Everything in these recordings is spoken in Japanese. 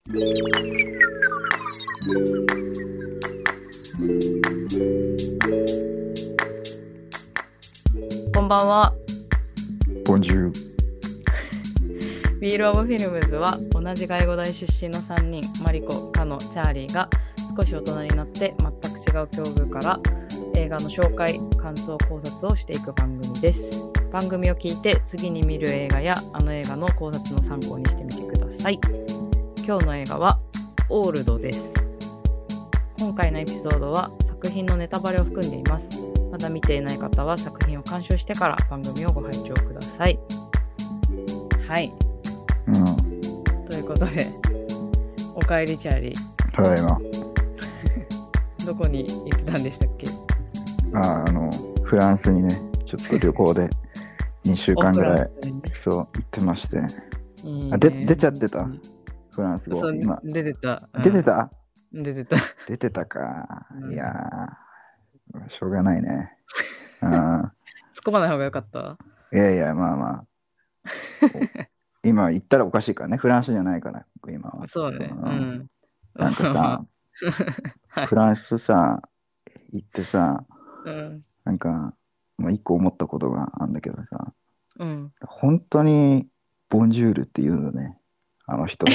こんばんは。 ボンジュール。 ビールオブフィルムズは同じ外語大出身の3人、マリコ、カノ、チャーリーが少し大人になって全く違う境遇から映画の紹介、感想、考察をしていく番組です。番組を聞いて次に見る映画やあの映画の考察の参考にしてみてください。今日の映画はオールドです。今回のエピソードは作品のネタバレを含んでいます。まだ見ていない方は作品を鑑賞してから番組をご拝聴ください。はい、ということで、おかえりチャーリー。 ただいま。 どこに行ってたんでしたっけ？ フランスにね、ちょっと旅行で2週間ぐらいそう行ってまして。 いいね。 出ちゃってたフランス語。 そう今出てた、 出てた出てたか、 うんいやーしょうがないね。 突っ込まない方がよかった。 いやまあまあ今言ったらおかしいからね。フランスじゃないから今は。 そうね。 なんかさはい、 フランスさ行ってさ、 うんなんか一個思ったことがあるんだけどさ、 うん、 本当にボンジュールって言うのね、あの人って。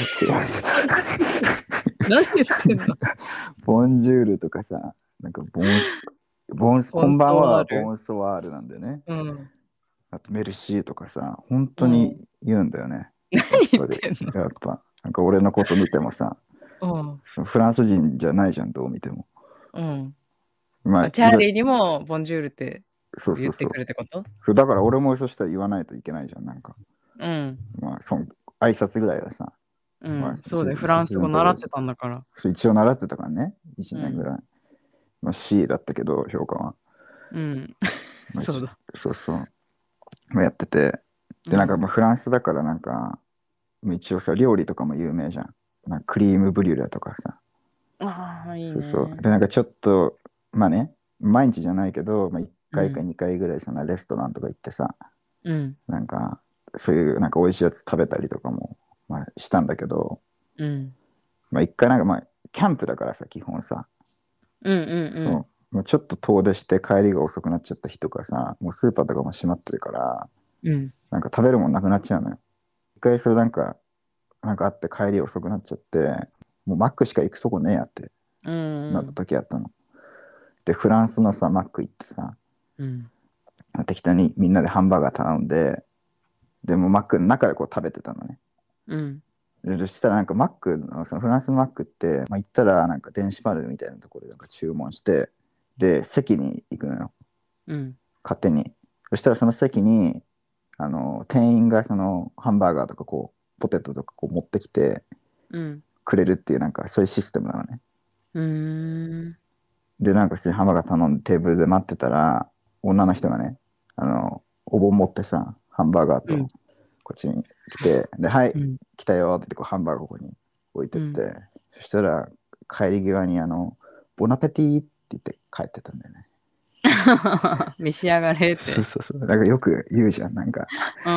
何言ってんの？ ボンジュールとかさ、なんかこんばんはボンソワールなんだよね。あとメルシーとかさ、本当に言うんだよね。 何言ってんの？ やっぱなんか俺のこと見てもさ、フランス人じゃないじゃん、どう見ても。まあ、 チャーリーにもボンジュールってそう言ってくるってこと？ だから俺もそしたら言わないといけないじゃん、なんか。まあ挨拶ぐらいはさ。 そうで、フランス語習ってたんだから。 一応習ってたからね、1年ぐらい。まあ C だったけど、評価は。 そうだ。 まあ、やってて。で、なんかフランスだからなんか、一応さ、料理とかも有名じゃん。なんかクリームブリュレとかさ。 いいね。 で、なんかちょっと、まあね、毎日じゃないけど、まあ、1回か2回ぐらいそのレストランとか行ってさ、なんか、そういうなんか美味しいやつ食べたりとかも、まあ、したんだけど、まあ一回なんかまあ、キャンプだからさ、基本さ。もうちょっと遠出して帰りが遅くなっちゃった日とかさ、もうスーパーとかも閉まってるから、なんか食べるもんなくなっちゃうのよ。一回それなんかあって帰り遅くなっちゃって、もうマックしか行くとこねえやってなった時あったの。で、フランスのさ、マック行ってさ、適当にみんなでハンバーガー頼んで、でもマックの中でこう食べてたのね。そしたらなんかマックの、そのフランスのマックって、まあ、行ったらなんか電子パネルみたいなところでなんか注文して、で、席に行くのよ。勝手に。そしたらその席に、店員がそのハンバーガーとかこう、ポテトとかこう持ってきてくれるっていうなんかそういうシステムなのね。で、なんか普通にハンバーガー頼んでテーブルで待ってたら、女の人がね、お盆持ってさ、ハンバーガーとこっちに来て、で、はい、来たよって言ってこうハンバーガーここに置いてって、そしたら帰り際にボナペティって言って帰ってたんだよね。 召し上がれって。 なんかよく言うじゃん、なんか。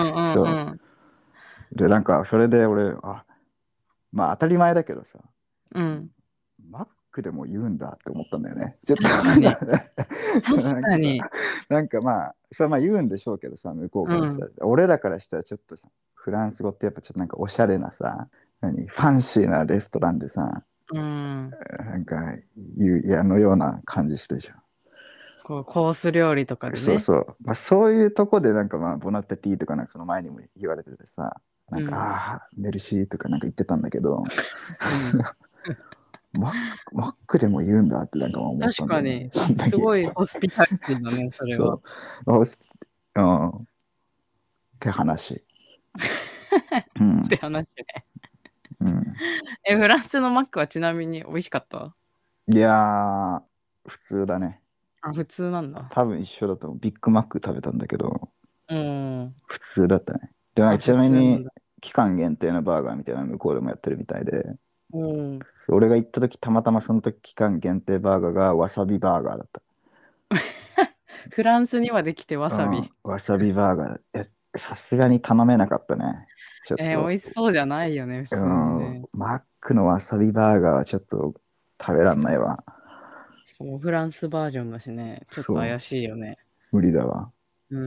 で、なんかそれで俺、まあ当たり前だけどさ、マックでも言うんだって思ったんだよね。ちょっと確かに。 なんかまあ、それはまあ言うんでしょうけどさ、向こうからしたら。俺らからしたらちょっとさ、フランス語ってやっぱちょっとなんかおしゃれなさ、ファンシーなレストランでさ、なんかのような感じするじゃん。 こうコース料理とかでね。 まあ、そういうとこでなんかまあボナペティとかなんかその前にも言われててさ、なんか、メルシーとかなんか言ってたんだけど、マックでも言うんだってなんか思ったんだよね。 確かにすごいホスピタリティだね、それは。 って話。 って話ね。フランスのマックはちなみに美味しかった？ いやー、普通だね。 普通なんだ。 多分一緒だと思う。ビッグマック食べたんだけど、 普通だったね。でもちなみに期間限定のバーガーみたいなの向こうでもやってるみたいで、俺が行った時たまたまその時期間限定バーガーがわさびバーガーだった。 フランスにはできてわさび。 わさびバーガー。さすがに頼めなかったね。 ちょっと、 美味しそうじゃないよね、普通にね。 マックのわさびバーガーはちょっと食べらんないわ。 しかもフランスバージョンだしね、ちょっとそう、 怪しいよね。 無理だわ。 うん。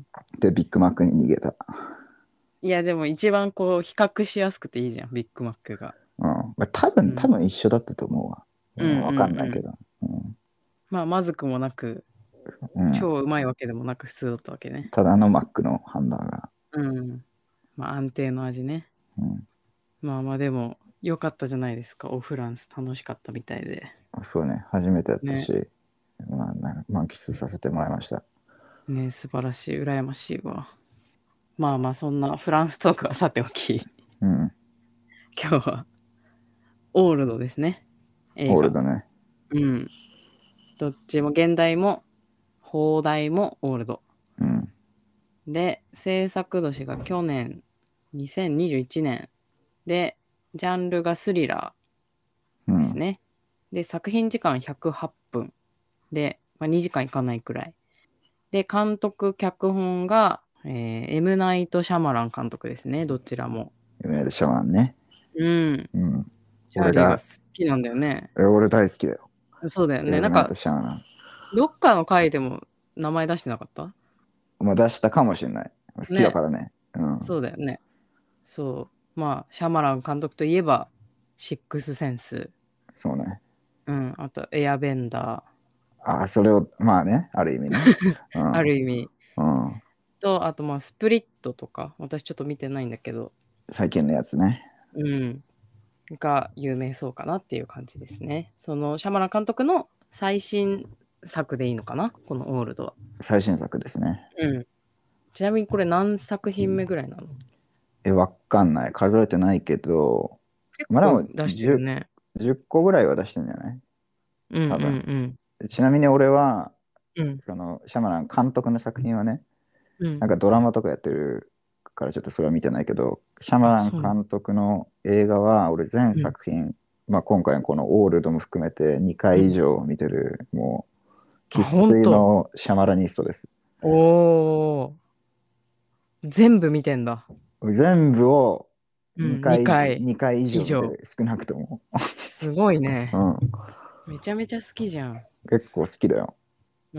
で、ビッグマックに逃げた。 いや、でも一番こう、比較しやすくていいじゃん、ビッグマックが。 うん。まあ、多分、 うん。 一緒だったと思うわ。 うんうんわかんないうん。 けど。 まあ、まずくもなく、 うん。うん。 超うまいわけでもなく普通だったわけね。 ただのマックのハンバーガうん。まあ、安定の味ね。 ー。うん。 まあまあ、でも、良かったじゃないですか。オフランス楽しかったみたいで。 そうね、初めてやったね。 し、まあ、満喫させてもらいました。 ね、素晴らしい。羨ましいわ。まあまあ、そんなフランストークはさておき、 うん。 今日はオールドですね。映画。 オールドね。 うん。どっちも現代も邦題もオールド。 うん。 で、制作年が去年、2021年。で、ジャンルがスリラーですうん。 ね。で、作品時間108分。で、まあ、2時間いかないくらい。で、監督、脚本が、M. ナイト・シャマラン監督ですね。どちらも。 有名でシャワンね。 うん。 うん。 チャーリーが俺が、 好きなんだよね。 俺大好きだよ。 そうだよね。 エムナイト・シャワン。 どっかの回でも名前出してなかった？ まあ出したかもしれない。好きだね。 からね。うん。 そうだよね。そう。まあ、シャマラン監督といえば、シックスセンス。 そうね。 うん。あと、エアベンダああ、それを、まあね、ある意味ね。うー。あん。 る意味。 うん。 と、あと、まあ、スプリットとか。私ちょっと見てないんだけど。 最近のやつね。 うん。が有名そうかなっていう感じですね。その、シャマラン監督の最新作でいいのかな、このオールドは。 最新作ですね。 うん。ちなみにこれ何作品目ぐらいなの？ わかんない。数えてないけど、 結まあでも構出してるね。 10個ぐらいは出してんじゃないうんう多分。 んちなみに俺は、 うん。うん。 その、シャマラン監督の作品はね、 うん。 なんかドラマとかやってるからちょっとそれは見てないけど、シャマあ、 ランそうなの。 監督の映画は俺全うん。 作品、まあ今回のこのオールドも含めて2回以うん。 上見てる、もうあ、 生ほんと。 粋のシャマラニストです。 おー。全部見てんだ。 全部をうん。2回 2回以以上。 上見てる、少なくとも。 すごいね。 うん、 めちゃめちゃ好きじゃん。 結構好きだよ。 うん。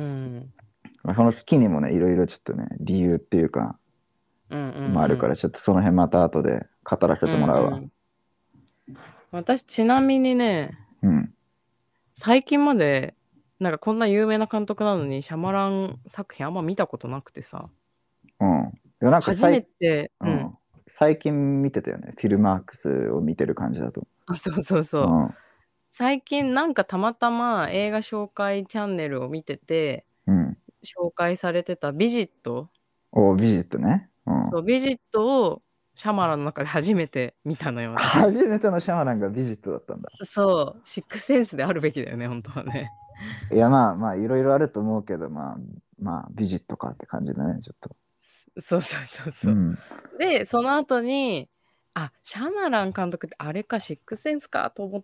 まあその好きにもね、いろいろちょっとね、理由っていうか、 うんうんまああるから、ちょっとその辺また後で語らせうん。 てもらうわ。 うんうん。私、ちなみにね、 うん。 最近まで、なんかこんな有名な監督なのに、シャマラン作品あんま見たことなくてさ。 うん。いや、なんか初めて、うん。 うん。最近見てたよね。フィルマークスを見てる感じだと。 あ、そうそうそう。 うん。 最近なんかたまたま映画紹介チャンネルを見てて、 うん。 紹介されてたビジット。 ビジットね。うん。 そう、ビジットをシャマランの中で初めて見たのよ、私。 初めてのシャマランがビジットだったんだ。 そう、シックスセンスであるべきだよね、本当はね。 いや、まあまあ、いろいろあると思うけど、まあ、ビジットかって感じだね、ちょっと。 そうそうそうそう。 うん。 で、その後に、あ、シャマラン監督ってあれか、シックスセンスかと思って、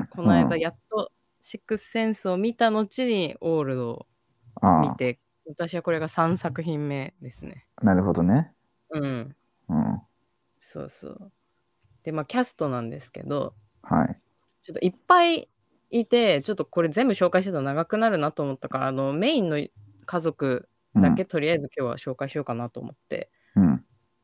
この間うん。 やっとシックスセンスを見た後にオールドを見あて、私はこれが3作品目ですね。 あ、なるほどね。 うん。 うん。 そうそう。で、まあ、キャストなんですけど、 はい。 ちょっといっぱいいて、ちょっとこれ全部紹介してたら長くなるなと思ったから、メインの家族うん。 だけとりあえず今日は紹介しようかなと思って。 うん。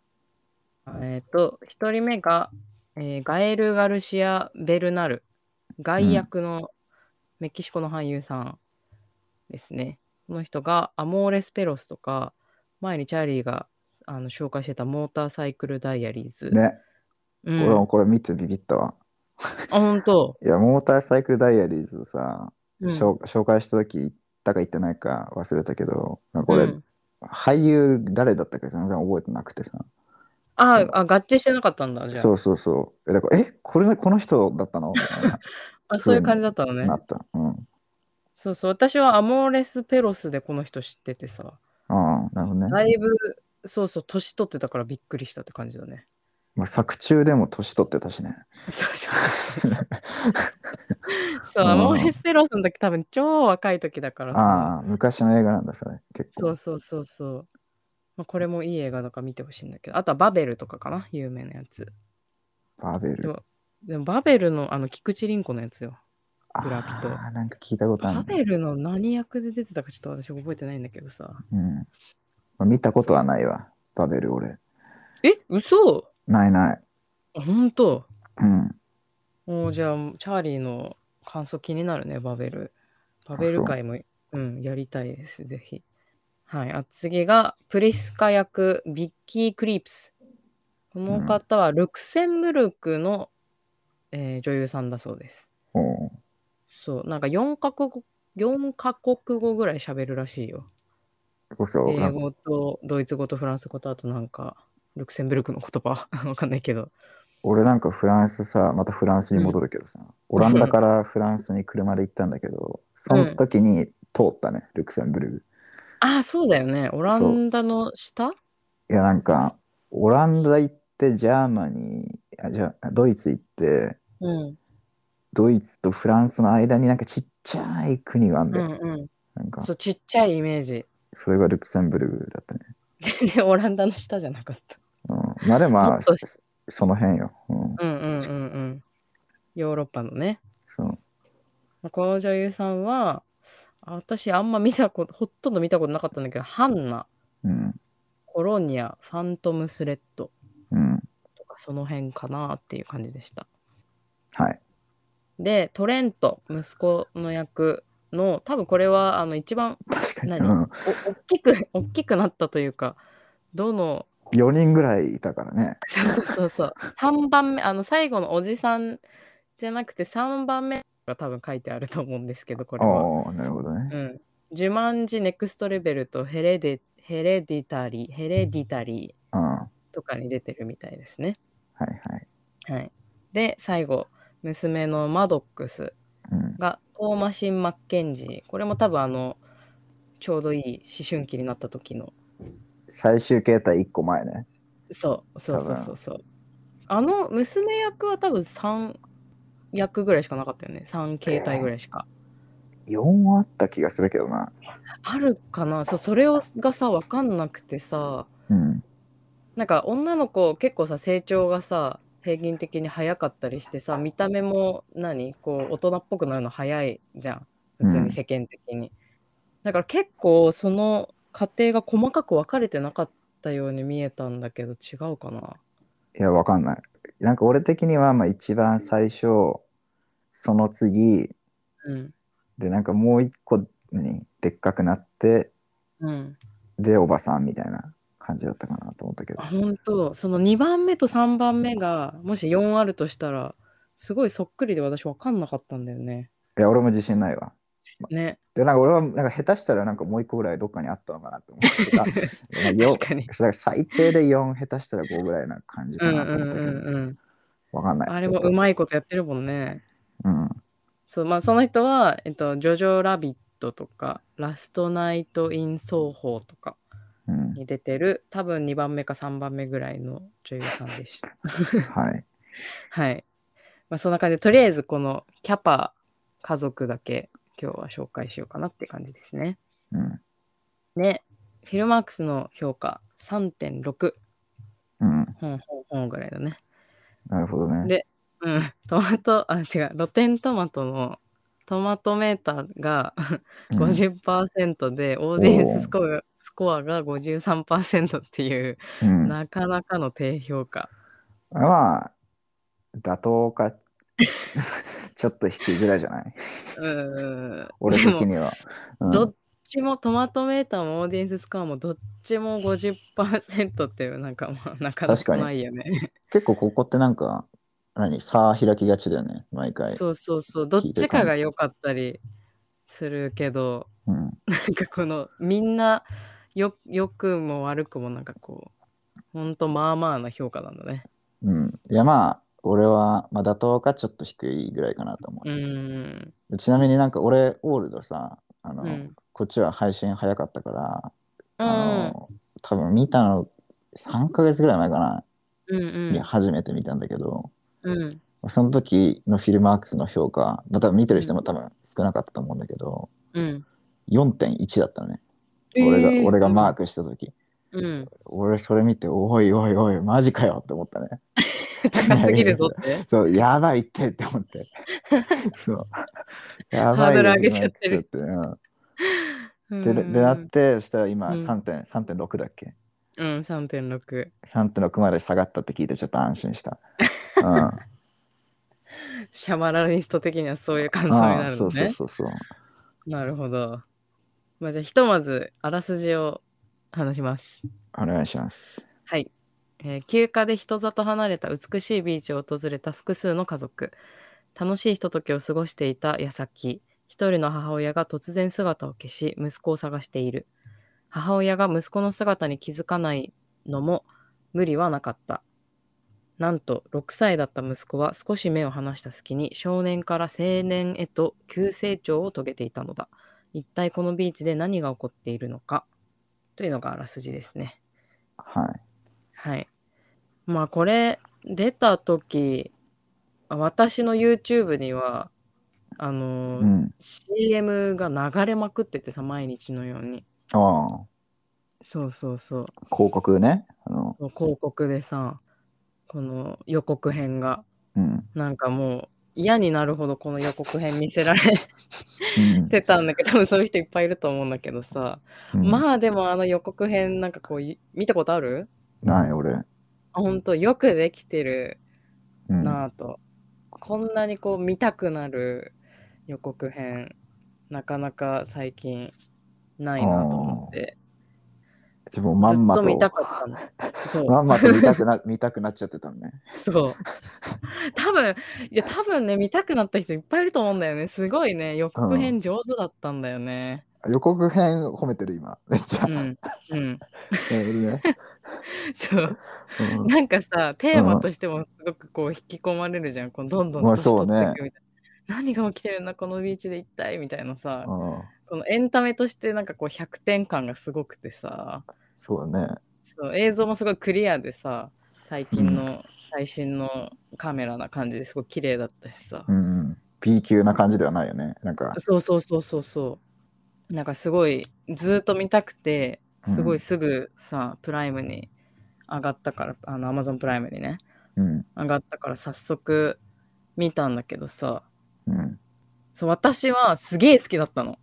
一人目が、ガエル・ガルシア・ベルナル。外うん。 役のメキシコの俳優さんですね。この人がアモーレス・ペロスとか、前にチャーリーが紹介してたモーターサイクル・ダイアリーズ。 ね。俺もうん。 これ見てビビったわ。 あ、本当。 いや、モーターサイクルダイアリーズさ、 うん。 紹介した時言ったか言ってないか忘れたけど、これ、 うん。 俳優誰だったか全然覚えてなくてさ。 合致してなかったんだ、じゃそうそうそう。だから、この人だったのみたいなあ。あ、そういう風に感じだったのね。 なった。うん。 そうそう。私はアモーレス・ペロスでこの人知っててさ。 ああ、なるほどね。 だいぶ、そうそう、年取ってたからびっくりしたって感じだね。 まあ、作中でも年取ってたしね。 そうそうそうそう。そう、 うアモーレん。 ス・ペロスの時多分超若い時だからさ。 ああ、昔の映画なんだ、それ。結構。 そうそうそうそう。 まあ、これもいい映画だから見てほしいんだけど、あとはバベルとかかな、有名なやつ。 バベル。 でもバベルの菊池凛子のやつよ。ブラピと。 ああ、なんか聞いたことあるバね。 ベルの何役で出てたかちょっと私覚えてないんだけどさ。 うん。まあ見たことはないわ。バベル俺。 嘘？ ないない。 あ、ほんと。 うん。 もうじゃあ、チャーリーの感想気になるね、バベル。バベあ、そう。 ル会も、やりたいです、ぜひ。はい。次が、プリスカ役、ビッキー・クリープス。この方は、ルクセンブルクの、女優さんだそうです。 おそう、なんか4カ国語ぐらい喋るらしいよ。英語とドイツ語とフランス語と、あとなんか、ルクセンブルクの言葉わかんないけど。 俺なんかフランスさ、またフランスに戻るけどさ、オランダからフランスに車で行ったんだけど、その時に通ったね、ルクセンブルグ。 ああ、そうだよね。オラそンダの下。 う。いやなんか、オランダ行って、ジャーマニー、ドイツ行って、 うん。 ドイツとフランスの間になんかちっちゃい国があんだよ。なんか、 そう、ちっちゃいイメージ。 それがルクセンブルグだったね。 全然オランダの下じゃなかった。 まあでもまあ、 もっと、 その辺よ。 ヨーロッパのね。 そう。 この女優さんは、私あんまほとんど見たことなかったんだけど、ハンナ、コロニア、ファントムスレッドとかその辺かなっていう感じでした。 はい。 で、トレント、息子の役の、多分これは一番、大きくなったというか、 4人ぐらいいたからね。 そう。3番目、最後のおじさんじゃなくて3番目が多分書いてあると思うんですけど、これは。 なるほどね。 ジュマンジネクストレベルとヘレディタリーとかに出てるみたいですね。はい。で、最後、娘のマドックスがトーマシン・マッケンジー。これも多分ちょうどいい思春期になった時の。 最終形態1個前ね。 そう。娘役は多分3役ぐらいしかなかったよね。3形態ぐらいしか。 4あった気がするけどな。 あるかな。それがさ、分かんなくてさ、なんか女の子結構さ、成長がさ、平均的に早かったりしてさ、見た目もこう大人っぽくなるの早いじゃん。普通に世間的に。だから結構その過程が細かく分かれてなかったように見えたんだけど、違うかな。 いや、わかんない。なんか俺的には、まあ一番最初、その次、で、なんかもう一個でっかくなって、で、おばさんみたいな感じだったかなと思ったけど。 本当、その2番目と3番目が、もし4あるとしたら、すごいそっくりで私分かんなかったんだよね。 いや、俺も自信ないわ。 ね。 で、なんか俺は、なんか下手したらなんかもう一個ぐらいどっかにあったのかなと思ってた。 確かに。 最低で4、下手したら5ぐらいな感じかなと思ったけど。わかんない。 あれもうまいことやってるもんね。そう、まあその人は、ジョジョラビットとか、ラストナイト・イン・奏法とかに出てる、多分2番目か3番目ぐらいの女優さんでした。 はい。 はい。まあそんな感じで、とりあえずこのキャパ家族だけ今日は紹介しようかなって感じですね。で、フィルマークスの評価3.6。ぐらいだね。 なるほどね。 で、露天トマトのトマトメーターが50% で、オーディエンススコアが53% っていう、なかなかの低評価。 まあ、妥当か、ちょっと低いぐらいじゃない？俺的には。 どっちもトマトメーターもオーディエンススコアもどっちも 50% っていうなかなかないよね。 結構ここってなんか、差開きがちだよね、毎回。 そう。どっちかが良かったりするけど、なんかこのみんな良くも悪くもなんかこう、ほんとまあまあな評価なんだね。 いやまあ、俺は、まあ、妥当かちょっと低いぐらいかなと思う。ちなみになんか俺、オールドさ、こっちは配信早かったから、多分見たの3ヶ月ぐらい前かな、に初めて見たんだけど、その時のフィルマークスの評価、多分見てる人も多分少なかったと思うんだけど、4.1 だったのね。俺がマークした時。 うん。 俺それ見て、おいおいおい、マジかよって思ったね。 高すぎるぞって。 そう、やばいって思って。そう、やハーばいよ、 ドル上げちゃってる。 マックスって。うん。 うーで、なっん。 て、そしたら今うん。 3.6だっけ？ うん、3.6。 3.6 まで下がったって聞いてちょっと安心した。うん。あシャマラニスト的にはそういう感想にあ、 なるのそうそうね。 そうそう。 なるほど。まあ、じゃあ、ひとまず、あらすじを話します。 お願いします。 はい。休暇で人里離れた美しいビーチを訪れた複数の家族。楽しいひとときを過ごしていた矢先、一人の母親が突然姿を消し、息子を探している。母親が息子の姿に気づかないのも無理はなかった。なんと、6歳だった息子は少し目を離した隙に少年から青年へと急成長を遂げていたのだ。一体このビーチで何が起こっているのかというのがあらすじですね。 はい。 はい。まあこれ出た時、私の YouTube にはうん。 CM が流れまくっててさ、毎日のように。 ああ、 そうそうそう。 広告ね。 そう広告でさ、この予告編が、 うん。 なんかもう嫌になるほどこの予告編見せられうん。 てたんだけど、多分そういう人いっぱいいると思うんだけどさ。 うん。 まあでもあの予告編なんかこう見たことある？ ない、俺。 あ、ほんとよくできてるうん。 なぁと。こんなにこう見たくなる予告編、なかなか最近なあいなと思っあ。 て。 自分まずっんまと、 と見たかったの。そう。 まんまと見たくなっちゃってたのね。 そう。多分、いや多分ね、見たくなった人いっぱいいると思うんだよね。すごいね、予うん。 告編上手だったんだよね。 予告編褒めてる今。めっちゃ。 うん。うん。 なるほどね。 そう。 うん。 なんかさ、テーマうん。 としてもすごくこう引き込まれるじゃん。こうどんどんまあ年取っていそうね。 くみたいな。何が起きてるんだ、このビーチで一体みたいなさ。 うん。 このエンタメとしてなんかこう100点感がすごくてさ。 そうだね。 そう、映像もすごいクリアでさ、最うん。 近の最新のカメラな感じですごい綺麗だったしさ。 うん。B 級な感じではないよね。なんか、 そうそうそうそうそう。なんかすごいずっと見たくて、 うん。 すごいすぐさ、プライムに上がったから、アマゾンプライムにね、 うん。 上がったから早速見たんだけどさ、 うん。 そう、私はすげえ好きだったの。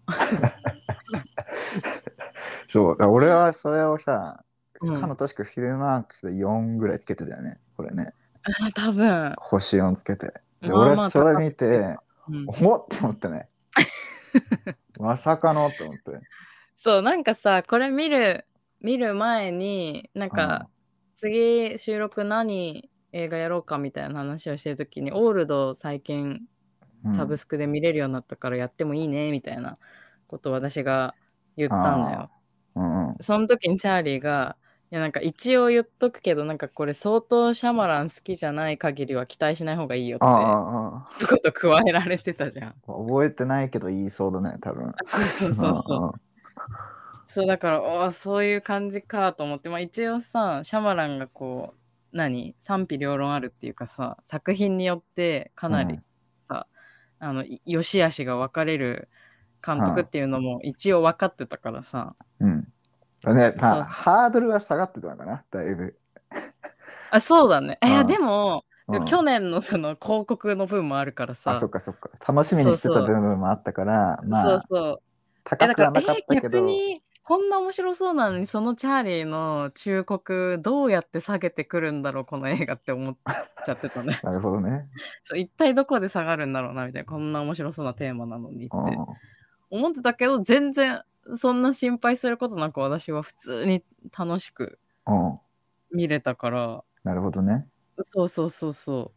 そう。俺はそれをさ、 うん。 確かフィルマークスで4ぐらいつけてたよね。これね。 多分、 星4つけて。で、俺はまあまあそれ高くつけた。 見て、 うん。 おっって思ったね。まさかのって思って。 そう、なんかさ、これ見る前に、なんか、 うん。 次収録何映画やろうかみたいな話をしてるときに、オールド最近サブうん。 スクで見れるようになったからやってもいいね、みたいなことを私が言ったんだよ。 ああ。うんうん。 その時にチャーリーが、いやなんか一応言っとくけど、なんかこれ相当シャマラン好きじゃない限りは期待しない方がいいよっあて、 あ、あ一言加えられてたじゃん。 あ。覚えてないけど言いそうだね、多分。 そうそうそうそう。 うんうん。 そうだから、そういう感じかと思って、まあ一応さ、シャマランがこう、賛否両論あるっていうかさ、作品によってかなりうん。 さ、良し悪しが分かれる監督っはていうのも一応分かってたからさ、 うん。ね、まあ、 そうそう。 ハードルは下がってたのかな、だいぶ。 あ、そうだね。でうん。 も、 うん。 去年のその広告の分もあるからあ、そさ、 っかそっか。楽しみにしてたそうそ部分もあったから、 う、そうまあ、 そう。だから、 高くはなかったけど、 逆に、こんな面白そうなのに、そのチャーリーの忠告、どうやって下げてくるんだろう、この映画って思っちゃってたね。 なるほどね。 そう、一体どこで下がるんだろうな、みたいな、こんな面白そうなテーマなのにっうてん。 思ってたけど、全然、そんな心配することなく、私は普通に楽しくうん。 見れたから、 なるほどね。 そうそうそうそう。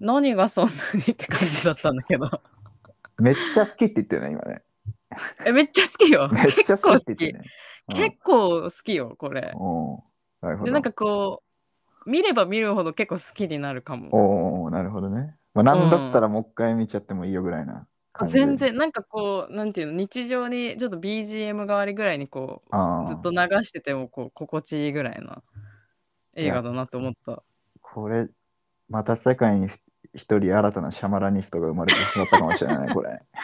何がそんなにって感じだったんだけど。 めっちゃ好きって言ってるね、今ね。 めっちゃ好きよ。 めっちゃ好きっ結構好き。 て言ってるね。うん。 結構好きよ、これ。 おー、なるほで、なんかど。 こう、見れば見るほど結構好きになるかも。 おー、なるほどね。まあ、 うなんだったん。 らもう一回見ちゃってもいいよぐらいな感じで。 全然、なんかこう、なんていうの、日常にちょっと BGM 代わりぐらいにこう、ずっとああ。 流しててもこう、心地いいぐらいないや、 映画だなって思った。 これ、また世界に一人新たなシャマラニストが生まれてしまったかもしれない、これ。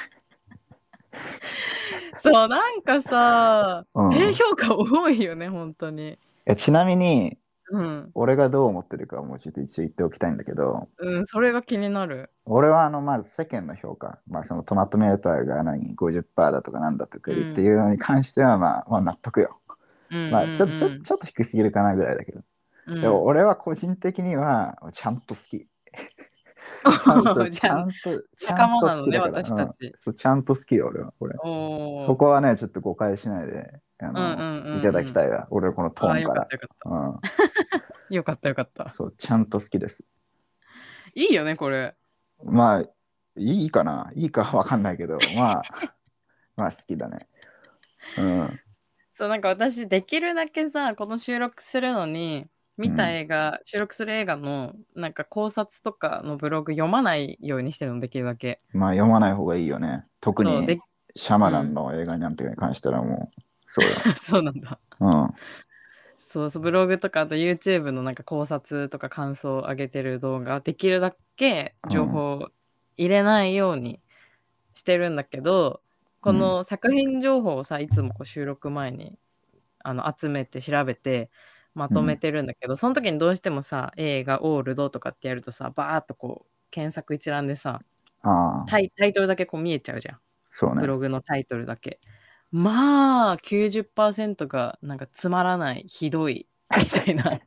そう、なんかさ、 うん。 低評価多いよね、本当に。 ちなみに、 うん。 俺がどう思ってるかはもうちょっと一応言っておきたいんだけど、 うん、それが気になる。 俺はまず世間の評価、そのトマトメーターが50%だとかなんだとか言ってうん。 いうのに関してはまあ納得よ。 うんうんちょっと低すぎるかなぐらいだけど。 うん。 でもうん。 俺は個人的にはちゃんと好き。ちゃん、そう、 じゃあ、 ちゃんと仲間なのね、 好きだから。うん。 私たち。 そう、ちゃんと好きよ、俺は。これ。 おー。 ここはね、ちょっと誤解しないで、 うんうんいただうんうん。 きたいわ。俺はこのトああ、 ーンから。 よかったよかった。 うん。 よかったよかった。 そう、ちゃんと好きです。 いいよね、これ。 まあ、いいかな。いいかわかんないけど、まあ好きだね。うん。 そう、なんか私、できるだけさ、この収録するのに、見たうん。 映画、収録する映画の、なんか考察とかのブログ読まないようにしてるの、できるだけ。 まあ読まない方がいいよね。特そう、 にシャマランうん。 の映画なんてに関してはもう、そうよ。 そうなんだ。 うん。 そうそう、ブログとか、あと YouTube のなんか考察とか感想を上げてる動画、できるだけうん。 情報を入れないようにしてるんだけど、こうん。 の作品情報をさ、いつもこう収録前に集めて調べてまとめうん。 てるんだけど、その時にどうしてもさ、映画オールドとかってやるとさ、バーっとこう検索一覧でさ、 ああ、 タイトルだけこう見えちゃうじゃん。 そうね。 ブログのタイトルだけ。まあ、90%がなんかつまらない、ひどい、みたいな。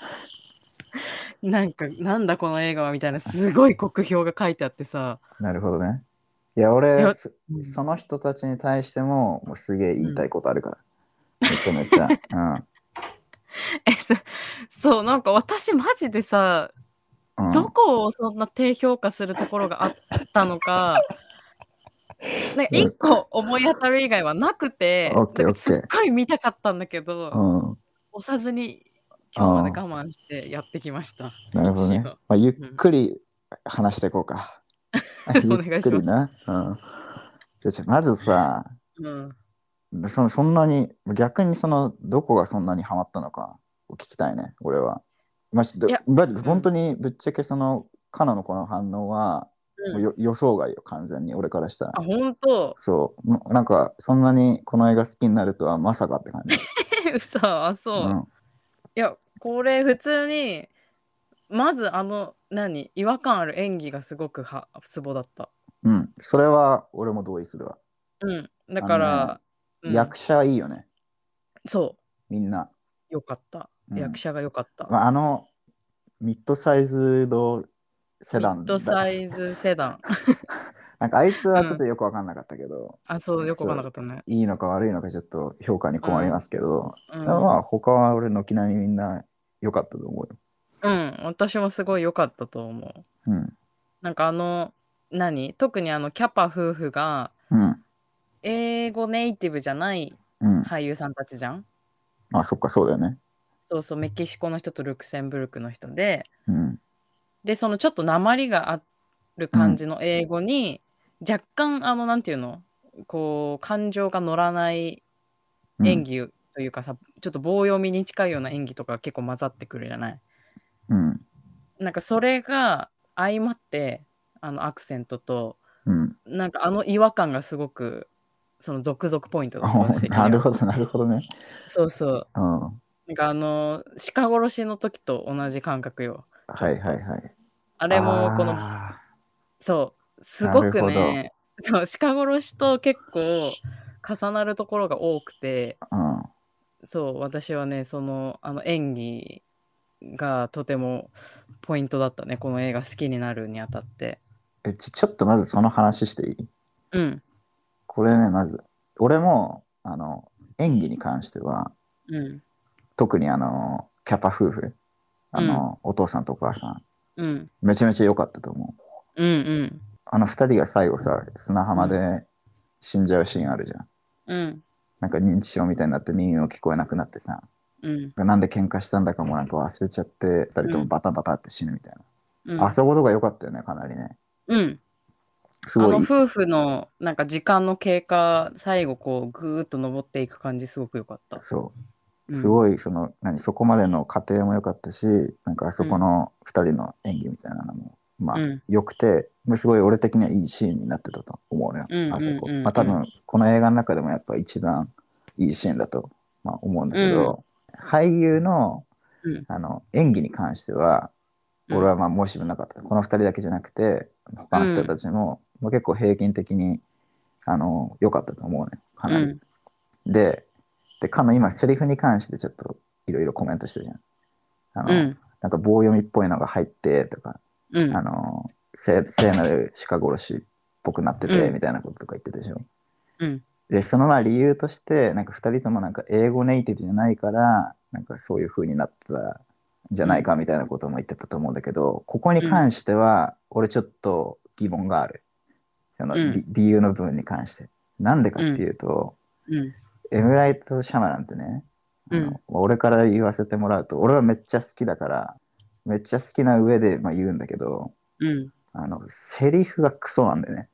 なんか、なんだこの映画はみたいな、すごい酷評が書いてあってさ。 なるほどね。いや、 いや、うん。 その人たちに対してもうすげえ言いたうん。 いことあるから。めちゃめちゃ。うん。 え、そう、なんか私マジでさ、 うん。 どこをそんな低評価するところがあったのか、なんか一個思い当たる以外はなくて、 オッケー、 なんかすっオッケー。 ごい見たかったんだけど、 うん。 押さずに今日までああ、 我慢してやってきました。 なるほどね。 一応。 ゆっうん。 くり話していこうか。ゆおっ願いします。 くりな。うん。まずさ、 うん。 そんなに、逆にどこがそんなにハマったのかを聞きたいね、俺は。 いや、 本当うん。 にぶっちゃけカナのこの反応は、 うん。 予想外よ、完全に、俺からしたら。 あ、本当。 そう、なんか、そんなにこの映画好きになるとはまさかって感じ。 嘘、あ、そう。 うん。 いや、これ普通に、まず違和感ある演技がすごくツボだった。 うん。それは俺も同意するわ。 うん。だあのね、 から、うん。 役者いいよね、 そみんな。 う。よかった。 うん。 役者がよかった。 まあ、ミッドサイズドセミッドダンだ。 サイズセダン。 なんかあいつうん。 はちょっとよくわかんなかったけど、 あ、そう、よくわかんなそう、 かったね。 いいのか悪いのかちょっと評価に困りうん。 ますけど、 うん。 でもまあ他は俺軒並みみんな良かったと思うよ。 うん。私もすごい良かったと思う。 うん。 なんか特にキャパ夫婦が、 うん。 英語ネイティブじゃないうん。 俳優さんたちじゃん。 あ、そっか、そうだよね。 そうそう、メキシコの人とルクセンブルクの人で、 うん。 で、そのちょっと訛りがあるうん。 感じの英語に、若干、なんていうの、こう、感情が乗らないうん。 演技というかさ、ちょっと棒読みに近いような演技とか結構混ざってくるじゃない。 うん。 なんかそれが相まって、アクセントと、 うん。 なんか違和感がすごく、その続々ポイントだった、私的には。 なるほど、なるほどね。 そうそう。 うん。はなんか鹿殺しの時と同じ感覚よ、ちょっいはいと。 はい。 あれも、 あそう、 あ、なるすごくほど。 ね、そう、鹿殺しと結構重なるところが多くて、 うん。 そう、私はね、演技がとてもポイントだったね、この映画好きになるにあたって。 ちょっとまずその話していい？ うん、 これね、まず、俺も、演技に関しては、 うん、 特にキャパ夫婦、 うん、 お父さんとお母さん、 うん、 めちゃめちゃ良かったと思う。 うん、うん、 あの二人が最後さ、砂うん、 浜で死んじゃうシーンあるじゃん。 うん、 なんか認知症みたいになって耳も聞こえなくなってさ、 うん、 なんで喧嘩したんだかもなんか忘れちゃって、二人ともうん、 バタバタって死ぬみたいな。あうん、 そことか良かったよね、かなりね。 うん。 すごい、 夫婦のなんか時間の経過、最後こうぐーっと登っていく感じすごく良かった。 そう。すうん。 ごい、そこまでの過程も良かったし、なんかあそこうん。 の二人の演技みたいなのも、まあ、 うん。 良くて、すごい俺的にはいいシーンになってたと思うのよ、 うんあそこ。 うんうんまあ多分、この映画の中でもやっぱ一番いいシーンだと、まあ、思うんだけうん。 ど、 俳優の、 うん。 演技に関しては、俺うん。 はまあ申し分なかった。この2人だけじゃなくて、他の人たちも、もう結構平均的に、良かったと思うね。かなり。 うん。 で、かの今、セリフに関してちょっといろいろコメントしてるじゃん。 うん。 なんか棒読みっぽいのが入ってとか、 うん。 聖なる鹿殺しっぽくなってて、 うん。 みたいなこととか言ってたでしょ。 うん。 で、そのまあ理由として、なんか2人ともなんか英語ネイティブじゃないから、なんかそういう風になったんじゃうん。 ないかみたいなことも言ってたと思うんだけど、ここにうん。 関しては、俺ちょっと疑問がある。そのうん。 理由の部分に関して。なんでかってうん。 いうと、 うん。 エムライト・シャマランってね、 うん。 俺から言わせてもらうと、俺はめっちゃ好きだから、めっちゃ好きな上で、まあ、言うんだけど、 うん。 セリフがクソなんだよね。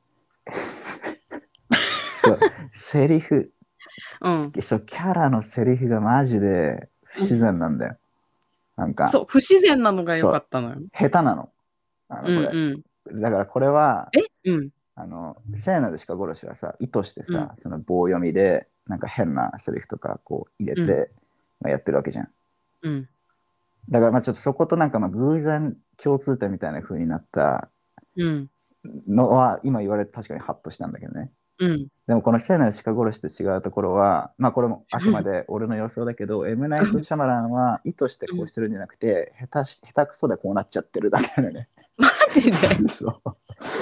そう、セリフ、 うん。 そう、キャラのセリフがマジで不自然なんだよ。なんか、 そう、不自然なのが良そう、 かったのよ。 下手なの。これ。 うんうん。 だからこれは、 うん。 聖なる鹿殺しはさ、意図してうん。 さ、その棒読みで、なんか変なセリフとかこう入れうん。 て、まあ、やってるわけじゃん。 うん。 だからまあちょっとそことなんかまあ偶然共通点みたいな風になったうん。 のは、今言われて確かにハッとしたんだけどね。 うん。 でもこの聖なる鹿殺しと違うところは、まあこれもあくまで俺の予想だけど、エムナイト・シャマランは意図してうん。 こうしてるんじゃなくて、下手くそでこうなっちゃってるだけなのね。 マジで？ そう。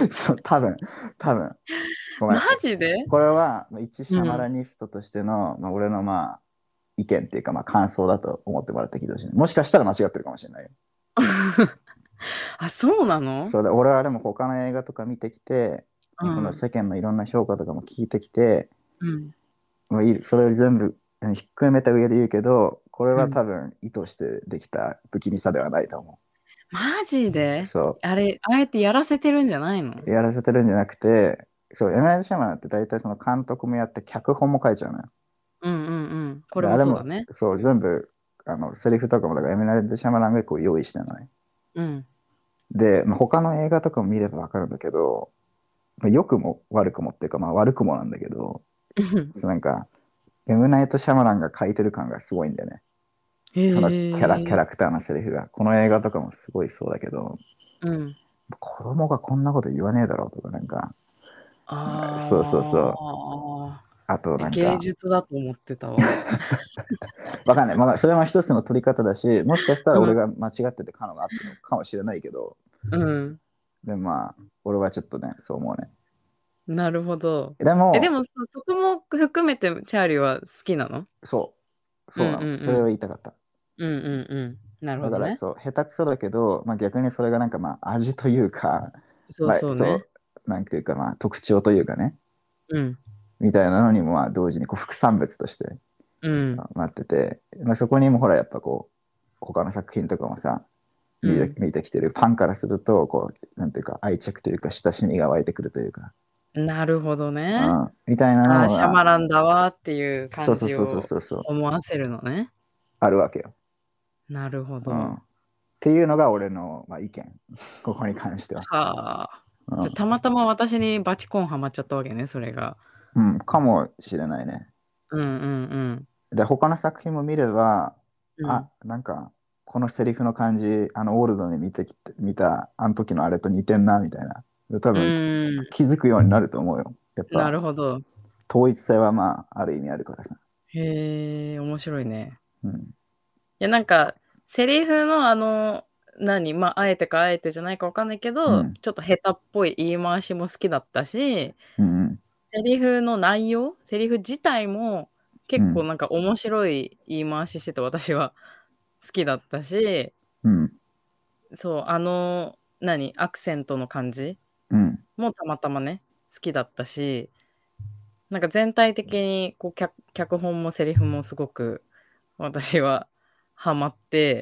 そう、多分。ごめマん。 ジで？ これは、まあ一シャマラうん。 ニストとしての、まあ、俺のまあ意見っていうか、まあ感想だと思ってもらってきてほしい。もしかしたら間違ってるかもしれないよ。 あ、そうなの？ そうで、俺はでも他の映画とか見てきて、そのうん。 世間のいろんな評価とかも聞いてきて、 うん。 もうそれを全部ひっくるめた上で言うけど、これうん。 は多分意図してできた不気味さではないと思マジう。 で？ そあれ、あえてやらせてるんじゃないの？ う。やらせてるんじゃなくて、そう、エムナイト・シャマランって大体その監督もやって脚本も書いちゃうのよ。 うんうんうん。これで、あれも、 もそうだね。 そう、全部、セリフとかも、だからエムナイト・シャマランがこう用意してるのね。 うん。 で、まあ、他の映画とかも見ればわかるんだけど、まあ、良くも悪くもっていうか、まあ悪くもなんだけど、そうなんか、エムナイト・シャマランが書いてる感がすごいんだよね。 へそのキャえ。 ラクターのセリフが。この映画とかもすごいそうだけど、 うん。 子供がこんなこと言わねえだろうとか、なんか、そうそうそう。 ああとあ。芸なんか、 術だと思ってたわ。 わかんない。まあ、それは一つの取り方だし、もしかしたらうん。 俺が間違っててカノがあったのかもしれないけど、 うん。 でもまあ、俺はちょっとね、そう思うね。 なるほど。ででも、 もそこも含めてチャーリーは好きなの？ そうなの。 うんうんそれを言いたかった。 うん。うんうんうん。なるほどね。 だからそう、下手くそだけど、まあ逆にそれがなんかまあ味というか、 そうまあそうね。 そう、なんていうかまあ特徴というかね、 うん。 みたいなのにもまあ同時にこう副産物としてうん。 なってて、まあ、そこにもほらやっぱこう、他の作品とかもさ、 うん。 見てきてるファンからすると、こう、なんていうか愛着というか親しみが湧いてくるというか、 なるほどね。 みたいなのああ、 も、 シャマランだわっていう感そうそうそうそうじをそう、 思わせるのね。 あるわけよ。 なるほど。 っていうのが俺の、まあ、意見、ここに関しては。 はあ。じゃ、たうんまたま私にバチコンハマっちゃったわけね、それが。 かもしれないね。 うんうんうん。 で、他の作品も見れば、 うん。 なんか、このセリフの感じ、オールドに見た、あの時のあれと似てんな、みたいな。多う分ーん。 気づくようになると思うよ。やっなぱ、 るほど。 統一性はまあ、ある意味あるからさ。 へえ、面白いね。 うん。 いや、なんか、セリフのまあ、あえてかあえてじゃないかわかんないけど、 うん。 ちょっと下手っぽい言い回しも好きだったし、 うん。 セリフの内容、セリフ自体も結構うん。 なんか面白い言い回ししてて私は好きだったし、 うん。 そう、アクセントの感じうん。 もたまたまね、好きだったし、なんか全体的にこう脚本もセリフもすごく私はハマって、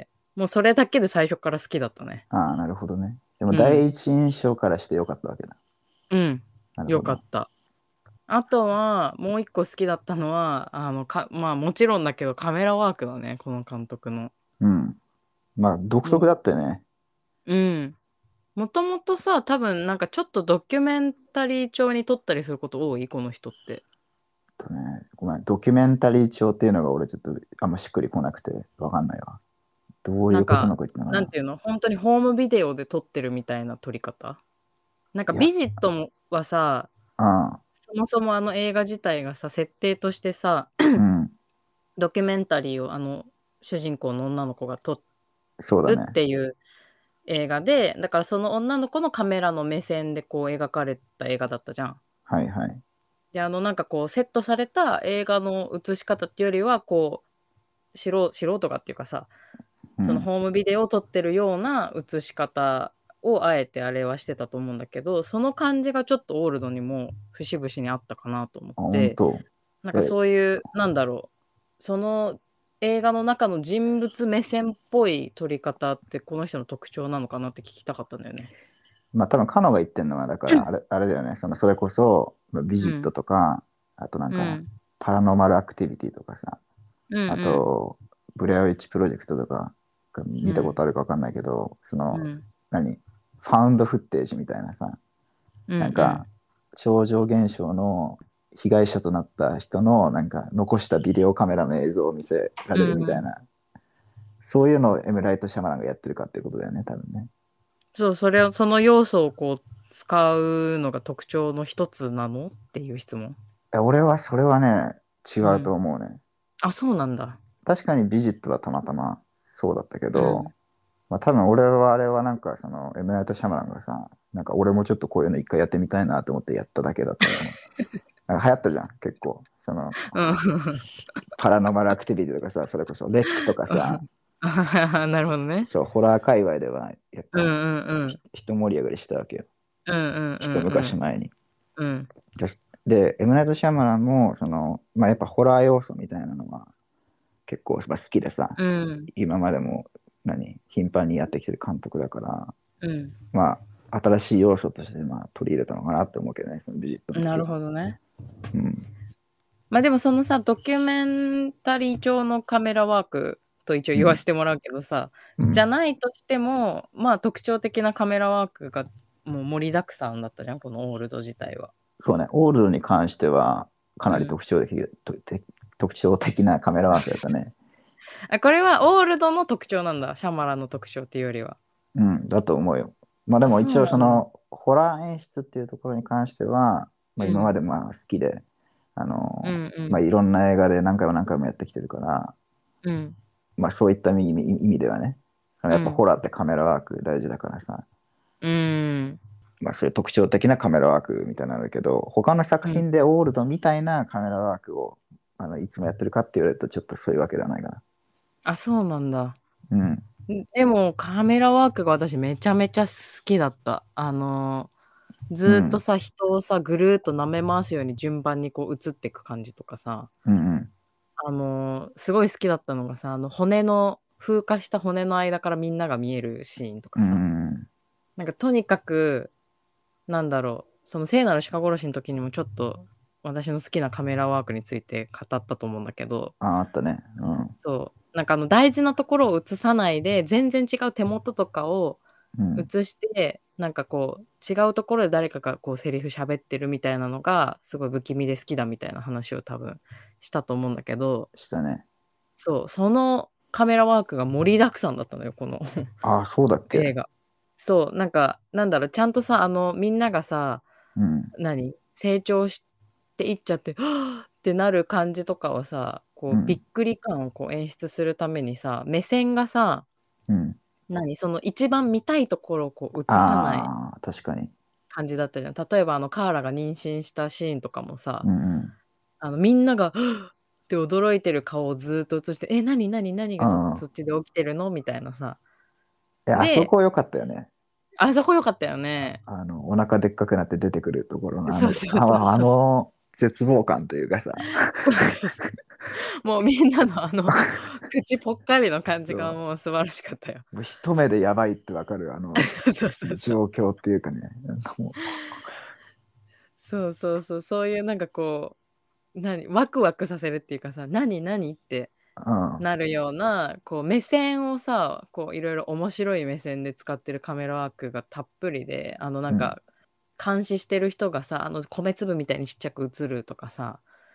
もうそれだけで最初から好きだったね。 ああ、なるほどね。でもうん。 第一印象からしてよかったわけだ。 うん。よなるほど。 かった。あとは、もう一個好きだったのは、まあもちろんだけどカメラワークだね、この監督の。 うん。まあ、独特もだったよね。 うん。もともとさ、多分なんかちょっとドキュメンタリー調に撮ったりすること多いこの人って。 ごめん、ドキュメンタリー調っていうのが俺ちょっとあんましっくりこなくてわかんないわ。どういうことのなんか、 こと言ってんのかな。 なんていうの、本当にホームビデオで撮ってるみたいな撮り方。なんかいや、 ビジットはさ、 うん、 そもそもあの映画自体がさ、設定としてさ、 うん、 ドキュメンタリーを主人公の女の子が撮るっそうだね。 ていう映画で、だからその女の子のカメラの目線でこう描かれた映画だったじゃん。 はいはい。 で、なんかこうセットされた映画の映し方っていうよりは、こう、素人がっていうかさ、そのうん、 ホームビデオを撮ってるような映し方をあえてあれはしてたと思うんだけど、その感じがちょっとオールドにも節々にあったかなと思っあ、本て、 当。 なんかえ、 そういう、なんだろう、その映画の中の人物目線っぽい撮り方ってこの人の特徴なのかなって聞きたかったんだよね。 まあ多分カノが言ってるのは、だからあれだよね。それこそ、ビジットうん。 とか、あとなんか、 うん。 パラノーマルアクティビティとかさ、 うんあうん。 と、ブレアウィッチプロジェクトとか、見たこうん。 とあるかわかんないけど、 うん。 何ファウンドフッテージみたいなさ、 うんなんか、超常現象の被害者となった人の、なんか、残したビデオカメラの映像を見せられるうん。うん。 みたいな、そういうのをエムライト・シャマランがやってるかっていうことだよね、多分ね。 そう、その要素をこう使うのが特徴の一つなのっていう質問。 俺はそれはね、違うとうん。 思うね。 あ、そうなんだ。 確かにビジットはたまたまそうだったけど、 うん。 まあ多分俺はあれはなんかエムライト・シャマランがさ、なんか俺もちょっとこういうの一回やってみたいなと思ってやっただけだと思う。なんか流行ったじゃん、結構。 うん。 パラノマルアクティビティとかさ、それこそレックとかさ、 なるほどね。 そう、ホラー界隈ではやっうんぱうんうん。 一盛り上がりしたわけよ。 うんうんう一んうん。 昔前に。 うん。 で、エムナイト・シャマランも、まあ、やっぱホラー要素みたいなのは結構まあ好きでさ、 うん。 今までも頻繁にやってきてる監督だから、 うん。 まあ、新しい要素としてまあ取り入れたのかなって思うけどね、そのビジットのなる時は。 ほどね。 うん。 まあでもそのさ、ドキュメンタリー調のカメラワークと一応言わうん。 せてもらうけどさ、じゃうん。 ないとしても、まあ特徴的なカメラワークがもう盛りだくさんだったじゃん、このオールド自体は。 そうね、オールドに関してはかなりうん。 特徴的なカメラワークだったね。 これはオールドの特徴なんだ、シャマランの特徴っていうよりは。 うん、だと思うよ。まあであ、 も一応そうなんだ。 ホラー演出っていうところに関しては、まあ、今まうん。 でまあ好きで、 うんうん。 まあいろんな映画で何回も何回もやってきてるから、 うん。 まあそういった意味ではね、やっぱうん。 ホラーってカメラワーク大事だからさ、 うん。 まあそういう特徴的なカメラワークみたいなのだけど、他の作うん。 品でオールドみたいなカメラワークをいつもやってるかって言われるとちょっとそういうわけではないかな。 あ、そうなんだ。 うん。 でもカメラワークが私めちゃめちゃ好きだった。ずーっとうん。 さ、人をさ、ぐるーっと舐め回すように順番にこう映っていく感じとかさ、 うんうん。 すごい好きだったのがさ、風化した骨の間からみんなが見えるシーンとかうんさ、 うん。 なんかとにかく、なんだろう、その聖なる鹿殺しの時にもちょっと私の好きなカメラワークについて語ったと思うんだけど、 あ、あったね。うん。 そう、なんか大事なところを映さないで、全然違う手元とかをうん。 映して、なんかこう、違うところで誰かがこうセリフ喋ってるみたいなのが、すごい不気味で好きだみたいな話を多分したと思うんだけど、 したね。 そう、そのカメラワークが盛りだくさんだったのよ、このあ、そうだっけ。 映画。そう、なんか、なんだろう、ちゃんとさ、みんながさ、 うん。 成長していっちゃって、はぁってなる感じとかをさ、こう、びうん。 っくり感をこう演出するためにさ、目線がさ、 うん。 その一番見たいところをこう映さないああ、確かに。 感じだったじゃん。例えばカーラが妊娠したシーンとかもさ、 うんうん。 みんながはぁって驚いてる顔をずっと映して、何がそっうんちで起きてるのみたいなさ。 あそで、 こ良かったよね。 あそこ良かったよね。 お腹でっかくなって出てくるところの、 そうそうそうあそうそう。 の絶望感というかさ、 そうそうそう。もうみんなの口ぽっかりの感じがそもう素晴らしかったよ。 う、もう一目でやばいってわかる、 そうそうそう。 状況っていうかね、なんかもそうそうそう。そういうなんかこう、ワクワクさせるっていうかさ、何ってう、うん、 なるような、こう目線をさ、こういろいろ面白い目線で使ってるカメラワークがたっぷりで、なうん、 んか、監視してる人がさ、米粒みたいにちっちゃく映るとかさ、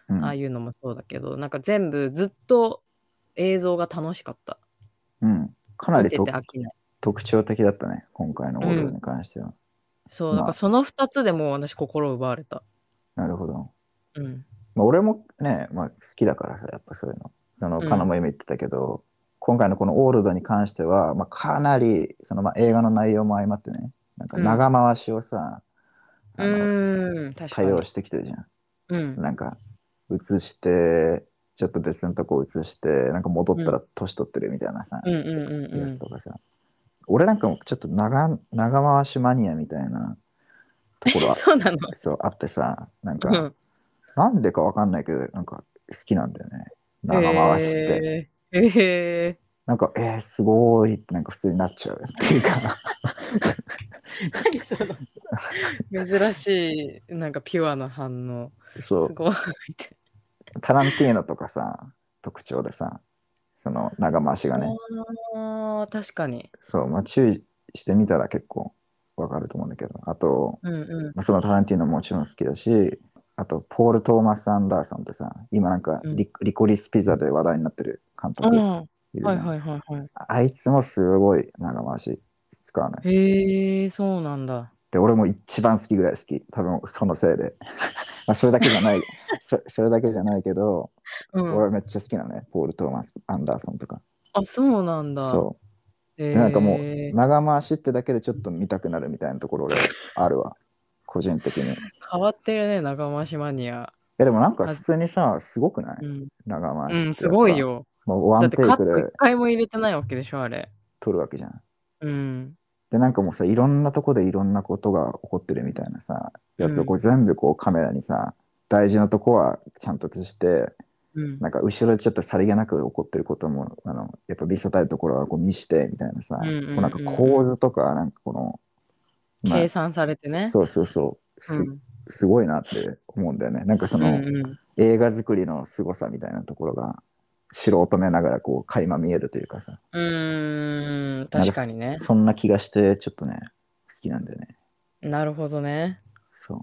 ああいうのもそうだけど、なんか全部ずっと映像が楽しかった。 うん。かなり見てて飽きない。 特徴的だったね、今回のオールドに関しては。 そう、なんかまその2つでもう私心奪われた。 あ、なるほど。 うん。 まあ、俺もね、まあ、好きだからさ、やっぱそういうの。カノも今言ってたけど、今回のこのオールドに関しては、まあ、かなり、まあ、映画の内容も相まってね、なんかうん。 長回しをさ、 確多用かに。 してきてるじゃん。 うん。 なんか、映して、ちょっと別のとこ映して、なんか戻ったらうん。 年取ってるみたいなさ、 うんうんうんやうん。 つとかさ。俺なんかもちょっと長回しマニアみたいなところは、 そうなの。 そう、あってさ、なんか、 うん。 なんでかわかんないけど、なんか好きなんだよね。長回しって。 へえ。へえ。 なんか、すごいってなんか普通になっちゃうっていうか何その珍しい、なんかピュアな反応。すそごいって。 う、タランティーノとかさ、特徴でさ、その長回しがね、 ああ、確かに。 そう、まあ注意してみたら結構わかると思うんだけど、あと、 うんうまあ、そのタランティーノももちろん好きだし、あと、ポール・トーマス・アンダーソンってさ、今なんかん。うん。 リコリス・ピザで話題になってる監督ああ、 いるじゃん。 はいはいはいはい。 あいつもすごい長回し使うね。 へえ、そうなんだ。 で、俺も一番好きぐらい好き。多分そのせいで。まあそれだけじゃない、それだけじゃないけど、 うん。 俺はめっちゃ好きなのね。ポール・トーマス・アンダーソンとか。 あ、そうなんだ。 そう。で、なんかもう、 へえ。 長回しってだけでちょっと見たくなるみたいなところ俺あるわ。個人的に。 変わってるね、長回しマニア。 でもなんか普はず通にさ、すごくない？ うん。 長回しっうん、すてやっぱ、 ごいよ。 もうワンだってカット一テイクで回も入れてないわけでしょ、あれ。 撮るわけじゃん。 うん。 で、なんかもうさ、いろんなとこでいろんなことが起こってるみたいなさ、やつをこうん。 う全部こうカメラにさ、大事なとこはちゃんと映して、 うん。 なんか後ろでちょっとさりげなく起こってることも、やっぱ見せたいところはこう見してみたいなさ、 うんうんこうなんかうんうん。 構図とか、なんかこの、まあ、 計算されてね。 そうそうそう、 うん。 すごいなって思うんだよね。なんかそのうんうん。 映画作りの凄さみたいなところが、素人目ながらこう垣間見えるというかさ、なんか確かにね。 そんな気がして、ちょっとね、好きなんだよね。 なるほどね。 そう。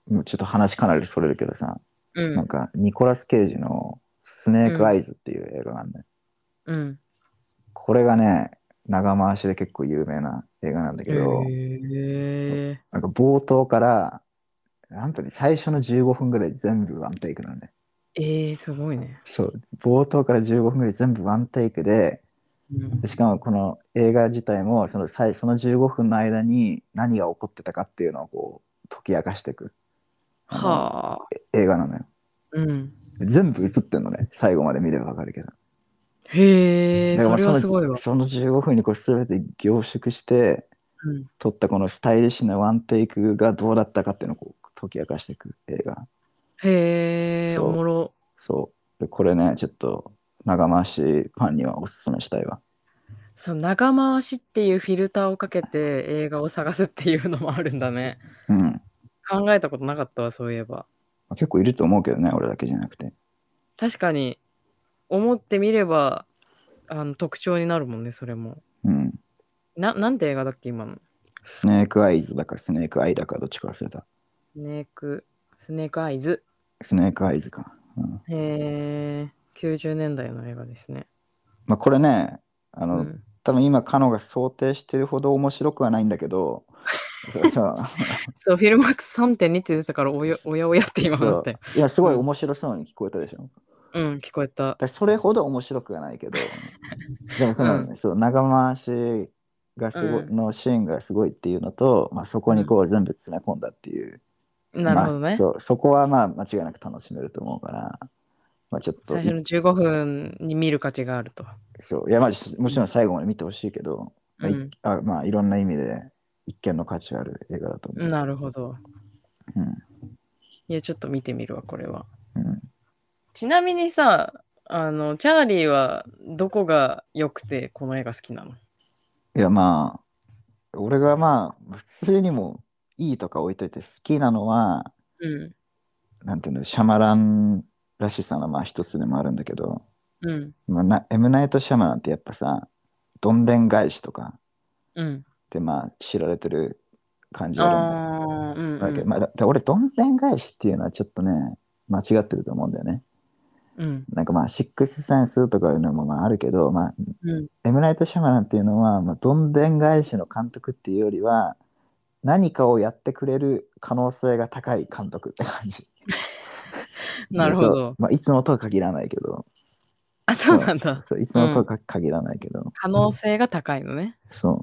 もうちょっと話かなりそれるけどさ、 うん。 なんかニコラス・ケイジのスネーク・アうん。 イズっていう映画があるんだよ。 うん。 これがね、長回しで結構有名な映画なんだけへど、 え。 なんか冒頭から、なんとね、最初の15分ぐらい全部ワンテイクなんだよ。 すごいね。 そう、冒頭から15分ぐらい全部ワンテイクで、 うん。 しかもこの映画自体もその15分の間に何が起こってたかっていうのをこう解き明かしていくあのはあ。 映画なのよ。 うん。 全部映ってんのね。最後まで見ればわかるけど。 へえ、それだからはすごいわ。 その15分にこう全て凝縮してうん。 撮ったこのスタイリッシュなワンテイクがどうだったかっていうのをこう解き明かしていく映画。 へえ、おそう、 もろ。 そう。で、これね、ちょっと長回しファンにはおすすめしたいわ。 そう、長回しっていうフィルターをかけて映画を探すっていうのもあるんだね。 うん。 考えたことなかったわ、そういえば。 結構いると思うけどね、俺だけじゃなくて。 確かに、思ってみれば、特徴になるもんね、それも。 うん。 なんて映画だっけ、今の。 スネークアイズだかスネークアイだかどっちか忘れた。 スネーク、スネークアイズ。 スネークアイズか。うん、 へえ、90年代の映画ですね。 まあこれね、あの、 うん。 多分今、カノが想定してるほど面白くはないんだけど、そうそうそう、フィルマックス3.2って出たから、おやおやって今なったよ。 いや、すごいうん。 面白そうに聞こえたでしょ。 うん、聞こえた。 それほど面白くはないけど、でもうん。 長回しがうん。 のシーンがすごいっていうのと、まあ、そこにこう全部詰め込んだっていう、 なるまあほどね。 そこはまあ間違いなく楽しめると思うから、まあちょっと最初の15分に見る価値があると。 いやまあもうん。 ちろん最後まで見てほしいけど、まあ、まあいろんな意味で一見の価値がある映画だと思なるほど。 う。うん。 いや、ちょっと見てみるわ、これは。 うん。 ちなみにさ、チャーリーはどこが良くてこの映画好きなの？ いやまあ、俺がまあ、普通にもいいとか置いといて好きなのは、 うん。 なんていうの、シャマランらしさのまあ一つでもあるんだけど、 うん。 まあ、エムナイト・シャマランってやっぱさ、どんでん返しとかうん。 でまあ知られてる感じああるんだ。 あ、うんだけど、 うん。 まあ、俺、どんでん返しっていうのはちょっとね、 間違ってると思うんだよね。 うん。 なんかまあ、シックスセンスとかいうのもまああるけど、まあ、 うん。 エムナイト・シャマランっていうのは、まあ、どんでん返しの監督っていうよりは、何かをやってくれる可能性が高い監督って感じ。 なで、そう、 るほど。 まあ、いつもとは限らないけど、 あ、そうそう、 なんだ。 そう、いつうん。 もとは限らないけど、 可能性が高いのね。 そう、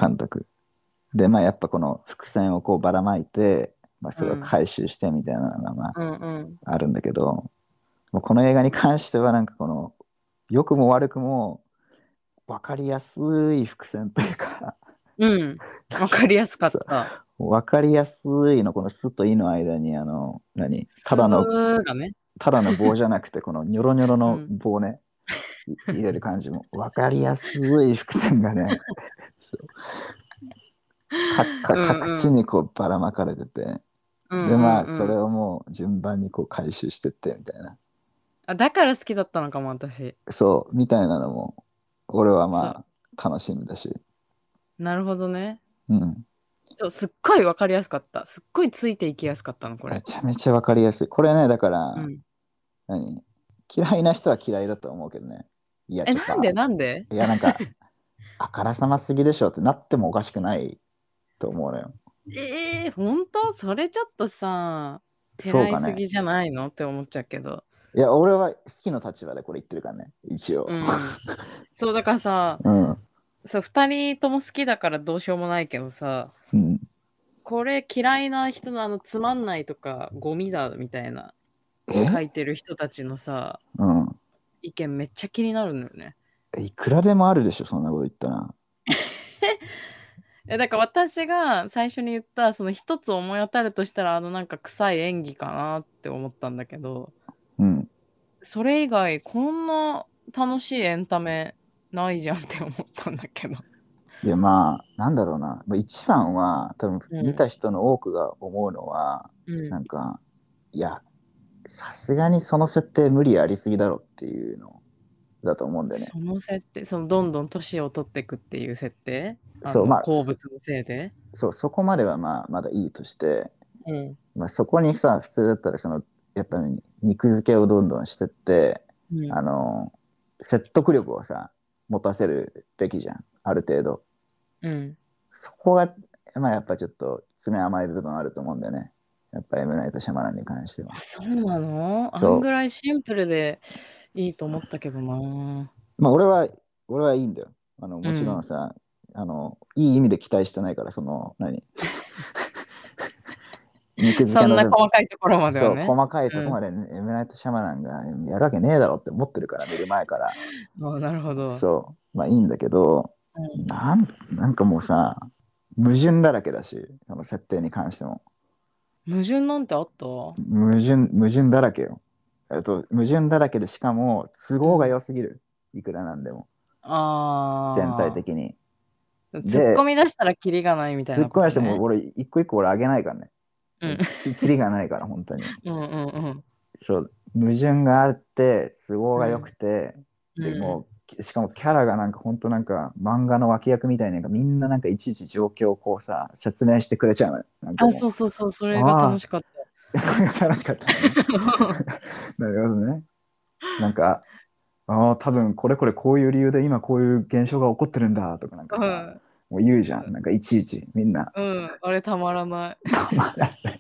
うん。 監督。で、まあ、やっぱこの伏線をこうばらまいて、まあ、それをうん。 回収してみたいなのが、まうんうん。 あ、あるんだけど、もうこの映画に関しては、なんかこの、良くも悪くも分かりやすい伏線というか、 うん。わかりやすかそった。 う、分かりやすいの、この「す」と「い」の間に、たすだの、 がね。 ただの棒じゃなくて、このニョロニョロのうん。 棒ね、入れる感じも、分かりやすい伏線がね、そううん各うん。 地にこうばらまかれてて、で、 うんうまあ、 んうん。 それをもう順番にこう回収してってみたいな、 あ、だから好きだったのかも、私。 そう、みたいなのも、俺はそう。 まあ、楽しみだし、 なるほどね。 うん。 そう、すっごいわかりやすかった。すっごいついていきやすかったの、これ。 めちゃめちゃ分かりやすい。これね、だから、 うん。 何嫌いな人は嫌いだと思うけどね。いや、 え、 ちょっと、 なんでなんでいや、なんか、あからさますぎでしょってなってもおかしくないと思うのよ。 本当それちょっとさ、てそうかね。 らいすぎじゃないのって思っちゃうけど。 いや、俺は好きの立場でこれ言ってるからね、一応。 うん。そう、だからさ、 うん。 そう、二人とも好きだからどうしようもないけどさ、 うん。 これ嫌いな人のつまんないとか、ゴミだみたいな書えいてる人たちのさ、 うん。 意見めっちゃ気になるのよね。 いくらでもあるでしょ、そんなこと言ったら。 だから私が最初に言ったその一つ思い当たるとしたらなんか臭い演技かなって思ったんだけど、 うん。 それ以外こんな楽しいエンタメないじゃんって思ったんだけど。 いや、まあ、なんだろうな。まあ一番は、多分うん。 見た人の多くが思うのは、 うん。 なんか、いや、さすがにその設定無理ありすぎだろっていうのだと思うんだよね。 その設定、そのどんどん年を取っていくっていう設定、 そう、まあ、 鉱物のせいで。 そう、そこまではまあ、まだいいとして、 うん。 まあ、そこにさ、普通だったら、やっぱり肉付けをどんどんしてって、 うん。 あの、説得力をさ、持たせるべきじゃん、ある程度。 うん。 そこが、まあ、やっぱちょっと爪甘い部分あると思うんだよね。やっぱエムナイト・シャマランに関しては。 あ、そうなの？あんそぐらいシンプルでいいと思ったけどな。 う。まあ、俺はいいんだよ。もちろんうん。 さ、いい意味で期待してないから、肉付そんなけの部分、 細かいところまではそう、 ね。 細かいとうん。 こまで、ね、エムナイト・シャマランがやるわけねえだろって思ってるから、見る前から。 あ、なるほど。 そう、まあいいんだけど、 うん。 なんかもうさ、矛盾だらけだし、その設定に関しても。 矛盾なんてあった？ 矛盾だらけよ。矛盾だらけで、しかも都合がうん。 良すぎる。いくらなんでも。全体あ的に。 あ。突っ込で、 み出したらキリがないみたいな突っ込みしてもことね。 俺、一個一個俺あげないからね。 うん。 きりがないから、本当に。 うんうんうん。 そう、矛盾があって、都合が良くうん。 て、 うん。 でもしかもキャラがなんか本当なんか漫画の脇役みたいになんかみんななんかいちいち状況をこうさ、説明してくれちゃうのよ。なんかあ、 もそうそうそう、そう、 れが楽あしかっあ、楽しかったのね。 た。 なるほどね。なんか、ああ、多分これこれこういう理由で今こういう現象が起こってるんだとかなんかさ、 うん。 もう言うじゃん。なんかいちいちみんな。 うん。あれたまらない。 たまらない。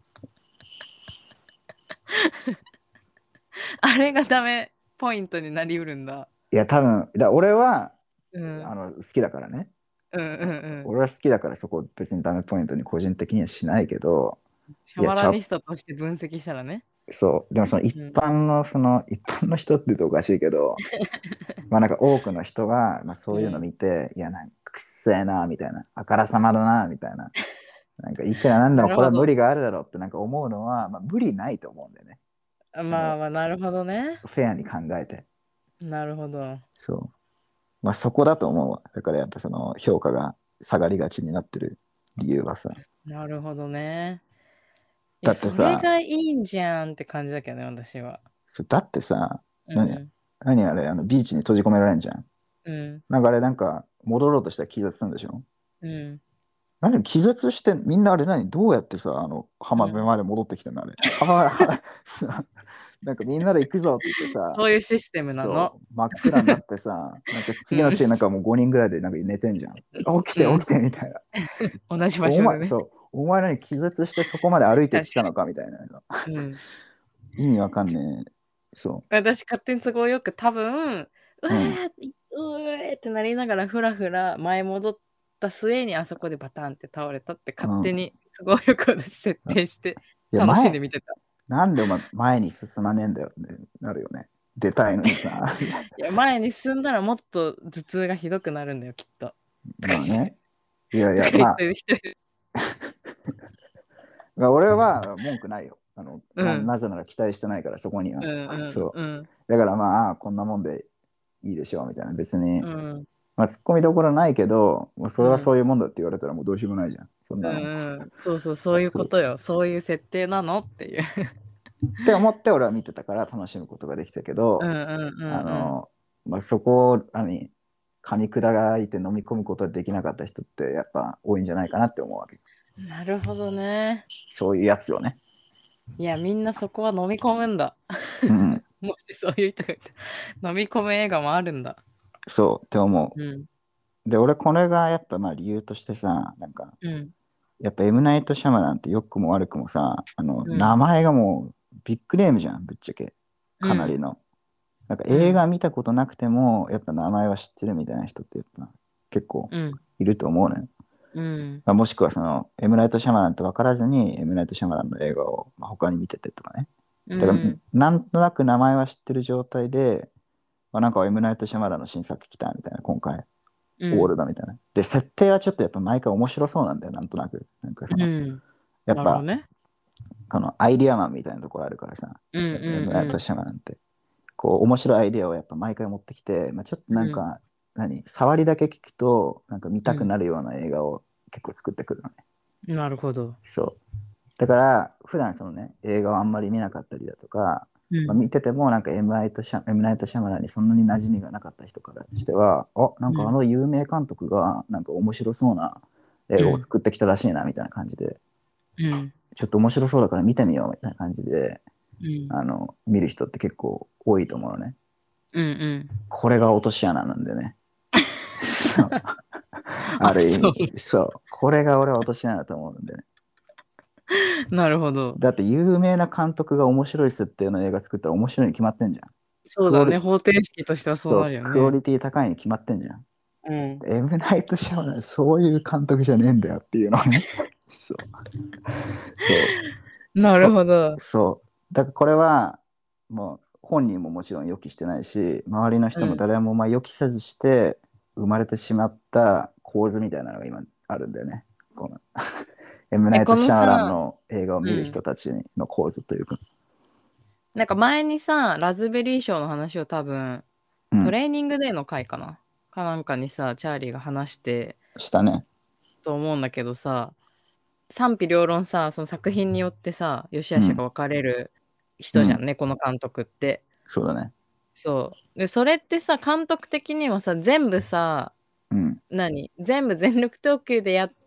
あれがダメポイントになりうるんだ。 いや、多分、俺はうん。 好きだからね。 うんうんうん。 俺は好きだからそこ別にダメポイントに個人的にはしないけど、いや、 シャマラニストとして分析したらね。 そう。でもそのうん。 一般の人って言うとおかしいけど、まあなんか多くの人が、まあ、そういうのうん。 見て、いや、なんかくっせえな、みたいな、あからさまだな、みたいな、なんかいくらなんでもこれは無なるほど。 理があるだろうってなんか思うのは、まあ、無理ないと思うんだよね。 まあまあ、なるほどね。 フェアに考えて。 なるほど。 そう。まあそこだと思うわ。だからやっぱその評価が下がりがちになってる理由はさ。 なるほどね。いや、 だってそれさ、 がいいんじゃんって感じだけどね、私は。 だってさ、何、 うん。 何あれ、ビーチに閉じ込められんじゃん。 うん。 なんかあれなんか戻ろうとしたら気絶するんでしょ？ うん。 何気絶して、みんなあれどうやってさ、浜辺まで戻ってきたのあれ。なんかみんなで行くぞって言ってさ、 そういうシステムなの。 そう、真っ暗になってさ、なんか次のシーンなんかもう5人ぐらいでなんか寝てんじゃん。起きて起きてみたいな。 同じ場所でね。 お前何気絶してそこまで歩いてきたのかみたいな。意味わかんねえ。そう。私勝手に都合よく多分、うわー、 ーってなりながらふらふら前戻った末にあそこでバタンって倒れたって勝手に都合よく私設定して楽しんで見てた。 なんでお前前に進まねえんだよってなるよね。出たいのにさ。 いや、前に進んだらもっと頭痛がひどくなるんだよ、きっと。 まあね。いやいや、まあ、俺は文句ないよ。なぜなら期待してないから、そこには。そう。だからまあ、こんなもんでいいでしょうみたいな。別に、まあ、突っ込みどころないけど、もうそれはそういうもんだって言われたらもうどうしようもないじゃん。そんなの。 そうそう、そういうことよ。そういう設定なのっていう。 って思って俺は見てたから楽しむことができたけど、まあ、そこを噛み砕いて飲み込むことができなかった人ってやっぱ多いんじゃないかなって思うわけ。 なるほどね。 そういうやつをね。 いや、みんなそこは飲み込むんだ。 うん、 もしそういう人がいて、飲み込む映画もあるんだ。 そうって思う。で、俺これがやっぱまあ理由としてさ、なんか、やっぱ M ナイト・シャマランって良くも悪くもさ、名前がもうビッグネームじゃん、ぶっちゃけ。かなりの。なんか映画見たことなくても、やっぱ名前は知ってるみたいな人ってやっぱ結構いると思うね。まあ、もしくはその M ナイト・シャマランって分からずに M ナイト・シャマランの映画をまあ他に見ててとかね。だからなんとなく名前は知ってる状態で、まあ、なんか M ナイト・シャマランの新作来たみたいな、今回。オールドみたいな。で、設定はちょっとやっぱ毎回面白そうなんだよ、なんとなく。なんかその、やっぱ、このアイディアマンみたいなところあるからさ、M ナイト・シャマランって。こう、面白いアイディアをやっぱ毎回持ってきて、まあ、ちょっとなんか、触りだけ聞くと、なんか見たくなるような映画を結構作ってくるのね。 なるほど。 そう。だから、普段そのね、映画をあんまり見なかったりだとか、まあ、見ててもなんか M ナイト・シャマランにそんなに馴染みがなかった人からしては、なんか有名監督がなんか面白そうな映画を作ってきたらしいなみたいな感じで、ちょっと面白そうだから見てみようみたいな感じで、見る人って結構多いと思うのね。これが落とし穴なんでね。ある意味、そう。これが俺は落とし穴だと思うんでね。 なるほど。 だって有名な監督が面白い設定の映画作ったら面白いに決まってんじゃん。 そうだね、方程式としてはそうなるよね。 クオリティ高いに決まってんじゃん。M ナイト・シャマランそういう監督じゃねえんだよっていうのね。そう。 なるほど。 そう。だからこれはもう本人ももちろん予期してないし、周りの人も誰もまあ予期せずして生まれてしまった構図みたいなのが今あるんだよね。このM ナイト・シャマランの映画を見る人たちの構図というか。 なんか前にさ、ラズベリー賞の話を多分、トレーニングデーの回かな、かなんかにさ、チャーリーが話してしたね。 と思うんだけどさ、賛否両論さ、その作品によってさ、良し悪しが分かれる人じゃんね、この監督って。 そうだね。 そう。で、それってさ、監督的にはさ、全部さ、全部全力投球でやって、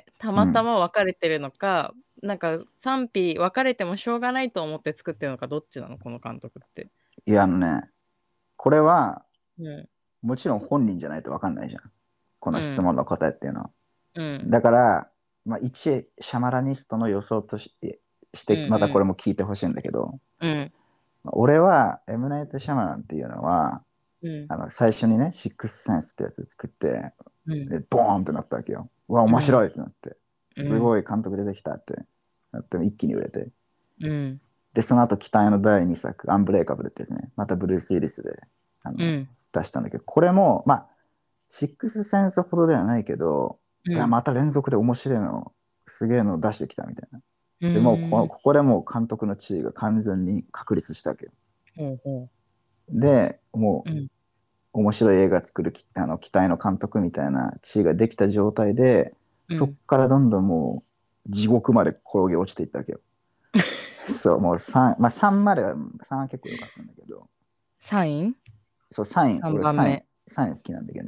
たまたま分かれてるのか、なんか賛否分かれてもしょうがないと思って作ってるのか、どっちなの、この監督って。 いや、これは、もちろん本人じゃないと分かんないじゃん。この質問の答えっていうのは。だから、まあ、一シャマラニストの予想として、またこれも聞いてほしいんだけど、俺は M ナイト・シャマランっていうのは、最初にね、シックスセンスってやつ作って、でボーンってなったわけよ。うわ、面白いってなって、すごい監督出てきたってなって、一気に売れて。で、その後、期待の第2作、アンブレイカブルってやつね、またブルース・ウィリスで出したんだけど、これも、まあ、シックスセンスほどではないけど、いやまた連続で面白いの、すげえの出してきたみたいな。でもここでもう監督の地位が完全に確立したわけよ。で、もう、面白い映画作る期待の監督みたいな地位ができた状態で、そっからどんどんもう地獄まで転げ落ちていったわけよ。そう、もう3、まあ3までは、3は結構良かったんだけど。 サインそう、サイン、 3 俺番目サイン好きなんだけどね。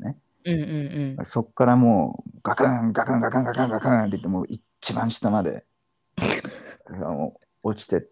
うんうんそっからもうガクンガクンガクンガクンガクンって言ってもう一番下までもう落ちてって、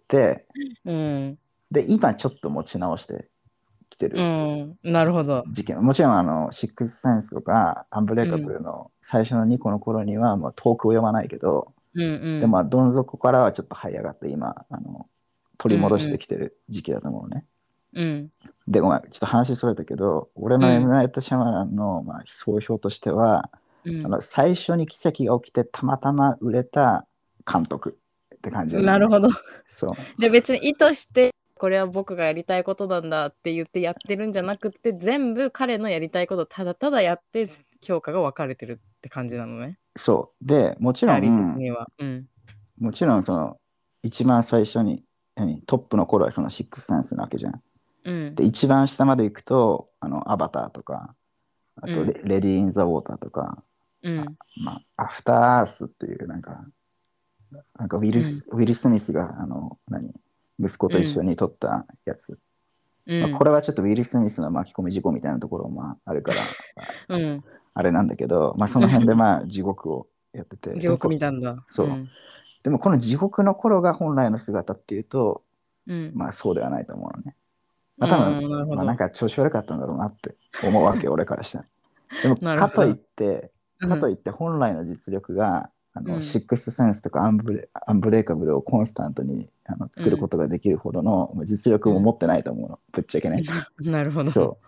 うん。 で、今ちょっと持ち直してきてうるん。なるほど。 事件。もちろんシックスセンスとかアンブレイカブうん。 ルの最初の2個の頃にはもう遠くを読まないけど、 うんで、 うん。 まあ、どん底からはちょっと這い上がって今、取うんり戻しうん。 てきてる時期だと思うね。 うん。 で、ごめん、ちょっと話それたけど、俺の M うん。 ナイト・シャマランの、まあ、総評としては、 うん。 最初に奇跡が起きてたまたま売れた監督って感じ。 なるほど。 そじゃあ別に意図してこれは僕がやりたいことなんだって言ってやってるんじゃなくて、全部彼のやりたいことをただただやって評価が分かれてるって感じなのね。 う、そう。で、もちろチャーリー的ん、 には。うん。 もちろん、一番最初に、トップの頃はそのシックスセンスなわけじゃん。 うん。 で、一番下まで行くと、アバターとか、あとうん。 レディー・イン・ザ・ウォーターとか、あうん。 まあ、アフター・アースっていう、なんかうん。 ウィル・スミスが、息子と一緒うん。 に撮ったやつ。まあ、こうん。 れはちょっとウィル・スミスの巻き込み事故みたいなところもあるから、 うん。 あれなんだけど、まあ、その辺でまあ地獄をやってて、 地獄見たんだ。うそう。 ん。 でもこの地獄の頃が本来の姿っていうと、 うん。 まあそうではないと思うのね。まあ多分、 うん。なるほまあなんど。 か調子悪かったんだろうなって思うわけ、俺からしたら。でも、 なるほど。うん。 かといって本来の実力が、シうん。 ックスセンスとかアンブレイカブルをコンスタントに作るこうん。 とができるほどの実力うん。 も持ってないと思うの。ぶっちゃけね。 なるほど。 そう。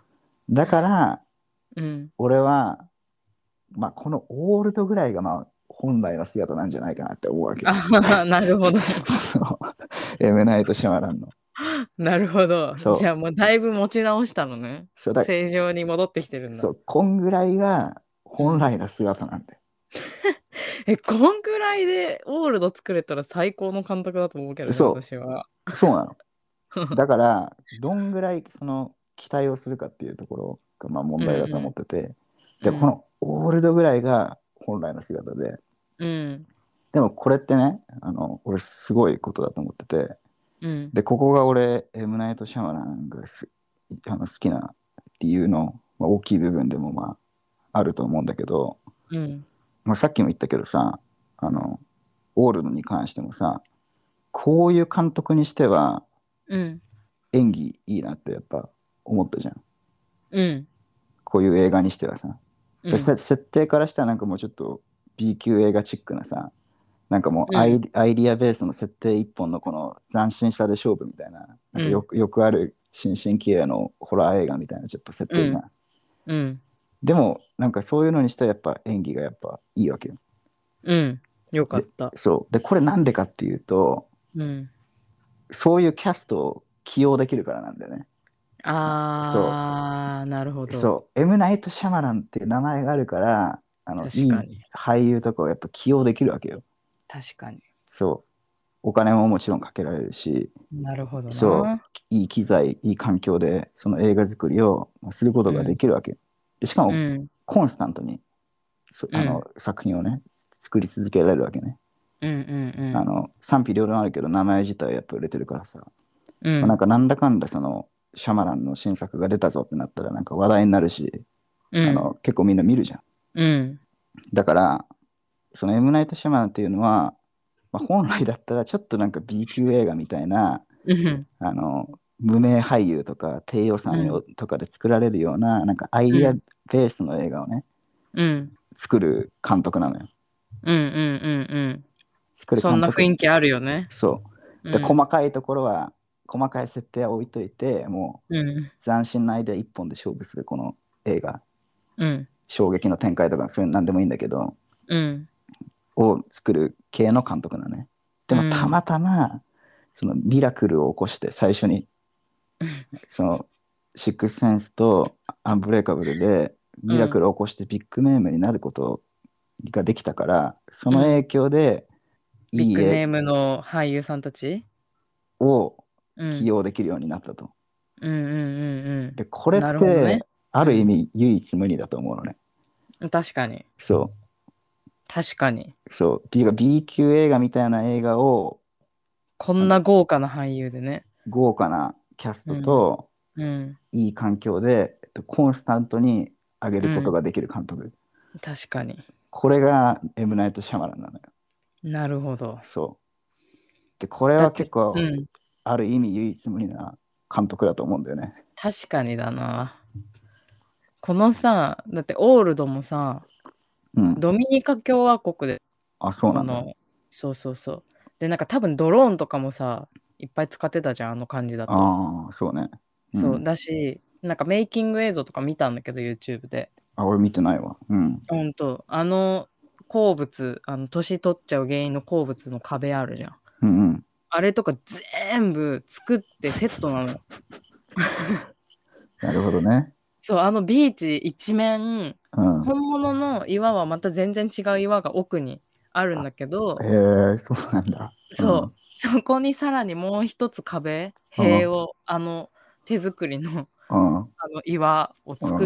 だから、 うん。 俺は、まあこのオールドぐらいがまあ本来の姿なんじゃないかなって思うわけ。 ああ、なるほど。 そう。エムナイト・シャマランの。 なるほど。じゃあそう。 もうだいぶ持ち直したのね。 そうだ、 正常に戻ってきてるんだ。 そう、こんぐらいがうん。 本来の姿なんだよ。 こんぐらいでオールド作れたら最高の監督だと思うけどね、 そ私は。 う、そうなの。だから、どんぐらいその期待をするかっていうところがまあ問うん題だと思っうてて、 ん。うで、こん。 のオールドぐらいが本来の姿で、 うん。 でもこれってね、俺すごいことだと思ってて、 うん。 で、ここが俺、エムナイト・シャマランが好きな理由の、まあ、大きい部分でもまああると思うんだけど、 うん。 まあ、さっきも言ったけどさ、あの、オールドに関してもさ、こういう監督にしてはうん。 演技いいなってやっぱ思ったじゃん。 うん。 こういう映画にしてはさ。で、 うん。 設定からしたらなんかもうちょっと B 級映画チックなさ、なんかもううん。 アイディアベースの設定一本のこの斬新さで勝負みたいな、なんかうん。 よくある新進気鋭のホラー映画みたいなちょっと設うん。 定じゃん。 うん。 でも、なんかそういうのにしてはやっぱ演技がやっぱいいわけよ。 うん。よかで、 った。 そう。で、これなんでかっていうと、 うん。 そういうキャストを起用できるからなんだよね。そあー、なるほう。 ど。 そう。エムナイト・シャマランっていう名前があるから、いい確かに。 俳優とかをやっぱ起用できるわけよ。 確かに。 そう。お金ももちろんかけられるし、 なるほどそな。 う。いい機材、いい環境で、その映画作りをすることがでうん。 きるわけ。でしかも、 うん。 コンスタントに、 うん。 作品をね、作り続けられるわけね。 うんうん賛否両論あるけど、名前自体はやっぱ売れてるからさ。 うん。うん。 まあなんかなんだかんだシャマランの新作が出たぞってなったらなんか話題になるし、 うん。 結構みんな見るじゃん。 うん。 だから、そのエムナイト・シャマランっていうのは、まあ、本来だったらちょっとなんか B 級映画みたいな、 うん。 無名俳優とか低予うん。 算とかで作られるような、なんかアイディアうん。 ベースの映画をね、 うん。 作る監督なのよ。 うんうんうんうん。 作るそんな監督。 雰囲気あるよね。 そう。で、 うん。 細かい設定は置いといて、もうん。 う斬新なアイデア一本で勝負するこの映画、 うん。 衝撃の展開とか、そういうの何でもいいんだけど、 うん。 を作る系の監督なのね。でもたうん。 またま、そのミラクルを起こして最初に、そのシックスセンスとアンブレイカブルでミラクうん。 ルを起こしてビッグネームになることができたから、そうん。 の影響でいい絵ビッグネームの俳優さんたち。 を起うん。 用できるようになったと。 うんうんうんで、こうん。 れっなるほどね。 てあうん。 る意味唯一無二だと思うのね。 確かに。 そ確かに。 そう。B 級映画みたいな映画をこんあのな豪華な俳優でね。 豪華なキャストうん。 とうん。 いい環境でコンスタントに上げることができる監督。 確かに。 これが M. ナイト・シャマランなのよ。 なるほど。 そう。で、これはだって、 結構、ある意味唯一無二な監督だと思うんだよね。 確かにだな。このさ、だってオールドもさ、ドミニカ共和国で、 そうなんだ。 そうそうそう。で、なんか多分ドローンとかもさ、いっぱい使ってたじゃん、あの感じだと。 そうね。 そうだし、なんかメイキング映像とか見たんだけど、YouTube で。 俺見てないわ。 ほんと、鉱物、年取っちゃう原因の鉱物の壁あるじゃん。あれとか全部作ってセットなの。 なるほどね。 そう、ビーチ一面、本物の岩はまた全然違う岩が奥にあるんだけど、 そうなんだ。 そう、そこにさらにもう一つ塀を、手作りの、岩を作って、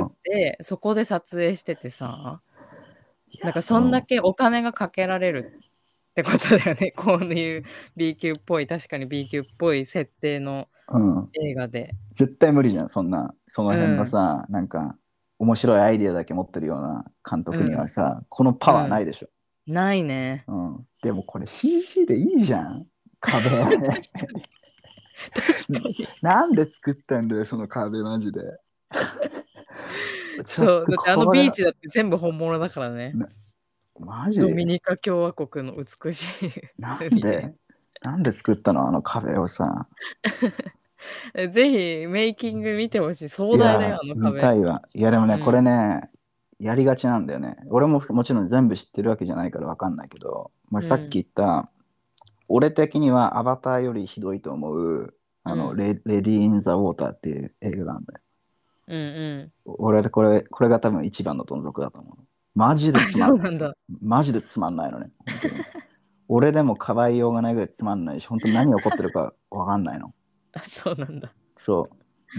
そこで撮影しててさ、なんかそんだけお金がかけられるってことだよね。こういう B 級っぽい、確かに B 級っぽい設定の映画で。 絶対無理じゃん、その辺のさ、なんか、面白いアイディアだけ持ってるような監督にはさ、このパワーないでしょ。 ないね。 でもこれ CG でいいじゃん、壁。なんで作ったんだよ、その壁マジで。 そう、だってビーチだって全部本物だからね。 マジドミニカ共和国の美しい海で。なんで作ったの、あの壁をさ。 ぜひメイキング見てほしい。壮大だよ、あの壁。 見たいわ。いやでもね、これね、やりがちなんだよね。俺ももちろん全部知ってるわけじゃないから分かんないけど、さっき言った、俺的にはアバターよりひどいと思う、レディー・イン・ザ・ウォーターっていう映画なんだよ。俺、これが多分一番のどん底だと思う。マジでつまんない。マジでつまんないのね。本当に俺でもかばいようがないぐらいつまんないし、本当に何起こってるか分かんないの。 そうなんだ。 そう。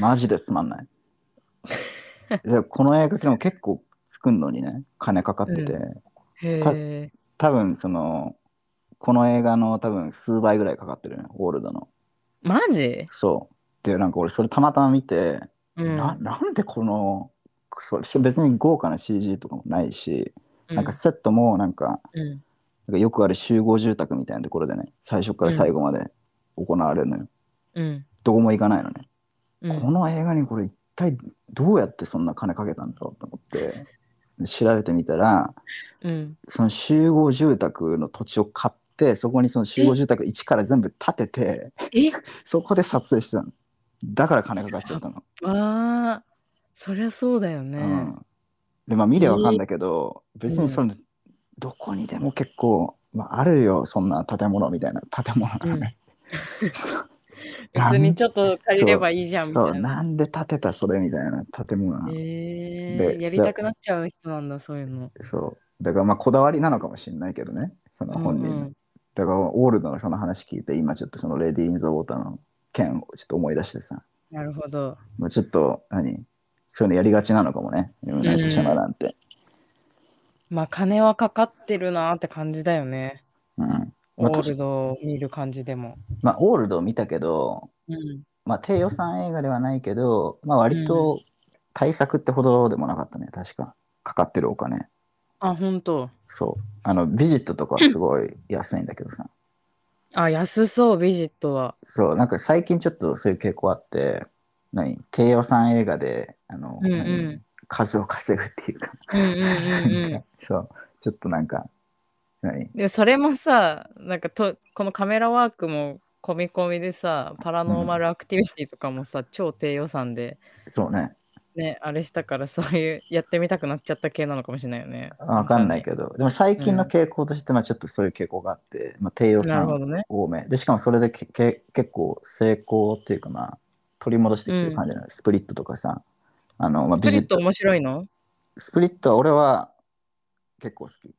マジでつまんない。でこの映画でも結構作るのにね、金かかってて、多分この映画の多分数倍ぐらいかかってるね、オールドの。 マジ？ そう。で、なんか俺それたまたま見て、なんで別に豪華な CG とかもないし、なんかセットもなんかよくある集合住宅みたいなところでね、最初から最後まで行われるのよ。どこも行かないのね。この映画にこれ一体どうやってそんな金かけたんだろうと思って調べてみたら、その集合住宅の土地を買って、そこにその集合住宅一から全部建てて、そこで撮影してたの。だから金かかっちゃったの。 ああ、そりゃそうだよね。 で、見りゃわかんだけど、別にどこにでも結構、あるよ、そんな建物みたいな建物なのね。 別にちょっと借りればいいじゃんみたいな。 そう、なんで建てたそれみたいな建物なの。 やりたくなっちゃう人なんだ、そういうの。 そう。だからこだわりなのかもしれないけどね、その本人。だからオールドのその話聞いて、今ちょっとそのレディー・イン・ザ・ウォーターの件をちょっと思い出してさ。 なるほど。 ちょっと、そういうのやりがちなのかもね、ナイト・シャマランって。 金はかかってるなって感じだよね。オールドを見る感じでも。 オールドを見たけど、低予算映画ではないけど、割と対策ってほどでもなかったね、確か。かかってるお金。 本当。 そう。ビジットとかはすごい安いんだけどさ。 安そう、ビジットは。 そう、なんか最近ちょっとそういう傾向あって、低予算映画で、数を稼ぐっていうかそう、ちょっとなんか、 で、それもさ、なんかこのカメラワークも込み込みでさ、パラノーマルアクティビティとかもさ、超低予算で、 そうね。 あれしたから、そういうやってみたくなっちゃった系なのかもしれないよね。 わかんないけど、でも最近の傾向として、ちょっとそういう傾向があって、低予算多め。で、しかもそれで結構成功っていうか、取り戻してきてる感じなの。スプリットとかさ、 スプリット面白いの？ スプリットは俺は結構好き。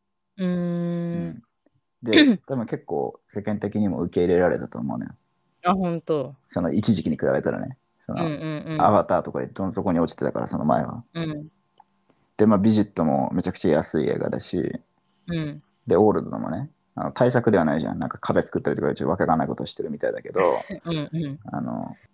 で、多分結構世間的にも受け入れられたと思うね。 本当。 その一時期に比べたらね。アバターとかどん底に落ちてたから、その前は。で、ビジットもめちゃくちゃ安い映画だし、で、オールドもね、対策ではないじゃん。なんか壁作ったりとか、わけがないことをしてるみたいだけど、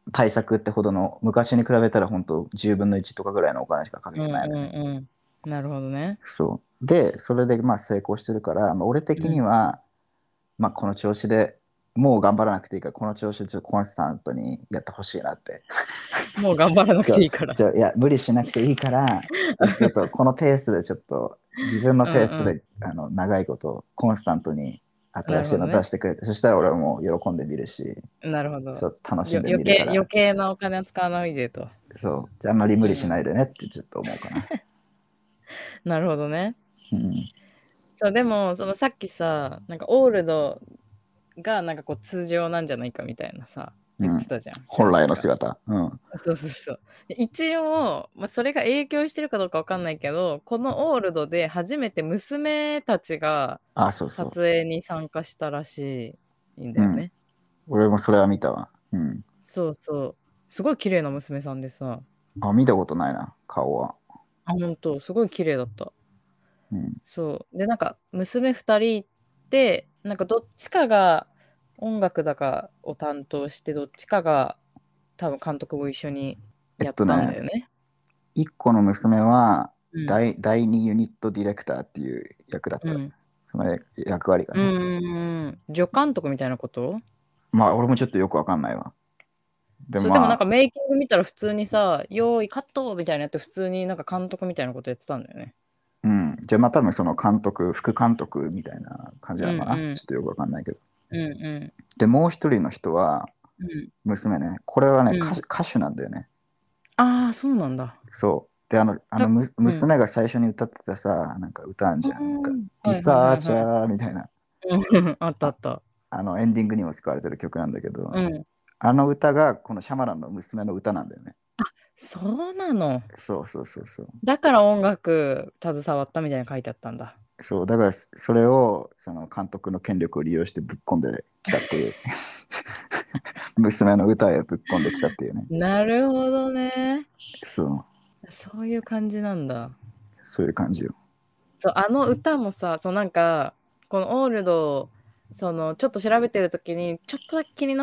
対策ってほどの、昔に比べたら本当10分の1とかぐらいのお金しかかけうんてないのね。 うんうん。なるほどね。 そう。で、それでまあ成功してるから、まあ、俺的にうん。 は、まあこの調子でもう頑張らなくていいから、この調子でちょっとコンスタントにやってほしいなって。 もう頑張らなくそう、 ていいから。 いや、無理しなくていいから、ちょっとこのペースでちょっと自分のうんペースうで長いことコンスタントにん。な新しいの出るほどね。 してくれて、そしたら俺はもう喜んでみるし、 なるほど。 そう楽しんでみる余から、 計なお金は使わないでと。 そう、じゃああんまり無理しうん。 ないでねってちょっと思うかな。 なるほどね。 うん。 そう、でも、そのさっきさ、なんかオールドがなんかこう通常なんじゃないかみたいなさ、言ってうん。 たじゃん、チャ本来ーリーが。 の姿。うん。 そうそうそう。一応、まあ、それが影響してるかどうかわかんないけど、このオールドで初めて娘たちがあ、そうそ撮影に参加したらしいんだう。うん。 よね。 俺もそれは見たわ。うん。 そうそう。すごい綺麗な娘さんでさ、 あ、見たことないな、顔は。 あ、本当すごい綺麗だった。 うん。 そう。で、なんか、娘二人って、なんかどっちかが音楽だかを担当して、どっちかが多分監督も一緒にやったんだね、 よね。 一個の娘はうん。 第二ユニットディレクターっていう役だった。 うん。 その役割がうね。 ん。助監督みたいなこと？ まあ、俺もちょっとよくわかんないわ。でもそう、でもなんかまあ、 メイキング見たら普通にさ、よーい、カットみたいなやって普通になんか監督みたいなことやってたんだよね。 うん。じゃあまあ多分その監督、副監督みたいな感じうんなのかな。 うん。 ちょっとよくわかんないけど。 うんうで、もう一人の人は、 ん。うん。 娘ね、これはね、 うん。 歌手なんだよね。 ああ、そうなんだ。 そう。で、 うん。 娘が最初に歌ってたさ、なんか歌あんうじゃん。なんか、 ん。 デはいはいィパーチはいはい。 ャーみたいな。 うん、あったああ、 った。 エンディングにも使われてる曲なんだけど、 うん。 あの歌がこのシャマランの娘の歌なんだよね。 そうなの。 そうそうそうそう。 だから音楽携わったみたいな書いてあったんだ。 そう、だからそれをその監督の権力を利用してぶっ込んできたっていう。娘の歌へぶっ込んできたっていうね。 なるほどね。 そう、 そういう感じなんだ。 そういう感じよ。 そう、あの歌もさ、そうなんか、このオールド、その、ちょっと調べてるときに、ちょっとだけ気になって、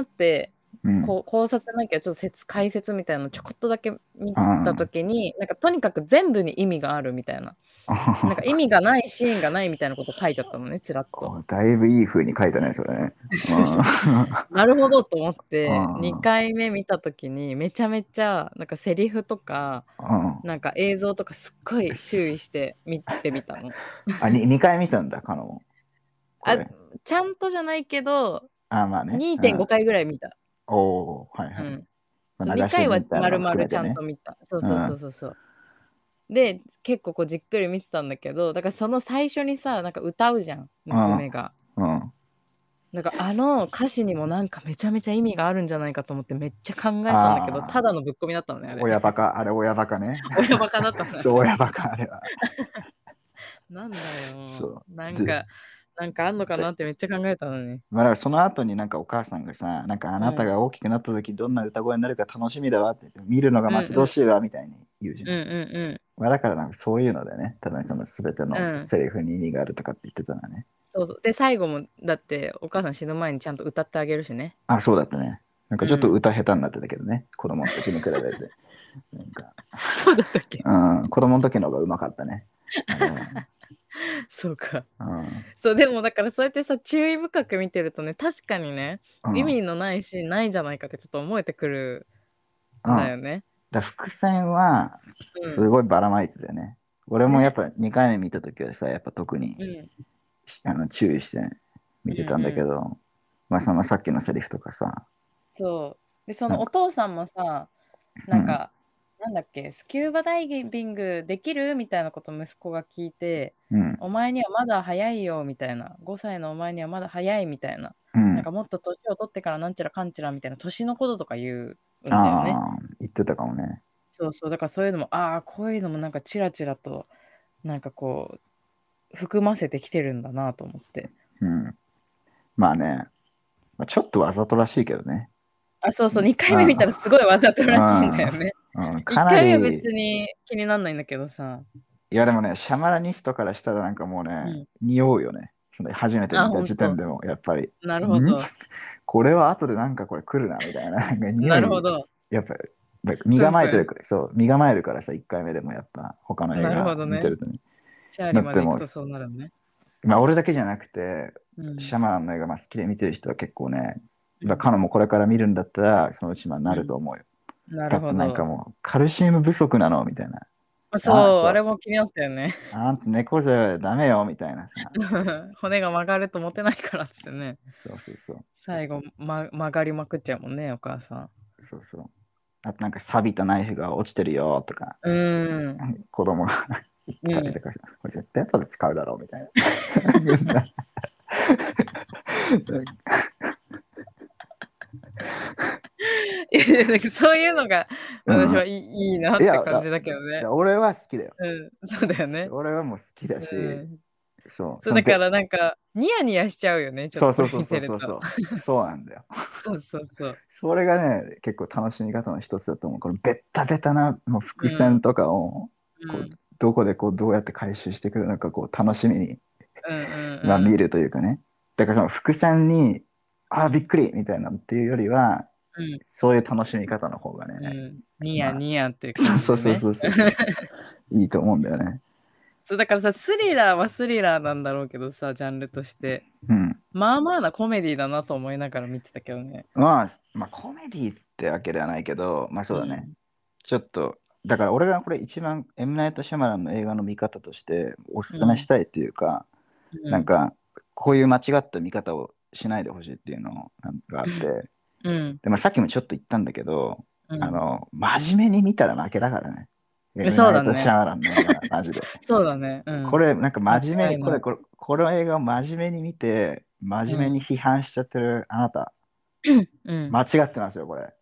うん。 こう考察じゃないけど、ちょっと解説みたいなのちょこっとだけ見たとあきに、なんかとにかく全部に意味があるみたいな。なんか意味がないシーンがないみたいなこと書いてあったのね、ちらっと。 あ、だいぶいい風に書いたね、それね。うそうそう。 ん。 なるほどと思っうて、 ん。 2回目見たときに、めちゃめちゃ、なんかセリフとか、 うん。 なんか映像とかすっごい注意して見てみたの。 あ、2回見たんだ、カノも。こあ、 れ。 ちゃんとじゃないけど、 あ、まあね。う 2.5 ん。 回ぐらい見た。 おお、はいはい。 うん。そう、 まあ、流 2回はし見みたいなのも丸々ちゃん含めてね。 と見た。そうそうそううん。 そうそう。で、結構こうじっくり見てたんだけど、だからその最初にさ、なんか歌うじゃん、 うん。 娘が。 うん。 なんかあの歌詞にもなんかめちゃめちゃ意味があるんじゃないかと思ってめっちゃ考えたんだけど、 ああ、 ただのぶっ込みだったのね、あれ。 親バカ、あれ親バカね。 親バカだったの、あそう、 れ。 親バカ、あれは。 なんだよ。 そう。で、 なんかあんのかなってめっちゃ考えたのに。 まあ、だからその後になんかお母さんがさ、なんかあなたうん。 が大きくなった時どんな歌声になるか楽しみだわって言って、見るのがうん待ち遠うん。 しいわみたいに言うじゃん。 うんうんまあ、だからなんかそういうのでね、多分その全てうん。 のうん。 セリフに意味があるとかって言ってたのね。 そうそう。で、最後も、だってお母さん死ぬ前にちゃんと歌ってあげるしね。 あ、そうだったね。なんかちょっとうん。 歌下手になってたけどね、子供の時に比べて。なんか、 そうだったっけ？ うん、子供の時の方がうまかったね。あれは。 そうか。 うん、 そう、でもだからそうやってさ、注意深く見てるとね、確かにね、 うん、うん。 意味のないシーンないんじゃないかってちょっと思えてくるんだよね。 伏線はうん。 すごいばらまいてたよね。俺もやっね。 ぱ2回目見た時はさ、やっぱ特にうん。 注意してうん見てたんだけうん。 ど、まあそのさっきのセリフとかさ、 そう。で、そなんか、 のお父さんもさ、 うん、 なんか、なんだっけ、スキューバダイビングできるみたいなこと息子が聞いて、 うん、 お前にはまだ早いよみたいな、5歳のお前にはまだ早いみたいな、 うん。 なんかもっと年を取ってからなんちゃらかんちゃらみたいな年のこととか言うんだよね。 ああ、言ってたかもね。 そうそう、だからそういうのも、ああ、こういうのもなんかチラチラと、なんかこう、含ませてきてるんだなと思って。 うん。まあね、まあ、ちょっとわざとらしいけどね。 あ、そうそう、2回目見たらすあごいわざとらしいんだよあ、 ね。 うん、 1 かな回目は別り、 に気になんないんだけどさ。 いやでもね、シャマラニストからしたらなんかもうね、 うん。 匂うよね。その初めてあ、 見たほんと。 時点でも、やっぱり、 なるほんど。 これは後でなんかこれ来るな、みたいな、なんか匂い、 なるほど。 やっぱ身構えてるから、そう、身構えるからさ、1回目でもやっぱ他の映なるほ画どね。 見てるとね。 チャーリーだってもう、 まで行くとそうなるね。 まあ俺だけじゃなくて、 うん。 シャマランの映画まあ好きで見てる人は結構ね、 うん。 カノもこれから見るんだったら、そのうちまあなうん。 ると思うよ。 なるだってなんかほど。 もう、カルシウム不足なのみたいな。あ、 そう、あれそう。 も気になったよね。 あんた猫背ダメよみたいなさ。 骨が曲がると持てないからっつってね。 そうそうそう。 最後、曲がりまくっちゃうもんね、お母さん。 そうそう。あとなんか錆びたナイフが落ちてるよとか、 うーん。 子供が言ってうん。 たりとか、これ絶対後で使うだろうみたいな。 なんかそういうのがうん。 私はいいないや、 って感じだけどね。 俺は好きだよ。 うん、そうだよね。 俺はもう好きだし、 うん。 そう、 そう、だからなんか、ニヤニヤしちゃうよね、ちょっとこれそうそうそう見てると。 そうそうそう、そうなんだよ。 そうそうそう。 それがね、結構楽しみ方の一つだと思う。このベッタベタなもう伏うん。 線とかを、こう、 うん。 どこでこう、どうやって回収してくるのか、こう、楽しみに、 うんうんまあ、 うん。 見るというかね。だからその伏線に、あ、びっうん。 くりみたいなのっていうよりは、 うん。 そういう楽しみ方の方がね、 うん。ニヤまあ、 ニヤっていう感そうそうじでね。 そうそうそう、いいと思うんだよね。 そうだからさ、スリラーはスリラーなんだろうけどさ、ジャンルとして。 うん。 まあまあなコメディだなと思いながら見てたけどね。 まあ、コメディってわけではないけど、まあそうだね。 うん。 ちょっと、だから俺がこれ一番エムナイト・シャマランの映画の見方としておすすめうん。 したいっていうか、 うん。 なんか、こういう間違った見方をしないでほしいっていうのがあって、 うん。 でもさっきもちょっと言ったんだけど、 うん。 真面目に見たら負けだからね。エムナイト・シそうだね。 ャマランの映画、マジで。 そうだね。うん。 これ、なんか間真面目に、 違いない。 この映画を真面目に見て、真面目にうん。 批判しちゃってるあなた、 うん。 間違ってますよ、これ。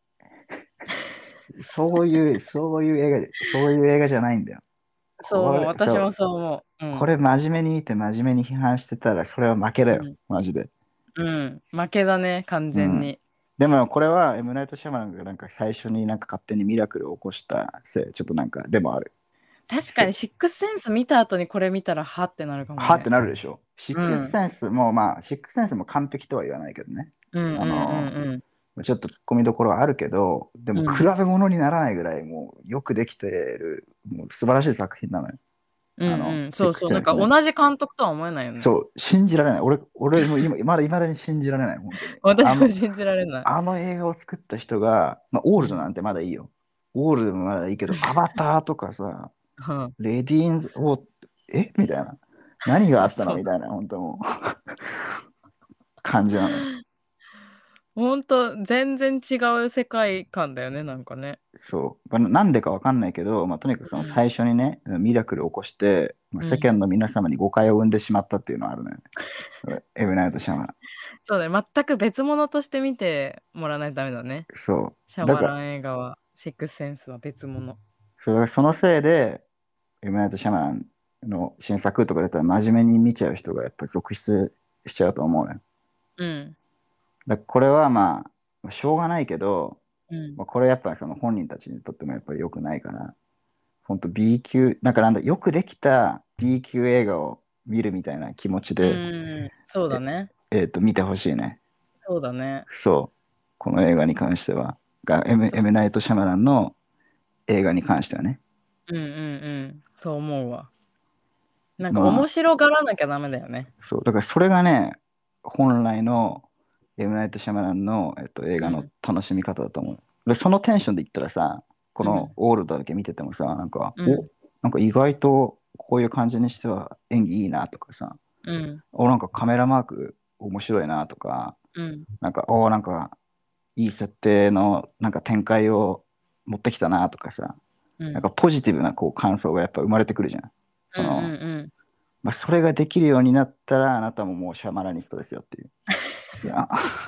そういう映画じゃないんだよ。 そう思う。私もそう、 そう思う。うん。 これ真面目に見て真面目に批判してたら、それは負けだよ、 うん。 マジで。 うん。負けだね、完うん。 全に。 でも、これは、エムナイト・シャマランがなんか最初になんか勝手にミラクルを起こしたせい、ちょっとなんか、でもある。せ確かにシックスセンス見た後にこれ見たらはってなるかもはってね。 なるでしょ。シックスうん。 センスも、まあ、シックスセンスも完璧とは言わないけどね。 うんうんあの、 うんちょっと突っ込みどころはあるけど、でもうん。う比ん。 べ物にならないぐらいもうよくできてる、もう素晴らしい作品なのよ。 うんうん。 シックスそうそう。なんかセンスね。 同じ監督とは思えないよね。 そう、信じられない。俺も今、まだ未だに信じられない、本当に。 私も信じられない。 あの映画を作った人が、まあ、オーうん。 ルドなんてまだいいよ。オールドもまだいいけど、アバターとかさ、 うん。 レディーンズ・オー、みたいな。何があったのそう。 みたいな、本当もう感じなのよ。 ほんと、全然違う世界観だよね、なんかね。 そう。まあなんでかわかんないけど、まあ、とにかくそのうん。 最初にね、ミラクルを起こして、まあ、 うん。 世間の皆様に誤解を生んでしまったっていうのはあるのよね。エブナイト・シャマラそうだね。全く別物として見てもらわないとダメだね。 ン。そう。だから、 シャマラン映画は、シックスセンスは別物。 そのせいで、エムナイト・シャマランの新作とかだったら真面目に見ちゃう人がやっぱり続出しちゃうと思うね。 うん。 だからこれはまあ、しょうがないけど、 うん。 まあ、これやっぱりその本人たちにとってもやっぱり良くないから、本当 B 級、なんだ、よくできた B 級映画を見るみたいな気持ちうで、 ん。そうだえ、 ね。 見てほしいね。 そうだね。 そう。この映画に関しては。 そう。 エムナイト・シャマランの映画に関してはね。 うんうんうん。そう思うわ。なんかまあ、 面白がらなきゃダメだよね。 そう。だからそれがね、本来のエムナイト・シャマランの、映画のうん。 楽しみ方だと思う。で、そのテンションで言ったらさ、こうん。 のオールドだけ見ててもさ、 うん。 なんか意外とこういう感じにしては演技いいなとかさ、 うん。 なんかカメラマーク面白いなとか、 うん。 なんかいい設定のなんか展開を持ってきたなとかさ、 うん。 なんかポジティブなこう感想がやっぱ生まれてくるじゃん。 うんうんその、 うん。 まあ、それができるようになったら、あなたももうシャマラニストですよっていう。いや、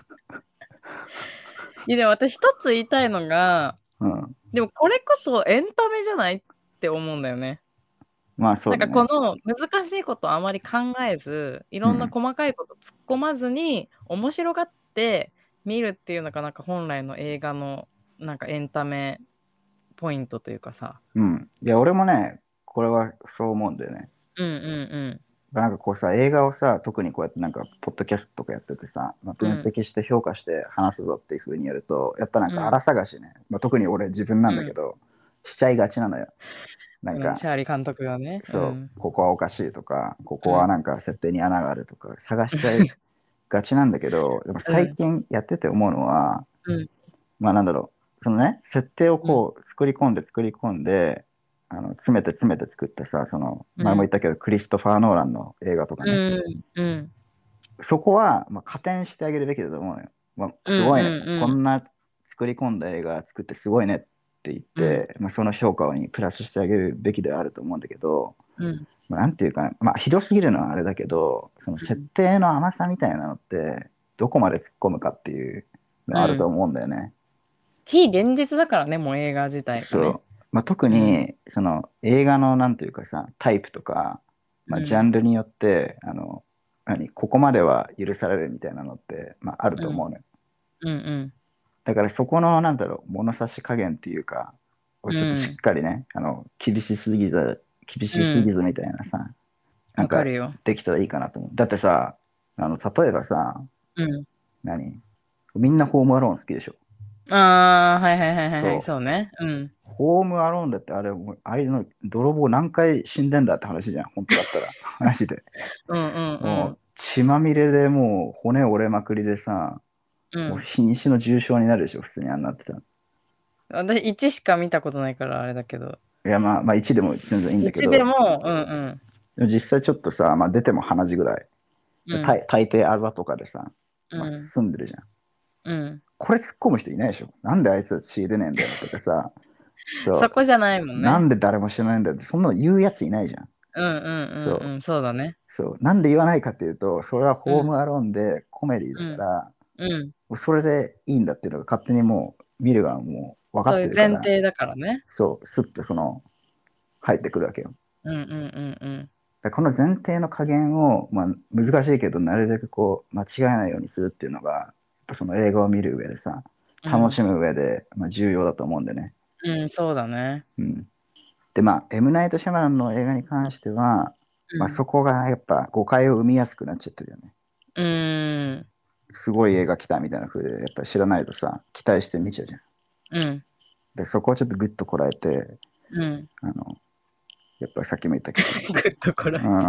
いや、でも私一つ言いたいのが、 うん。 でもこれこそエンタメじゃないって思うんだよね。 まあそなんかこうだね。 の難しいことをあまり考えず、いろんなうん。 細かいこと突っ込まずに面白がって見るっていうのがなんか本来の映画のなんかエンタメポイントというかさ。 うん。いや、俺もね、これはそう思うんだよね。 うんうんなんかこうさ、映画をさ、特にこうやってなんか、ポッドキャストとかやっててさ、まあ、分析して評価して話すぞっていう風にやると、やっぱなんかうん。 荒探しね、まあ、特に俺自分なんだけど、しちゃいがちなのよ。なんうん。 か、 チャーリー監督がね。うそん。 う、ここはおかしいとか、ここうん。 はなんか設定に穴があるとか、探しちゃいがちなんだけど、でもうん。 最近やってて思うのは、 うん。 まあなんだろう、そのね、設定をうん。 こう作り込んで、詰めて作ってさ、その、 うん。 前も言ったけど、クリストファー・ノーランの映画とかね、 うん。うん。 そこは、まあ、加点してあげるべきだと思うのよ。まあ、 うん。 すごいね。こうん。 んな作り込んだ映画作ってすごいねって言っうん。 て、まあ、その評価にプラスしてあげるべきではあると思うんだけど、 うん。 まあ、なんていうか、まあ、ひどすぎるのはあれだけど、その設定の甘さみたいなのって、どこまで突っ込むかっていうのうん。 はあると思うんだよね。 非現実だからね、もう映画自体がね。 そう。まあ、特うん。 に、その映画のなんていうかさ、タイプとか、まあ、ジャうん。 ンルによって、ここまでは許されるみたいなのって、まあ、あるうん。 と思うのよ。 うん。 だからそこの、なんだろう、物差し加減っていうか、をちょっとしっうん。 かりね、厳うん。 しすぎずみたいなさ、なんかわかるよ。 できたらいいかなと思う。だってさ、例えばさ、 うん。 何みんなホームアローン好きでしょ。 ああ、はいはいはいはいはい、 そう。 そうね。うん。 ホームアローンだってあれ、もうああいうの泥棒何回死んでんだって話じゃん、本当だったら。話で。 うんうんもう血まみれでもう骨折れまくりでさ、 うん。うもうん。 瀕死の重傷になるでしょ、普通にあんなってたら。 私、1しか見たことないからあれだけど。 いや、まあ1でも全然いいんだけ 1でど、 も、うんでも実際ちょっとさ、まあ出ても鼻血ぐらい。 うん。うん。 大抵あざとかでさ、まあうん。 住んでるじゃん。 うん。 これ突っ込む人いないでしょ。なんであいつ血出ねえんだよとかさ、そう、 そこじゃないもんね。 なんで誰も知らないんだよって、そんなの言うやついないじゃん。 うんうんうんそうん。そうだね。 そう。なんで言わないかっていうと、それはうん。 ホームアローンでコメディだうん。 から、 うん。 もうそれでいいんだっていうのが勝手にもう見る側もう分かっそういうてるから、 前提だからね。 そう、スッとその入ってくるわけよ。 うんうんうんうん。 だからこの前提の加減を、まあ、難しいけど、なるべくこう間違えないようにするっていうのが、やっぱその映画を見る上でさ、 うん。 楽しむ上で、まあ、重要だと思うんでね。 うん、そうだね。 うん。で、まあ、エムナイト・シャマランの映画に関しては、まあ、 うん。 そこがやっぱ誤解を生みやすくなっちゃってるよね。 うーん。 すごい映画来たみたいな風で、やっぱり知らないとさ、期待して見ちゃうじゃん。 うん。 で、そこはちょっとグッとこらえて、 うん。 あの、やっぱりさっきも言ったけど、 グッとこらえて。 うん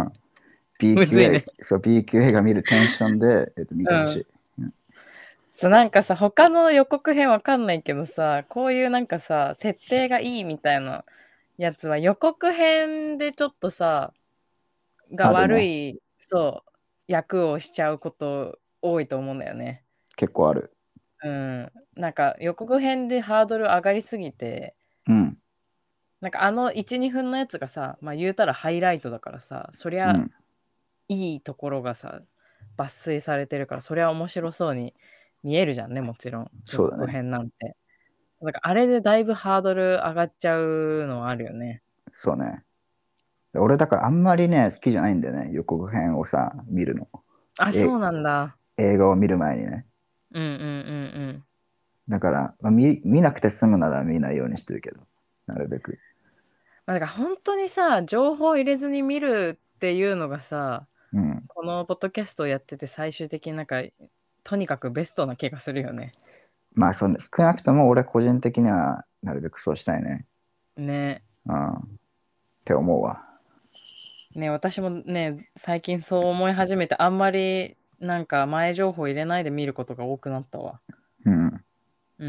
、B 級むずいね。 B 級映画見るテンションで、見うん。 てほしい。うん、 そう、なんかさ、他の予告編わかんないけどさ、こういうなんかさ、設定がいいみたいなやつは予告編でちょっとさ、があるね。 悪い、そう、役をしちゃうこと多いと思うんだよね。 結構ある。 うん。なんか予告編でハードル上がりすぎて、 うん、 なんかあの1、2分のやつがさ、まあ言うたらハイライトだからさ、そりゃうん、 いいところがさ、抜粋されてるから、そりゃ面白そうに見えるじゃんね、もちろん。予告そうだね。 編なんて。なんかあれでだいぶハードル上がっちゃうのはあるよね。 そうね。俺だからあんまりね、好きじゃないんだよね。予告編をさ、見るの。 あ、そえ、 うなんだ。 映画を見る前にね。 うんうんうんうん。 だから、まあ、見なくて済むなら見ないようにしてるけど、なるべく。 まあ、だから本当にさ、情報入れずに見るっていうのがさ、 うん。 このポッドキャストをやってて最終的になんか、とにかくベストな気がするよね。 まあ、少なくとも俺個人的にはなるべくそうしたいね。 ね。 うん。って思うわ。 ね、私もね、最近そう思い始めて、あんまりなんか前情報入れないで見ることが多くなったわ。 うん。 うん。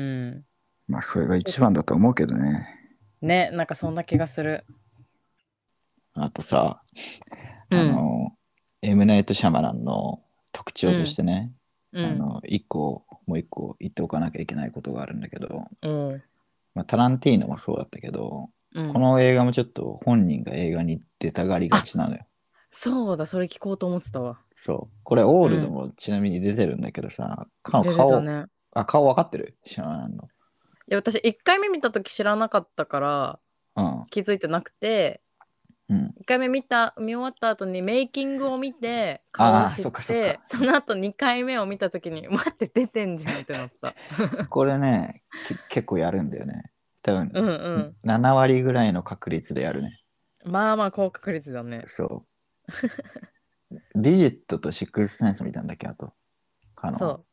まあ、それが一番だと思うけどね。 ね、なんかそんな気がする。 あとさ、 うん。 エムナイト・シャマランの特徴としうん。 てね、 うん。 もう一個言っておかなきゃいけないことがあるんだけど、 うん。 まあ、タランティーノもそうだったけど、 うん。 この映画もちょっと本人が映画に出たがりがあ、 ちなのよ。 そうだ、それ聞こうと思ってたわ。 そう。これ、オールドうん。 もちなみに出てるんだけどさ、 出てたね。 顔分かってる知らないの。 いや、私1回目見た時知らなかったからうん。 気づいてなくて、 うん。 1回目見終わった後にメイキングを見て顔をああ、 知っそっかそって、 か。 その後2回目を見た時に待って出てんじゃんってなった。 これね、結構やるんだよね。多分、 うんう 7割ぐらいの確率でやるね。 ん。まあまあ高確率だね。 そう。 ビジットとシックスセンス見たんだっけ、あと。カノは。 そう。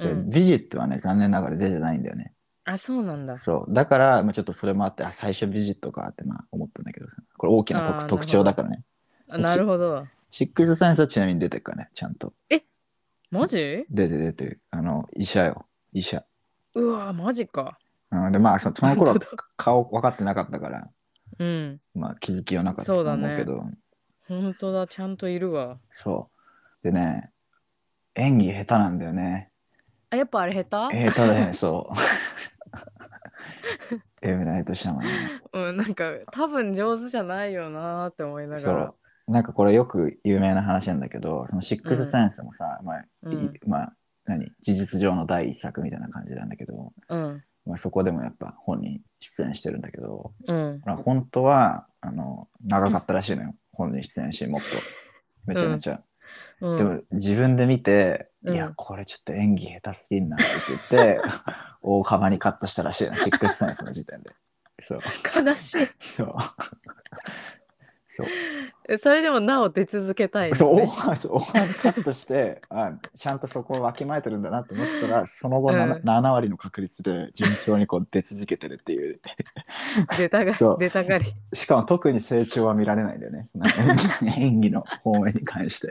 うん。 ビジットはね、残念ながら出てないんだよね。 あ、そうなんだ。 そう。だから、まあ、ちょっとそれもあって、最初ビジットかってまあ思ったんだけどさ。これ大きなああ、な特るほど。 徴だからね。 あ、なるほど。 シックスセンスはちなみに出てるからね、ちゃんと。 え、マジ？ 出てる。医者よ。医者。 うわ、マジか。 で、まあ、その頃は本当だ。 顔分かってなかったから、 うん。 まあ気づきはなかったそうとだね。 思うけど、 本当だ、ちゃんといるわ。 そう。でね、演技下手なんだよね。 あ、やっぱあれ下手？ 下手で、そう。エムナイト・シャマラン。 うん、なんか多分上手じゃないよなーって思いながら。 そう。なんかこれよく有名な話なんだけど、そのシックスうん、 センスもさ、 うん、 まあ、事実上の第一作みたいな感じなんだけど、 うん、 まあ、そこでもやっぱ本人出演してるんだけど、 うん、 まあ、本当は、長かったらしいのよ。本人出演シーンもっと。めうん、 ちゃめちゃ。 うん、 でも自分で見て、いや、 うん。 これちょっと演技下手すぎんなって言って、大幅にカットしたらしいな、シックスセンスの時点で。そう。 悲しそう。そう。 い。それでもなお出続けたいそう、 のね。 大幅にカットして、ちゃんとそこをわきまえてるんだなと思ったら、その後う 7、 ん。 7割の確率で順調にこう出続けてるっていう。そ出たがり。 う。しかも特に成長は見られないんだよね。演技の方面に関して。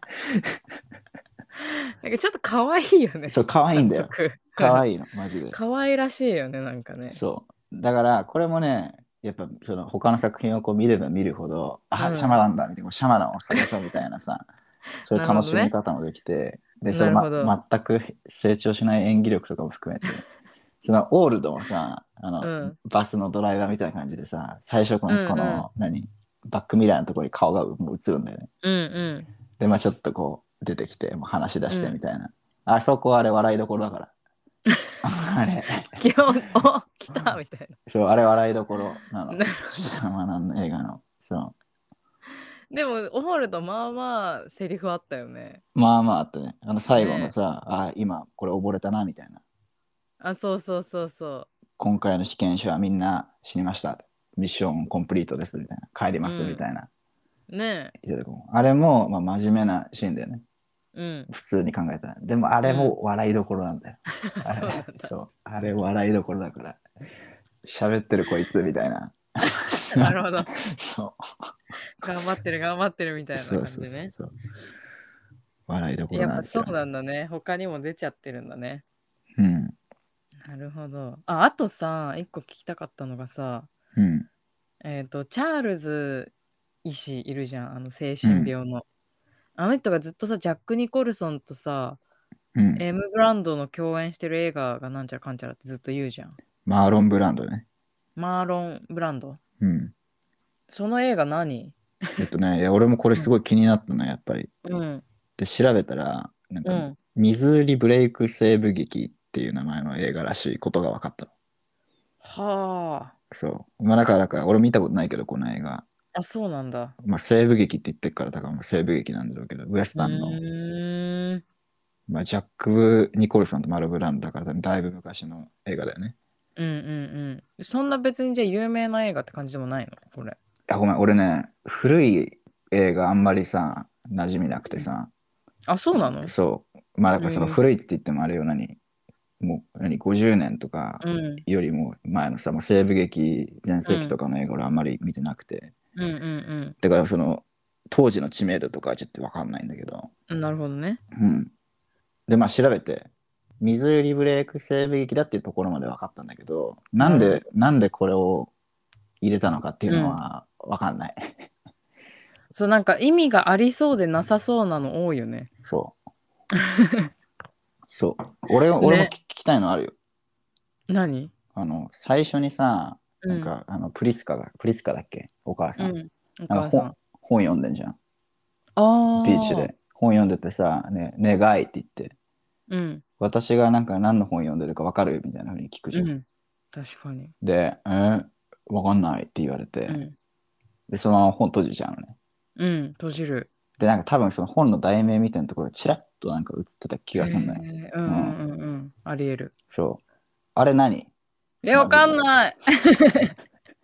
なんかちょっと可愛いよね。 そう、可愛いんだよ。 監督。 可愛いの、マジで。 可愛らしいよね、なんかね。 そう。だから、これもね、やっぱその他の作品をこう見れば見るほど、シャマうん。 ランだみたいな、シャマランを探そうみたいなさ、そういう楽しみなるほどね。 方もできて、で、 なるほど。 全く成長しない演技力とかも含めて、そのオールドもさ、 うん。 バスのドライバーみたいな感じでさ、最初うんこうん。 の、バックミラーのところに顔がもう映るんだよね。 うんうん。 で、まあちょっとこう出てきて、もう話し出うん。 してみたいな。あそこはあれ笑いどころだから。あれ、 基本、お、来たみたいそう、あれ笑いどころなの。 な。 シャマランの映画の。そでも、オホールドまあまあ、セリフあったよね。 う。まあまああってね、最後のねさ、今これ溺れたな、みたいな。 あ、そうそうそうそ今回の試験者はみんな死にました。ミッションコンプリートです、みたいな。帰りう。 ます、みうん。 たいな。 ねあれも、まあ、真面目なシーンだよね。 え。うん。 普通に考えたら。でも、あれうん。 も笑いどころなんだよ。あそうなんれ、 だ。 そう。あれ笑いどころだから。喋ってるこいつ、みたいな。 なるほど。 そ頑張ってる、頑張ってるみたう。 いなそう感じね。 そうそうそう。笑いどころやっぱそうなんですよ。 なんだね。他にも出ちゃってるんだね。 うん。 なるほど。あ、あとさ、一個聞きたかったのがさ、 うん。 チャールズ医師いるじゃん、精うん。 神病の。あの人がずっとさ、ジャック・ニコルソンとさ、 うん。 エム・ブランドの共演してる映画がなんちゃらかんちゃらってずっと言うじゃん。 マーロン・ブランドね。 マーロン・ブランド。 うん。 その映画何？ いや、俺もこれうん。 すごい気になったの、やっぱり。 うん。 で、調べたら、 うん。 ミズーリブレイク西部劇っていう名前の映画らしいことが分かったの。 はそう。まあ、だから、俺見たことないけど、この映画。 あ。あ、そうなんだ。 まあ、西部劇って言ってるから、だからまあ西部劇なんだろうけど、ウエスうタンの、 ーん。 まあ、ジャック・ニコルソンとマルブランドだから、だいぶ昔の映画だよね。 うんうんうん。そんな別にじゃあ有名な映画って感じでもないのこれ？ ごめん、俺ね、古い映画あんまりさ、馴染みなくてうん。 さ、 あ、そうなの？ そう。まあ、だからそのえ古いって言ってもあれよ、もう、50年とかうん。 よりも前のさ、もう西部劇全盛期とうん。 かの映画俺あんまり見てなくて、 うんうんだからその、当時の知名度とかはちょっとわかんないんだけど、 うん。なるほどね。 うん。で、まあ調べて、水売りブレイク西部劇だっていうところまで分かったんだけど、 なるほど。 なんでこれを入れたのかっていううん。 のは分かんない。 そう、なんか意味がありそうでなさそうなの多いよね。 そう。そう。俺もね。 聞きたいのあるよ。 何？ 最初にさ、 うん。 プリスカだっけお母さん。 うん。おなんか母さん。 本読んでんじゃん。ビーチああ。 で。本読んでてさ、願いって言って、 うん。 私がなんか何の本読んでるか分かるみたいな風に聞くじゃん。 うん。確かに。 で、分かんないって言われて、 うん。 で、そのまま本閉じちゃうのね。 うん。閉じる。 で、なんか多分その本の題名みたいなところがちらっとなんか映ってた気へがするんだよ。 え。うんううん。 んうんうん。ありえる。 そう。あれ何？ わかマジで。 んない。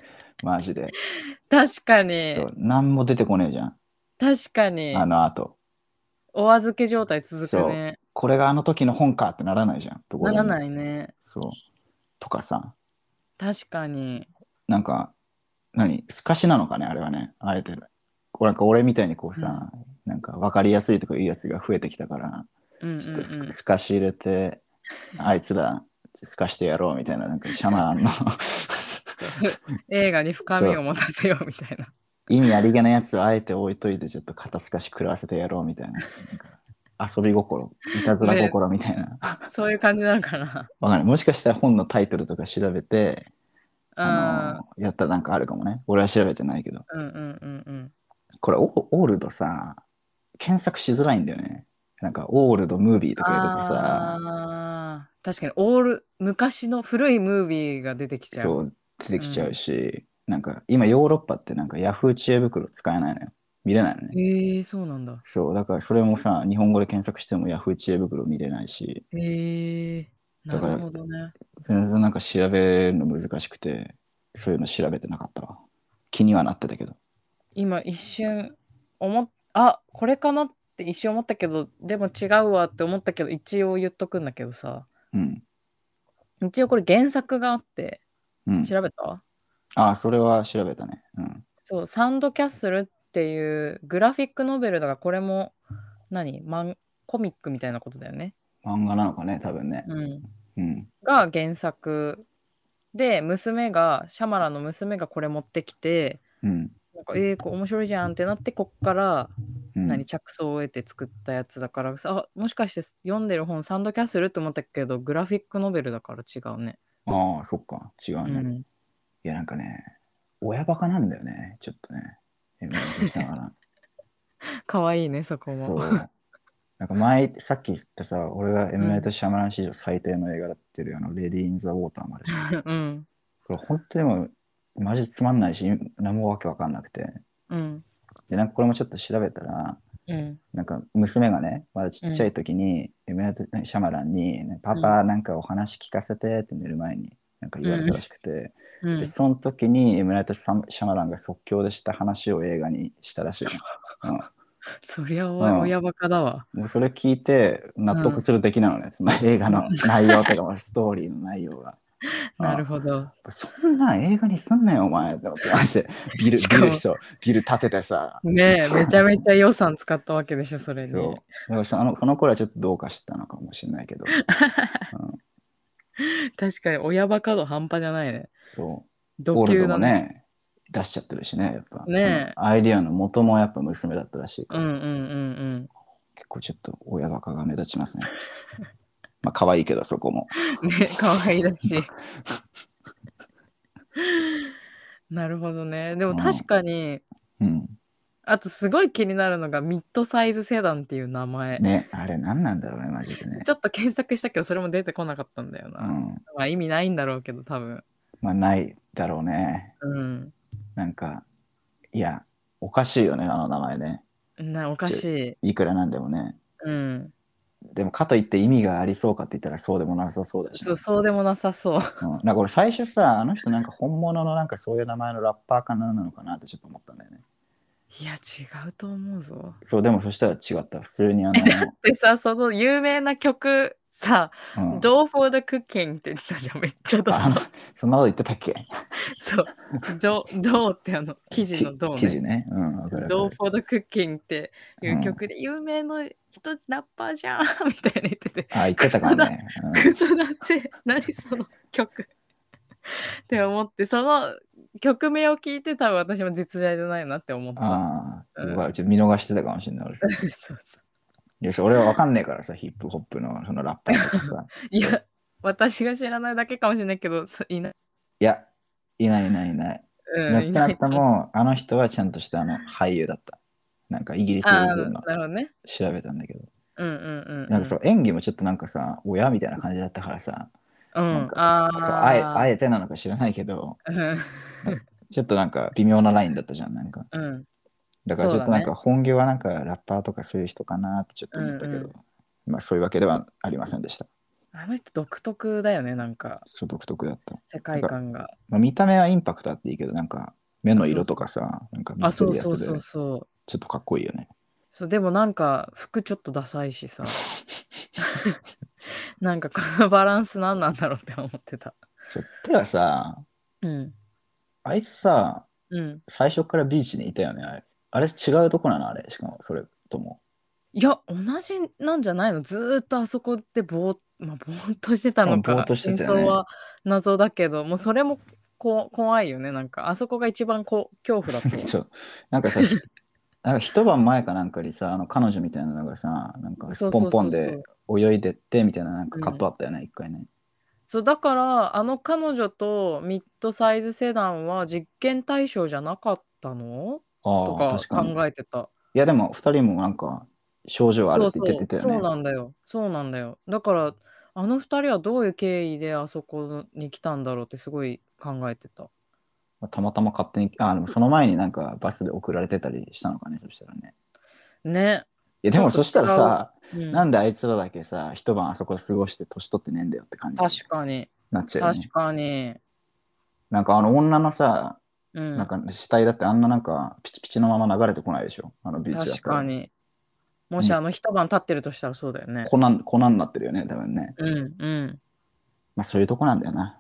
マジで。 確かに。 そう。何も出てこねえじゃん。 確かに。 あの後。 お預け状態続くね。 これがあの時の本かってならないじゃん。 ならないね。 そう。とかさ。 確かに。 なんか、透かしなのかね、あれはね。あえて。なんか俺みたいにこうさ、なんか分かりやすいとかいうやつが増えてきたから、ちょっと透かし入れて、あいつら透かしてやろうみたいな、なんかシャマーンの映画に深みを持たせようみたいな。 意味ありげなやつをあえて置いといて、ちょっと肩透かし食らわせてやろうみたいな。なんか遊び心、いたずら心みたいな。 そういう感じなのかな。 わかんない。もしかしたら本のタイトルとか調べて、やったらなんかあるかもね。俺は調べてないけど。これオールドさ、検索しづらいんだよね。なんかオールドムービーとか入れるとさ、 確かに昔の古いムービーが出てきちゃう。 そう、出てきちゃうし、なんか今ヨーロッパってなんかヤフー知恵袋使えないのよ。見れないのね。 そうなんだ。 そう、だからそれもさ、日本語で検索してもヤフー知恵袋見れないし、 なるほどね。 全然なんか調べるの難しくて、そういうの調べてなかったわ。気にはなってたけど。 今一瞬これかなって一瞬思ったけど、でも違うわって思ったけど、一応言っとくんだけどさ、 うん。 一応これ原作があって、 うん。 調べた？ あ、それは調べたね。うん。 そう、サンドキャッスルっていうグラフィックノベルだから、これもコミックみたいなことだよね。 漫画なのかね、多分ね。うん。 が原作で、シャマランの娘がこれ持ってきて、 うん。 なんかこれ面白いじゃんってなって、こっからうん。 着想を得て作ったやつだからさ、もしかして読んでる本サンドキャッスルって思ったけど、グラフィックノベルだから違うね。 ああ、そっか。違うね。 うんいや、なんかね、親バカなんだよね。ちょっとね。しながら。 かわいいね、そこも。 そう。なんかさっき言ったさ、俺がエムナイト・シャマラン史上最低の映画だってるレディー・イン・ザ・ウォーターまでしょ。 うん。 これ本当にもう、マジつまんないし、何もわけわかんなくて。 うん。 で、なんかこれもちょっと調べたら、 うん。 なんか娘がね、まだちっちゃい時に、エムナイト・シャマランに、パパ、なんかお話聞かせてって寝る前になんか言われたらしくて、で、その時にエムナイト・シャマランが即興でした話を映画にしたらしいの。 そりゃ親バカだわ。 もうそれ聞いて納得する出来なのね、その映画の内容とかストーリーの内容が。 なるほど。 そんな映画にすんなよ、お前って思ってまして、ビル建ててさ。 ねえ、めちゃめちゃ予算使ったわけでしょ、それに。 そう。だからその頃はちょっとどうかしてたのかもしれないけど。 確かに親バカ度半端じゃないね。 そう。 ドオールド級だね。 もね、出しちゃってるしね、やっぱ。 ねえ。 アイディアの元もやっぱ娘だったらしいから。結構ちょっと親バカが目立ちますね。まあ可愛いけど、そこも。 ね、可愛いだし。なるほどね。でも確かに、あとすごい気になるのがミッドサイズセダンっていう名前。 ね、あれ何なんだろうね、マジでね。 ちょっと検索したけど、それも出てこなかったんだよな。まあ意味ないんだろうけど、多分。 まあないだろうね。なんか、いや、おかしいよね、あの名前ね。 おかしい。いくらなんでもね。 い。 でも、かといって意味がありそうかって言ったらそうでもなさそうだし、ね。 そうでもなさそう。 なんか俺最初さ、あの人なんか本物のなんかそういう名前のラッパーかなのかなってちょっと思ったんだよね。 いや、違うと思うぞ。 そう、でもそしたら違った。普通にだってさ、その有名な曲さ、Dough for the Cooking って言ってたじゃん、めっちゃダサ。 そんなこと言ってたっけ？ そう。Dough って生地のDoughね。 生地ね。 Dough for the Cooking っていう曲で、有名の人ラッパーじゃんみたいな言ってて。 言ってたかもね。 クソだせ、何その曲って思って、その曲名を聞いて多分私も実在じゃないなって思った。 ちょっと見逃してたかもしれない。そうそう。よし、俺は分かんねえからさ、ヒップホップのそのラッパーとかさ。 いや、私が知らないだけかもしれないけど、いない。 いや、いない。少なくとも、あの人はちゃんとした俳優だった。なんかイギリス人の調べたんだけど。なんかそう、演技もちょっとなんかさ、親みたいな感じだったからさ、あえてなのか知らないけど、ちょっとなんか微妙なラインだったじゃん、なんか。だからちょっとなんか本業はなんかラッパーとかそういう人かなってちょっと思ったけど、まあそういうわけではありませんでした。 あの人独特だよね、なんか。 そう、独特だった。 世界観が。 まあ、見た目はインパクトあっていいけど、なんか目の色とかさ、なんかミステリアスで、ちょっとかっこいいよね。 そう、でもなんか服ちょっとダサいしさ。なんかこのバランス何なんだろうって思ってた。 そう。てかさ、 うん。 あいつさ、 うん。 最初からビーチにいたよね。あれ違うとこなのあれ。しかも、それとも。 いや、同じなんじゃないの？ずーっとあそこでぼーっとしてたのか、 ぼーっとして真たよね。 相は謎だけど、もうそれも怖いよね。なんか、あそこが一番恐怖だったわ。 そう。なんかさ、なんか一晩前かなんかにさ、彼女みたいなのがさ、なんかポンそうそうポンでそうそう。 泳いでってみたいななんかカッうん。 トあったよね、一回ね。 そう、だから、あの彼女とミッドサイズセダンは実験対象じゃなかったのとああ、 か確かに。い考えてた。 や、でも二人もなんか症状あるって言ってそうそう、そうたよね。 なんだよ。そうなんだよ。だから、あの二人はどういう経緯であそこに来たんだろうってすごい考えてた。 たまたま勝手に、でもその前になんかバスで送られてたりしたのかね、そしたらね。 ね。 いや、でちょっと違もそしたらう。 さ、 うん。 なんであいつらだけさ、一晩あそこで過ごして年取ってねえんだよって感じに確かに。 なっちゃうよね。 確かに。 なんか女のさ、 うん。 なんか死体だってあんななんかピチピチのまま流れてこないでしょ、あのビーチだったら。 確かに。もしもう一晩経ってるとしたらそうだよね。 粉になってるよね、多分ね。 うん、うん。 まあそういうとこなんだよな。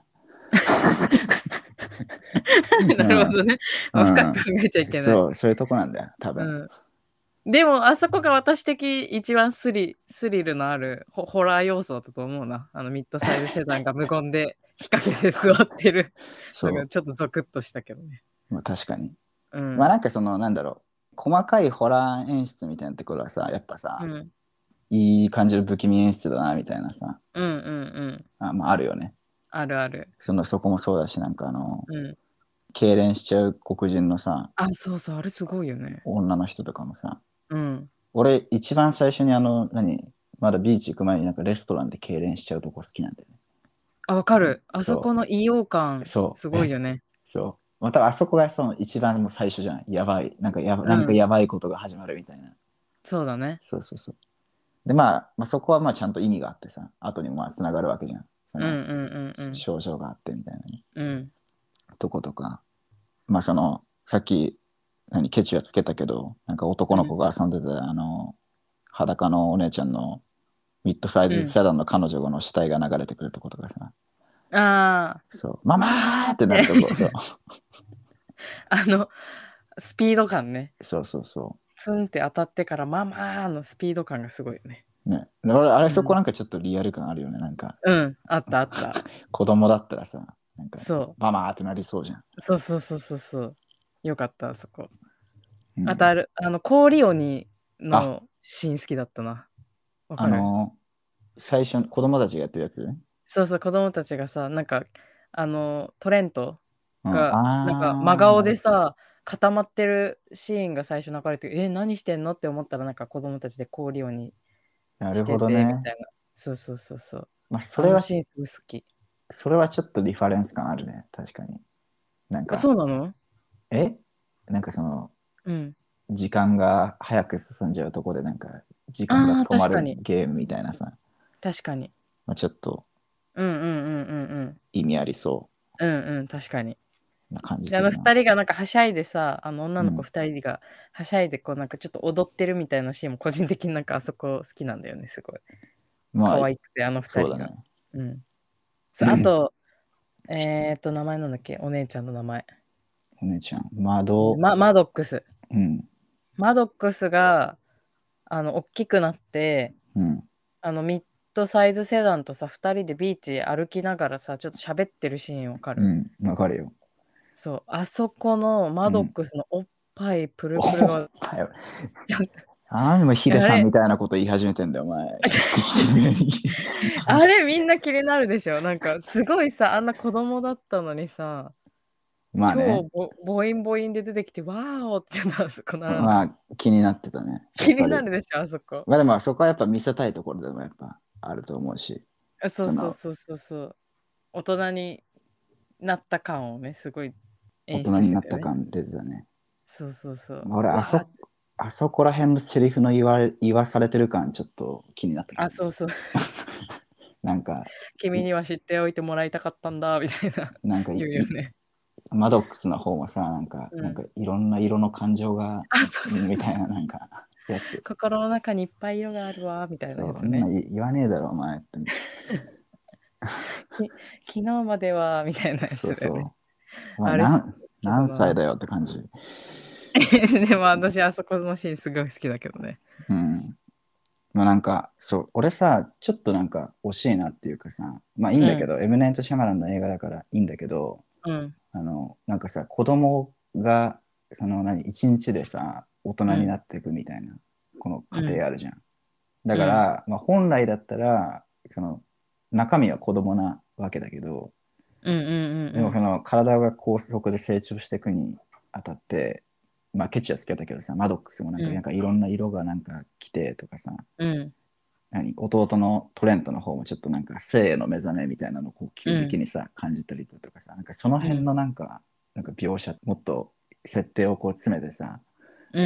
なるほどね。 うん。 深く考うん。 えちゃいけない。 そう、そういうとこなんだよ、多分。 うん。でも、あそこが私的一番スリルのあるホラー要素だったと思うな。ミッドサイズセダンが無言で日陰で座ってるのがそちょっとゾクッとしたけどね。 う、まあ、確かに。 うん。 まあなんかその、なんだろう、細かいホラー演出みたいなところはさ、やっぱさ、 うん。 いい感じの不気味演出だな、みたいなさ、 うんうんうん。 まああるよね。 あるある。 そこもそうだし、なんかうん。 痙攣しちゃう黒人のさ、 あ、そうそう、あれすごいよね。 女の人とかもさ、 うん。 俺一番最初にまだビーチ行く前になんかレストランで痙攣しちゃうとこ好きなんだよね。 あ、わかる。あそこその異様う、 感、すごいよね。 そう。またあそこがその一番もう最初じゃん。やばい。 うん。 なんかやばいことが始まるみたいな。 そうだね。 そうそうそう。で、まあそこはまあちゃんと意味があってさ、後にもまあ繋がるわけじゃん。そのうんうんうん症状があってみたいなね。 うん。うん。 とことか。まあさっき、ケチはつけたけど、なんか男うん。 の子が遊んでた、裸のお姉ちゃんのミッドサイズうん。 セダンの彼女の死体が流れてくるとことかさ、 ああ、 そう、ママーってなね。 るとこ、そう、 あの、スピード感ね。 そうそうそツンって当たってからママーのスピード感がすごいよね。 う。ね。で俺、あれそこうん。 なんかちょっとリアル感あるよね。なんか、 うん、あったあった。 子供だったらさ、なんか、 そママーってなりそうじゃん。 う。そうそうそうそうそう。よかった、あそこ。 うん。 あと氷鬼あ、 のシーン好きだったな。わあかる？ の最初、子供たちがやってるやつ。 そうそう、子供たちがさ、なんか、トレントうん。 が、なんか、真顔でさ、固まってるシーンが最初流れて、何してんのって思ったら、なんか子供たちで氷鬼なるほしてて、みどね。 たいな。そうそうそうそう。 まあ、 あのシーンすごい好き。 それはちょっとリファレンス感あるね。確かに。なんあ、 か、 そうなの？ えなんかうん。 時間が早く進んじゃうとこで、なんか、時間がああ、 止まる確かに。 ゲームみたいなさ、 確かに。 まあ、ちょっとうんうんうんうんうん。 意味ありそうんうん、確かに。 うな感じで、 するな。 二人がなんかはしゃいでさ、女の子うん。 二人がはしゃいでこうなんかちょっと踊ってるみたいなシーンも個人的になんかあそこ好きなんだよね、すごい。 まあ、 可愛くて、あの二人が。 そうだね。 うん。そう、あと、名前なんだっけ、お姉ちゃんの名前。 お姉ちゃん、窓、 マドックス。 うん、 マドックスが、大きくなって、 うん、 ミッドサイズセダンとさ、二人でビーチ歩きながらさ、ちょっと喋ってるシーンわかる？ うん、わかるよ。 そう、あそこのマドッうん。 クスのおっぱいプルおプルが、 っぱい。 ちょっと、 あでもヒデさんあれ、 みたいなこと言い始めてんだよ、お前。 あれみんな気になるでしょ？なんか、すごいさ、あんな子供だったのにさ、 まあね。 ボインボインで出てきて、わーおってちょっとあそこならない？ まあ、気になってたね。やっ気にぱり。 なるでしょ、あそこ。 まあでも、そこはやっぱ見せたいところでもやっぱあると思うし、 あ、そうその、 そうそうそうそう。大人になった感をね、すごい演出大人になしてたよね。 った感出てたね。 そうそうそう。 俺、 わー、 あそこら辺のセリフの言わされてる感、ちょっと気になったけどあ、 ね。 そうそう。 なんか、い君には知っておいてもらいたかったんだ、みたいななんか言うよね。 マドックスの方もさ、 うん。 なんかいろんな色の感情が、 あ、そうそうそう。 みたいな、なんか。 やつ。 心の中にいっぱい色があるわみたいなやつそんなね。 言わねえだろ、お前って。 昨日まではみたいなやそうつだよね。 そう。お前あれ好きだな。 何歳だよって感じ。 でも私あそこのシーンすごい好きだけどね。 うん。まあなんか、そう、俺さ、ちょっとなんか惜しいなっていうかさ、まあいいんうん。 だけど、エムナイト・シャマランの映画だからいいんだけど、 うん。 なんかさ、子供が、一日でさ、大人うん。 になっていくみたいな、この過うん。 程あるじゃん。だうん。 から、まあ本来だったら、中身は子供なわけだけど、 うんうんうんでもうん。 体が高速で成長していくにあたって、まあケチはつけたけどさ、マドックスもなんか、なんうん。 かいろんな色がなんか来てとかさ、 うん。 弟のトレントの方もちょっとなんか性への目覚めみたいなのをこう急うん。 激にさ、感じたりとかさ、なんかその辺うん。 のなんか描写、もっと設定をこう詰めてさ、 うん。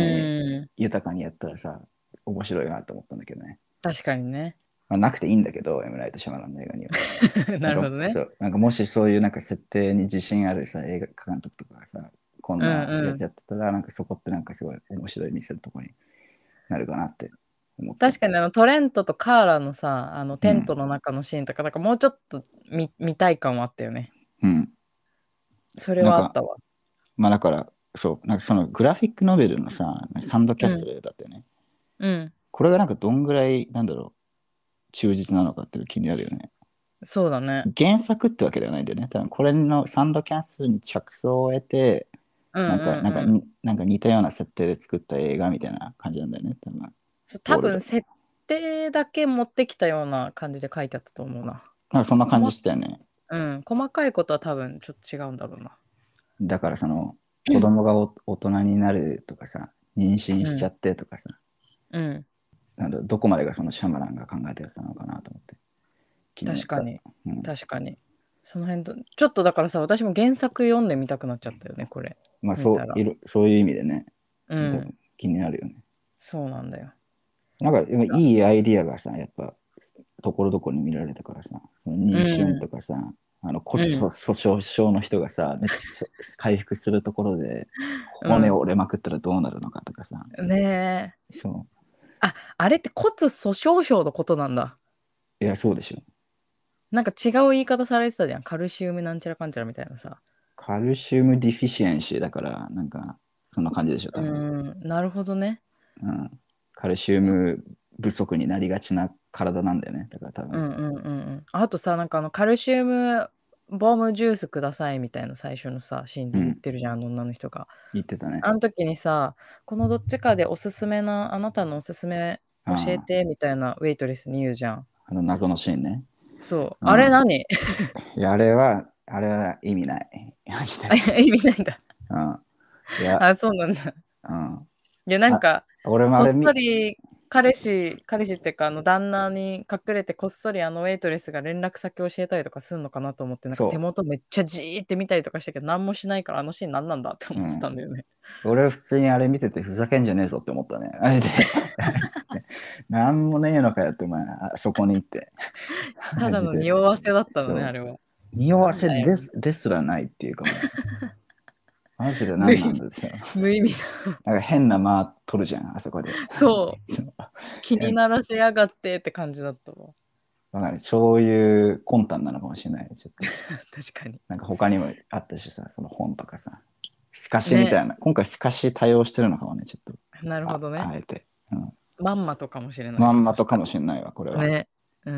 豊かにやったらさ、面白いなと思ったんだけどね。 確かにね。 まあ、なくていいんだけど、エムライト・シャマランの映画には。 なるほどね。 なんかもしそういうなんか設定に自信あるさ、映画監督とかがさ、こんうんなやうん。 つやってたら、なんかそこってなんかすごい面白い見せるとこになるかなって思った。 確かにトレントとカーラのさ、テントうん。 の中のシーンとか、なんかもうちょっと見たい感はあったよね。 うん。 それなんか、 はあったわ。 まあだから、そう、なんかそのグラフィックノベルのさ、サンドキャッスうん。 ルだってね。 うん。 これがなんかどんぐらい、忠実なのかっていうの気になるよね。 そうだね。 原作ってわけではないんだよね。多分これのサンドキャッスルに着想を得て、 うんうんうん。 なんか似たような設定で作った映画みたいな感じなんだよね。多分、 多オールド。 分設定だけ持ってきたような感じで書いてあったと思うな。 なんかそんな感じ細したよね。 うん、細かいことは多分ちょっと違うんだろうな。 だから子供が大人になるとかさ、妊娠うん。 しちゃってとかさ、 うん。 どこまでがそのシャマランが考えたやつなのかなと思って気になった。 確かに。 うん。 確かに。その辺と、ちょっとだからさ、私も原作読んでみたくなっちゃったよね、これ。 まあ見たら。 そういう意味でね、見たくうん。 気になるよね。 そうなんだよ。 なんか、でもいさ、 いアイディアがさ、やっぱ、ところどころに見られたからさ、その妊娠うん。 とかさ、骨うん。 粗鬆症の人がさ、めっちゃ回復するところで、 うん。 骨を折れまくったらどうなるのかとかさ、 ねえ。 そあ、あれって骨粗鬆症のことなんだ。 う。いや、そうでしょ。 なんか違う言い方されてたじゃん。カルシウムなんちゃらかんちゃらみたいなさ。 カルシウムディフィシエンシーだから、なんか、そんな感じでしょ、 う多分。 ん。なるほどね。 うん。カルシウム不足になりがちな体なんだよね。だから多分。 うんうんうんうん。あとさ、なんかカルシウムボムジュースくださいみたいな最初のさ、シーンで言っうん。 てるじゃん、女の人が。 言ってたね。 あの時にさ、このどっちかでおすすめな、あなたのおすすめ教えあてみたいなウェイトレスに言うじゃん。 あ、謎のシーンね。 そう。あれうん。 何？ いや、あれは意味ない。マジで。 意味ないんだ。 うん。いや、 あ、そうなんだ。 うん。 いや、なんあ、 か、 俺もあこっれそり彼氏っていうか、旦那に隠れてこっそりウェイトレスが連絡先教えたりとかするのかなと思って、なんか手そ元めっちゃじーって見たりとかしたけど、何もしないから、あのシーン何なんだってう。 思ってたんうん。 だよね。 俺は普通にあれ見ててふざけんじゃねえぞって思ったね。あれでなんもねえのかよって、お前、そこに行って。 ただのマジで。 匂わせだったのね、あそう。 れは。 匂わせなんだよ。 ですらないっていうかもう、マジで無意味、 何なんですよ。 無意味なんか変な間取るじゃん、あそこで。 な。そう。 そう気に変ならせやがってって感じだったわ。 わかんないそういう魂胆なのかもしれない。ちょっと。 確かに。 なんか他にもあったしさ、その本とかさ、透かしみね。 たいな。今回透かし対応してるのかもね、ちょっと。 なるほどね。 あえて。うん。 まんまとかもしれないわ、 まんまとかそしたもしれないわ、これら。 は。 ね。うん。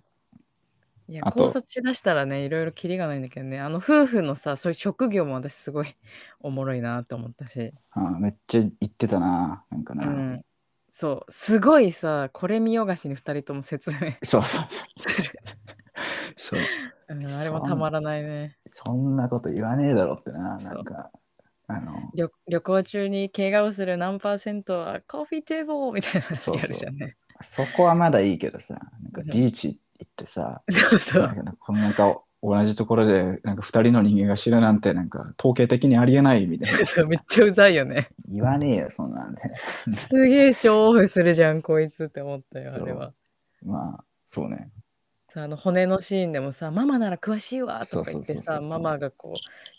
いや、 あと、 考察しだしたらね、いろいろキリがないんだけどね、夫婦のさ、そういう職業も私すごいおもろいなと思ったし。 めっちゃ言ってたな。なんかな。 うん。そう、すごいさ、これ見よがしに2人とも説明そうそうそう。 する。 そう。 うん、あれもそん、 たまらないね。 そんなこと言わねえだろってな。なそう。 んか、あの、 旅行中に怪我をする何パーセントはコーヒーテーブルみたいなやるそうそう。 じゃんね。 そこはまだいいけどさ、なんかうん、 ビーチ行ってさ、 そうそう。 このなんか同じところでなんか二人の人間が死ぬなんてなんか統計的にありえないみたいな。 そうそう、めっちゃうざいよね。 言わねえよ、そんなんで。 すげえショーオフするじゃん、こいつって思ったよ、あれそは。 う。まあ、そうね。 さ、骨のシーンでもさ、ママなら詳しいわとそうそうそうそか言ってさ、マうそう。 マがこう、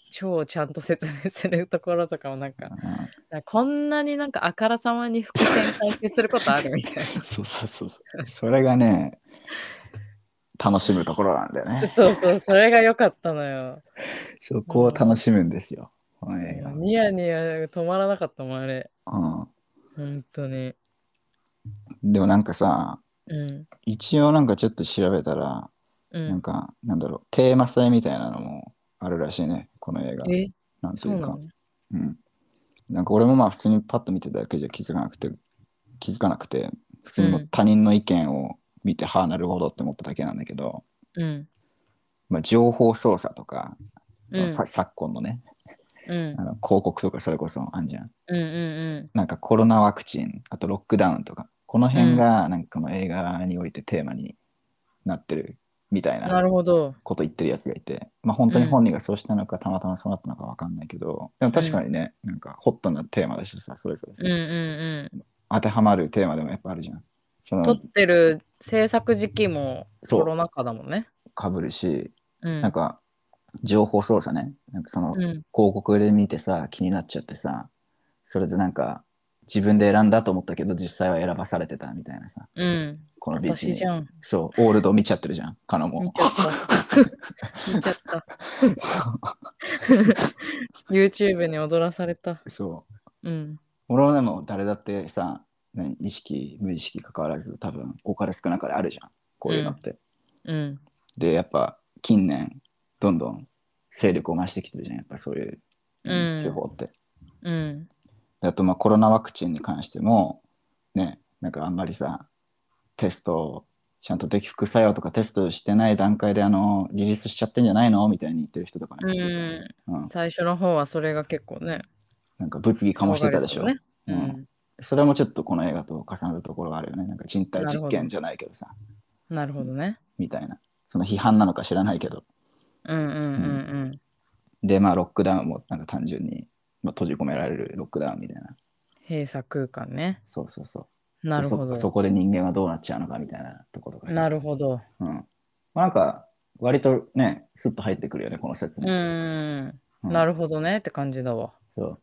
超ちゃんと説明するところとかもなんか、こんなになんかあからさまに伏線回収することあるみたいな。 そうそうそうそう。それがね、楽しむところなんだよね。 そうそう、それが良かったのよ。 そこを楽しむんですよ、この映画。 ニヤニヤ止まらなかったもん、あれ。 うん。 本当に。 でもなんかさ、 うん。 一応なんかちょっと調べたら、 うん。 なんか、なんだろう、テーマ性みたいなのもあるらしいね、この映画。 え、 なんというか。 そうなの？ うん。なんか俺もまあ普通にパッと見てただけじゃ気づかなくて、普通にもううん。 他人の意見を見て、はあ、なるほどって思っただけなんだけど、 うん。 まあ、情報操作とか、 うん。 昨今のね、 うん。 広告とかそれこそあんじゃん。 うん。うん。 なんかコロナワクチン、あとロックダウンとか、このうん。 辺がなんかこの映画においてテーマになってるみたいななるほど。 こと言ってるやつがいて、まあ本当にうん。 本人がそうしたのか、たまたまそうなったのかわかんないけど、でもうん。 確かにね、なんかホットなテーマだしさ、それぞれうん。 さ、 うん。 当てはまるテーマでもやっぱあるじゃん。その、 撮ってる制作時期もコロそナ禍だもんね。 う、かぶるし、 うん。 なんか情報操作ね、なんかそのうん。 広告で見てさ、気になっちゃってさ、それでなんか自分で選んだと思ったけど、実際は選ばされてたみたいなさ、 うん。 このビーチに。 私じゃん。 そう、オールド見ちゃってるじゃん、カノも。 見ちゃった。見ちゃった。 そ YouTube に踊らされた。 う、そう。 うん。 俺はでも誰だってさ、ね、意識、無意識関わらず多分多かれ少なかれあるじゃん。こううん。 いうのって。 うん。 で、やっぱ近年、どんどん勢力を増してきてるじゃん。やっぱそういう、 う手ん。 法って。 うん。 あとまあコロナワクチンに関しても、ね、なんかあんまりさ、テストをちゃんとでき副作用とかテストしてない段階でリリースしちゃってんじゃないのみたいに言ってる人とかういてさ、 ん。 うん、 最初の方はそれが結構ね、 なんか物議かもし騒てたでしょ。 がれてたね。 うん。 うん。 それもちょっとこの映画と重なるところがあるよね。なんか人体なるほど。 実験じゃないけどさ、 なるほどね。 みたいな。その批判なのか知らないけど。 うんうんうん。 うんうん。 で、まあロックダウンもなんか単純に、まあ、閉じ込められるロックダウンみたいな。 閉鎖空間ね。 そうそうそう。で、 なるほど。 そこで人間はどうなっちゃうのかみたいなところとかさ。 なるほど。 うん。まあ、なんか、割とね、スッと入ってくるよね、この説うも。 ーん。 うん。 なるほどねって感じだわ。 そう。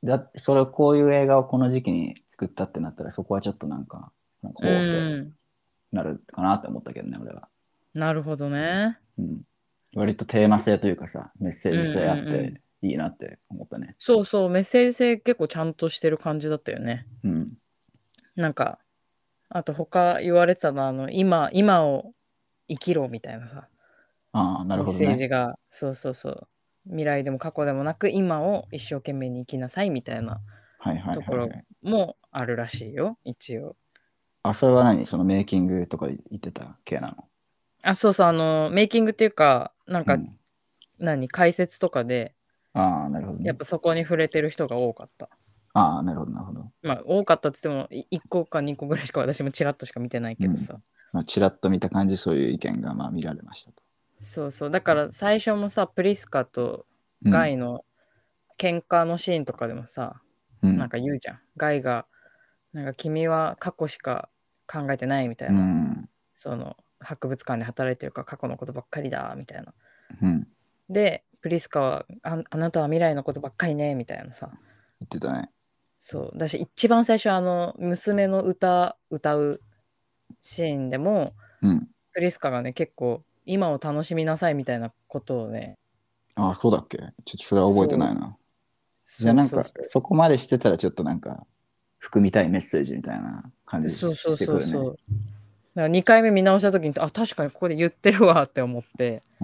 それをこういう映画をこの時期に作ったってなったら、そこはちょっとなんかうほうってーん。 なるかなって思ったけどね、俺は。 なるほどね。 うん。割とテーマ性というかさ、メッセうんージ性あっうんうん。 ていいなって思ったね。 そうそう、メッセージ性結構ちゃんとしてる感じだったよね。 うん。 なんか、あと他言われてたのは、今を生きろみたいなさ、 ああ、なるメッほどね。 セージが、そうそうそう、未来でも過去でもなく、今を一生懸命に生きなさいみたいなはいはいところはいはい。 もあるらしいよ、一応。 あ、それは何そのメイキングとか言ってた系なの？ あ、そうそう、メイキングっていうか、 うん。 解説とかで、 ああ、なるほどね。 やっぱそこに触れてる人が多かった。 ああ、なるほどなるほど。 まあ、多かったって言っても、1個か2個ぐらいしか私もちらっとしか見てないうん。 けどさ。 まあ、ちらっと見た感じ、そういう意見がまあ見られましたと。 そうそう。だから最初もさ、プリスカとうん。 ガイの喧嘩のシーンとかでもさ、なんうん。 か言うじゃん。ガイが、なんか君は過去しか考えてないみたういな。 ん。 その、博物館で働いてるから過去のことばっかりだ、みたいな。 うん。 で、プリスカは、あなたは未来のことばっかりね、みたいなさ。 言ってたね。 そう。だし、一番最初、娘の歌うシーンでも、 うん。 プリスカがね、結構、今を楽しみなさいみたいなことをね、 ああ、そうだっけ？ちょっとそれは覚えてそう、 ないな。じゃあそうなんか、 そうそそこまでしてたらちょっとなんか、含みたいメッセージみたいな感う。 じそうそうしてくるね。 そうそう。だから2回目見直した時に、あ、確かにここで言ってるわって思って、 うん。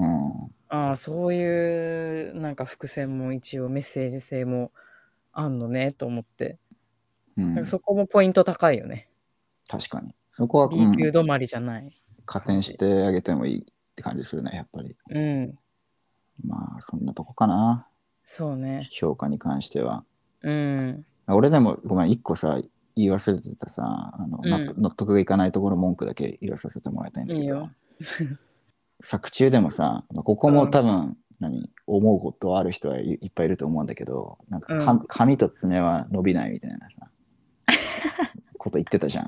ああ、そういうなんか伏線も一応メッセージ性もあんのねと思って、だからうん。 そこもポイント高いよね。 確かに。そこは、う B 級ん、 止まりじゃない加点し感じ。 てあげてもいいって感じするね、やっぱり。 うん、 まあ、そんなとこかな。 そうね。 評価に関しては。 うん、 俺でも、ごめん、一個さ、言い忘れてたさ、 うん、 納得がいかないところ文句だけ言わさせてもらいたいんだけど、 いいよ。 作中でもさ、ここもうん、 多分、思うことある人はいっぱいいると思うんだけど、 うん。 髪と爪は伸びないみたいなさ、こと言ってたじゃん。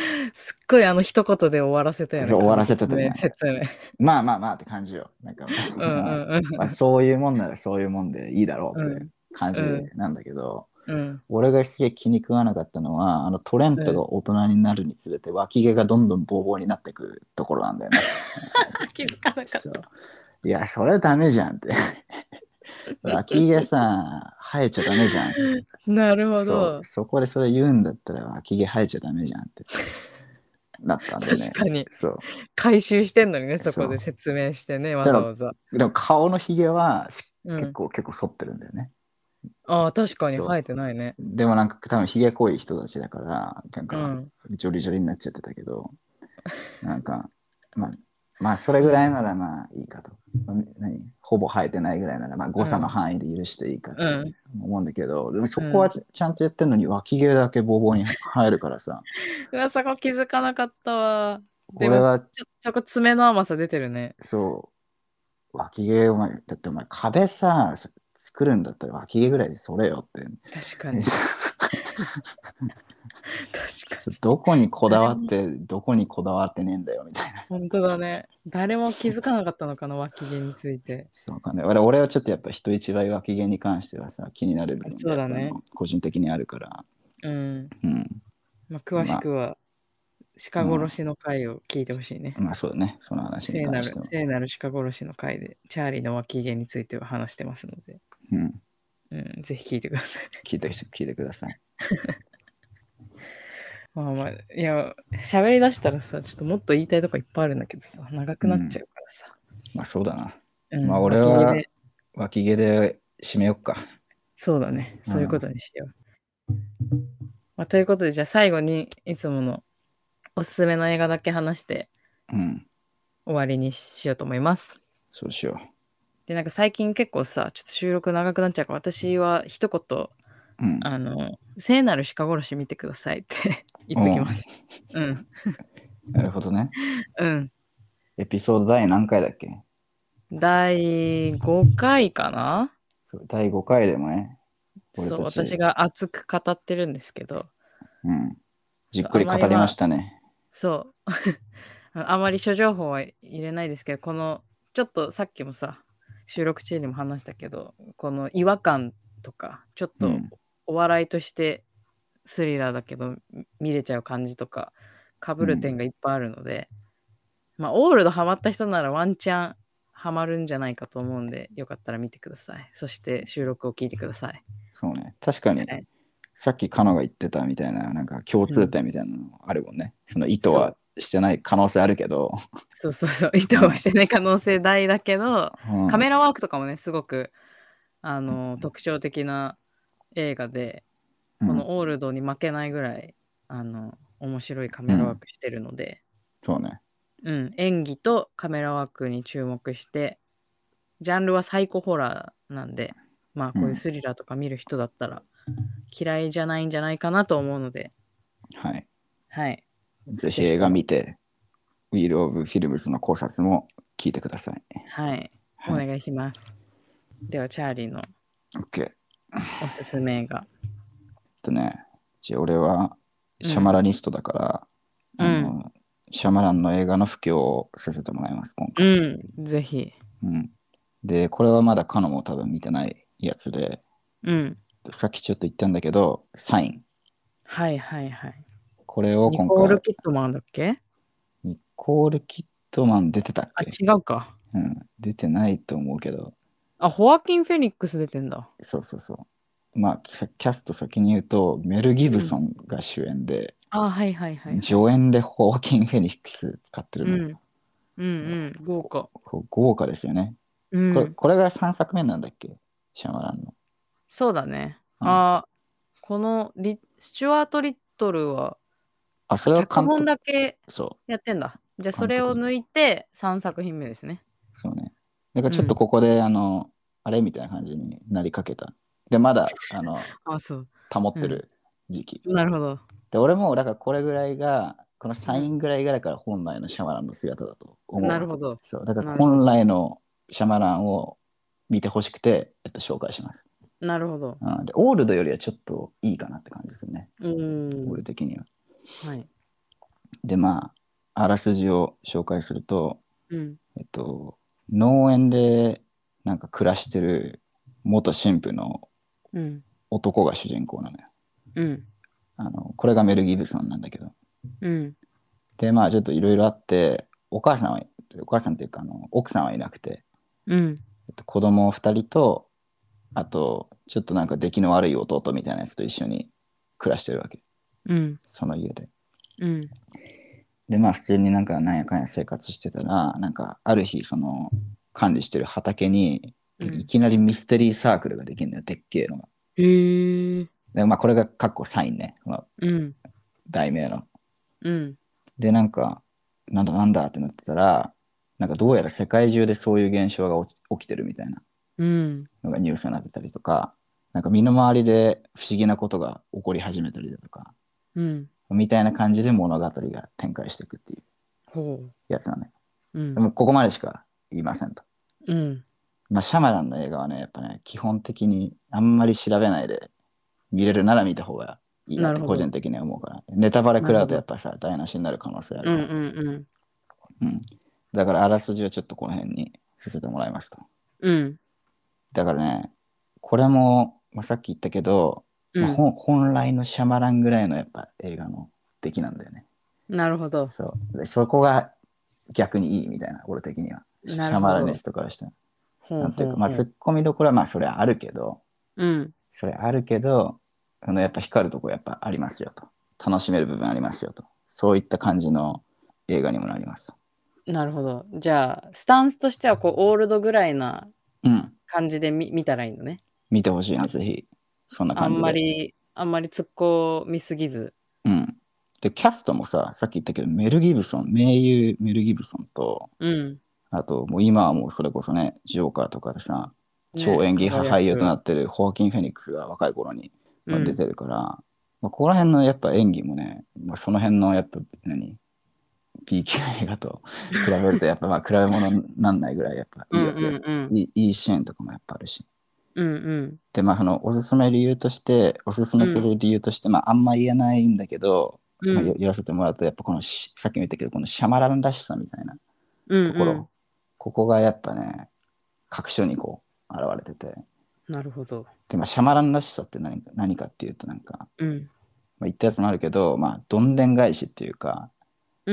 すっごい一言で終わらせたよね、 終わらせてたじゃん。 説明。 まあまあまあって感じよ。なんか、 うんうんまあ、そういうもんならそういうもんでいいだろうってうん。 感じうん。 なんだけど、 うん。 俺がすげえ気に食わなかったのは、トレンうん。 トが大人になるにつれて脇毛がどんどんボーボーになっていくところなんだよね。 気づかなかっそう。 た。 いや、それダメじゃんって。脇毛さ、生えちゃダメじゃん。 なるほそう、 ど。 そこでそれ言うんだったら脇毛生えちゃダメじゃんってなったんでね。 確かに。 そ回収してんのにね、 う、 そこでそう。 説明してね、わでも、 ざわざ。 でも顔のひげはうん。 結構剃ってるんだよね。 ああ、確かに生そえてないね。 う。でもなんか多分ひげ濃い人たちだから、なんかうん。 ジョリジョリになっちゃってたけど、なんか、まあ、まあそれぐらいうん。 ならまあいいかと。ほぼ生えてないぐらいならまあ誤差のうん。 範囲で許していいかってうん。 思うんだけど、でもそうん。 こはちゃんとやってるのに脇毛だけボーボーに生えるからさ、 うわ、そこ気づかなかったわ。でも、 これはちょっとそこ爪の甘さ出てるね。 そう、脇毛お前、だってお前壁さ、作るんだったら脇毛ぐらいでそれよって。 確かに。確かに。 どこにこだ誰も、 わって、どこにこだわってねえんだよみたいな。 本当だね。誰も気づかなかったのかな、脇毛について。 そうかね。俺はちょっとやっぱ人一倍脇毛に関してはさ、気になる部分がやっぱそうだね。 個人的にあるから。 うん。 うん。 まあ、詳しまくは、鹿殺しの回を聞いてほしいね。 まあそうだね。その話に関しても。 聖なる鹿殺しの回で、チャーリーの脇毛については話してますので、 うん。 うん、ぜひ聞いてください。 聞いてください。 まあまあ、いや、喋り出したらさ、ちょっともっと言いたいとこいっぱいあるんだけどさ、長くなっちゃうん。 うからさ。 まあそうだな。まあうん、 俺は脇毛で、 脇毛で締めよっか。 そうだね。そういうこうん。 とにしよう。まあ、ということで、じゃあ最後にいつものおすすめの映画だけ話してうん。 終わりにしようと思います。 そうしよで、なんか最近結構さ、ちょっと収録長くなっちゃうから、私は一言、 う。うん。 聖なる鹿殺し見てくださいって言っときうん。 ます。うん。 なるほどね。 うん。 エピソード第何回だっけ？ 第5回かな。 そう第5回でもね、俺そう、 たち、 私が熱く語ってるんですけど、 うん。じっそうあくり語りままりまあ、 したね。 そう、あまり諸情報は入れないですけど、この、ちょっとさっきもさ、収録中にも話したけど、この違和感とか、ちょっとうん。 お笑いとしてスリラーだけど見れちゃう感じとか、被うん。 る点がいっぱいあるので、まあ、オールドハマった人ならワンチャンハマるんじゃないかと思うんで、よかったら見てください。そして収録を聞いてください。 そうね。確かに、 はい。 さっきカノが言ってたみたいな、なんか共通うん。 点みたいなのあるもんね。その意図はそう。 してない可能性あるけど、 そうそうそう。意図うん。 はしてない可能性大だけど、 うん。 カメラワークとかもね、すごく、特徴的な映画で、 うん。 このオールドに負けないぐらい、面白いカメラワーうん。 クしてるので、 そうね。 うん、演技とカメラワークに注目して、ジャンルはサイコホラーなんで、まあこういううん。 スリラーとか見る人だったら嫌いじゃないんじゃないかなと思うので、 はい。 はい。 ぜひ映ぜひとも、 画見て、ウィール・オブ・フィルムズの考察も聞いてください。 はい。おはい。 願いします。では、チャーリーの OK。 おすすめ映画。 ね、俺はうん。 シャマラニストだから、 うん。 シャマランの映画の布教をさせてもらいます、今回。 うん。ぜひ。 うん。で、これはまだカノも多分見てないやつで、 うん。 さっきちょっと言ったんだけど、サイン。 はいはいはい。 これをニコール・今回、 キットマンだっけ？ ニコール・キットマン出てたっあ、 け？ 違うか。 うん、出てないと思うけど、 あ、ホアキン・フェニックス出てんだ。 そうそうそう。まあ、キャスト先に言うと、メル・ギブうん。 ソンが主演で、 あ、はいはいはいはい。 助演でホーキン・フェニックス使ってるのよ。 うん。うんうん。豪華。 豪華ですよね。これ、 うん。 これが3作目なんだっけ？シャマランの。 そうだね。 うん。 このスチュワート・リットルは、 あ、それは脚本監督、 だけそやってんだ。じゃあ、 う、監督。 それを抜いて3作品目ですね。 そうね。だからちょっとうん。 ここで、あれみたいな感じになりかけた。で、まだ、 あ、そう。うん。 保ってる時期。 なるほど。 で、俺も、だからこれぐらいが、このサイうん。 ンぐらいから本来のシャマランの姿だと思うわけ。 なるほど。 そう。だから本なるほど。 来のシャマランを見てほしくて、紹介します。 なるほど。 うん、で、オールドよりはちょっといいかなって感じですね。 うーん。 俺的には。 はい。 で、まあ、あらすじを紹介すると、 うん。 農園でなんか暮らしてる元神父のうん。 男が主人公なのよ。 うん。 これがメル・ギブソンなんだけど。 うん。 で、まあ、ちょっといろいろあって、お母さんっていうか、奥さんはいなくて、 うん。 子供2人と、あと、ちょっとなんか出来の悪い弟みたいなやつと一緒に暮らしてるわけ。 うん。 その家で。 うん。 で、まあ、普通になんかなんやかんや生活してたら、なんか、ある日、その、管理してる畑に、 うん。 いきなりミステリーサークルができるんだよ、でっけえのが。 へえ。 で、まあ、これが、かっこサインね。まあ、 うん。 題名の。 うん。 で、なんか、なんだなんだってなってたら、なんかどうやら世界中でそういう現象が起きてるみたいなうん。 のがニュースになってたりとか、なんか身の回りで不思議なことが起こり始めたりだとか、 うん。 みたいな感じで物語が展開していくっていうほやつなのよ。 う。うん。 でもここまでしか言いませんと。 うん。 まあ、シャマランの映画はね、やっぱね、基本的にあんまり調べないで見れるなら見た方がいいなってなるほど。 個人的には思うから、ネタバレ食らうとやっなるほど。 ぱさ、台無しになる可能性あるうん。 からさ。 うん。うん。 うん。だからあらすじはちょっとこの辺にさせてもらいますと。 うん。 だからね、これも、まあ、さっき言ったけど、まあ、 うん。 本来のシャマランぐらいのやっぱ映画の出来なんだよね。 なるほど。 そう。で、そこが逆にいいみたいな、俺的には。シャマラニなるほど。 ストからしたら。 ほうなんていうか、まあ、 ほうほう。 ツッコミどころはまあ、それはあるけど、 うん。 それあるけど、やっぱ光るとこやっぱありますよと。楽しめる部分ありますよと。そういった感じの映画にもなりますと。 なるほど。じゃあ、スタンスとしては、こう、オールドぐらいなうん。 感じで見たらいいのね。 見てほしいな、ぜひ。そんなあん感じで。 まり、あんまり突っ込みすぎず。 うん。で、キャストもさ、さっき言ったけど、メル・ギブソン、名優メル・ギブソンと、 うん。 あと、もう今はもうそれこそね、ジョーカーとかでさ、超ね、 演技派俳優とな輝く。 ってるホアキン・フェニックスが若い頃に、 うん。 出てるから、まあ、ここら辺のやっぱ演技もね、まあ、その辺のやっぱB 級映画と比べるとやっぱまあ比べ物になんないぐらいやっぱうんいいわけよ。 うんうん。 いいシーンとかもやっぱあるし。 うんうん。 で、まあおすすめすうん。 る理由として、まああんま言えないんだけど、まあ、 うん。 言わせてもらうと、やっぱこのさっきも言ったけど、このシャマランらしさみたいなうんうん。 ところ、ここがやっぱね、各所にこう現れてて。 なるほど。 で、まあシャマランらしさって何かっていうとなんか、 うん。 まあ、言ったやつもあるけど、まあどんでん返しっていうか、 うん。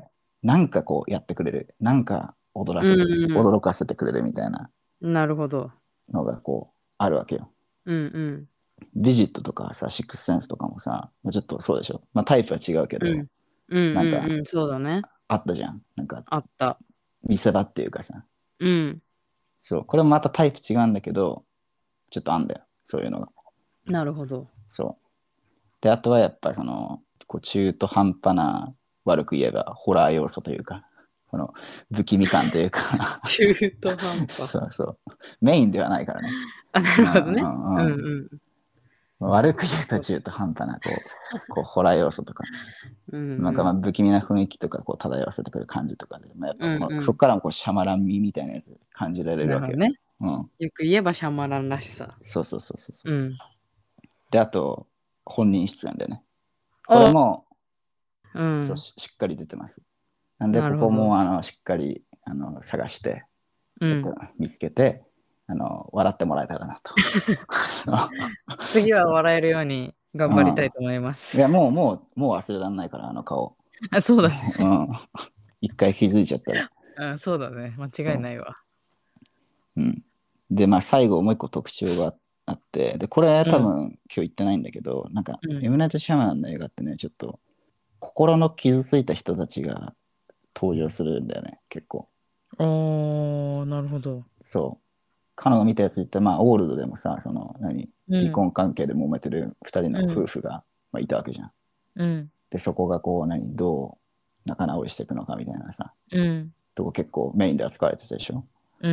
この、なんかこうやってくれる、なんかうん驚かせてくれるみたいなうん。なるほど。 のがこう、あるわけよ。 うんうん。 ビジットとかさ、シックスセンスとかもさ、まあ、ちょっとそうでしょ。まあタイプは違うけど、 うん。うんなんかうんうん。そうだね。 あったじゃん。なんかあった。 見せ場っていうかさ。 うん。 そう、これもまたタイプ違うんだけど、ちょっとあんだよ。そういうのが。 なるほど。 そう。で、あとはやっぱその、こう中途半端な、悪く言えばホラー要素というか、この不気味感というか中途半端。 そうそう。メインではないからね。 あ、なうんるほどね。 うんうん。 うんうん。 悪く言うと中途半端な、こうホラー要素とか、 うんなんかまあうん。 不気味な雰囲気とかこう漂わせてくる感じとかで、まあ、やっぱうんうん。 そこからもこうシャマラン味みたいなやつ感じられるわけよ。 なるほどね。 うん。 よく言えばシャマランらしさ。 そうそうそうそう。 うん。 で、あと、本人出演でね。これお、 も、そううん。 しっかり出てます。なんで、ここなるほど。 もしっかり探して、 うん。 見つけて、笑ってもらえたらなと。 次は笑えるように頑張りたいうん。 と思います。 いや、もう忘れられないから、あの顔。 あ、そうだね。 うん。一回気づいちゃったら。 うん、そうだね。間違いそないわ。 う。うん。で、まあ、最後、もう一個特徴があって、で、これうん。 多分今日言ってないんだけど、なんか、 うん。 エムナイト・シャマランの映画ってね、ちょっと、心の傷ついた人たちが登場するんだよね、結構。 おー、なるほど。 そう。彼が見たやつ言ったら、まあ、オールドでもさ、その、離うん。 婚関係で揉めてる二人のうん。 夫婦が、まあ、いたわけじゃん。 うん。 で、そこがこう、どう仲直りしていくのかみたいなさ、 うん。 とこ結構メインで扱われてたでしょ。 うん。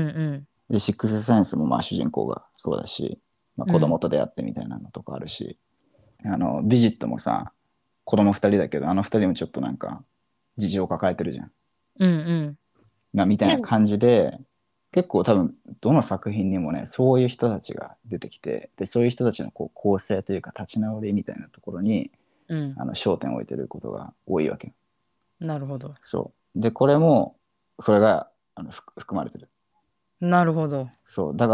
で、シックスセンスもまあ主人公がそうだし、まあ、 うん。 子供と出会ってみたいなのとかあるし、ビジットもさ、子供二人だけど、あの二人もちょっとなんか、事情を抱えてるじゃん。 うん。 まあ、みたいうん。 な感じで、結構多分、どの作品にもね、そういう人たちが出てきて、で、そういう人たちのこう構成というか、立ち直りみたいなところに、 うん。 焦点を置いてることが多いわけ。 なるほど。 そう。で、これも、それが含まれてる。 なるほど。 そう。だから、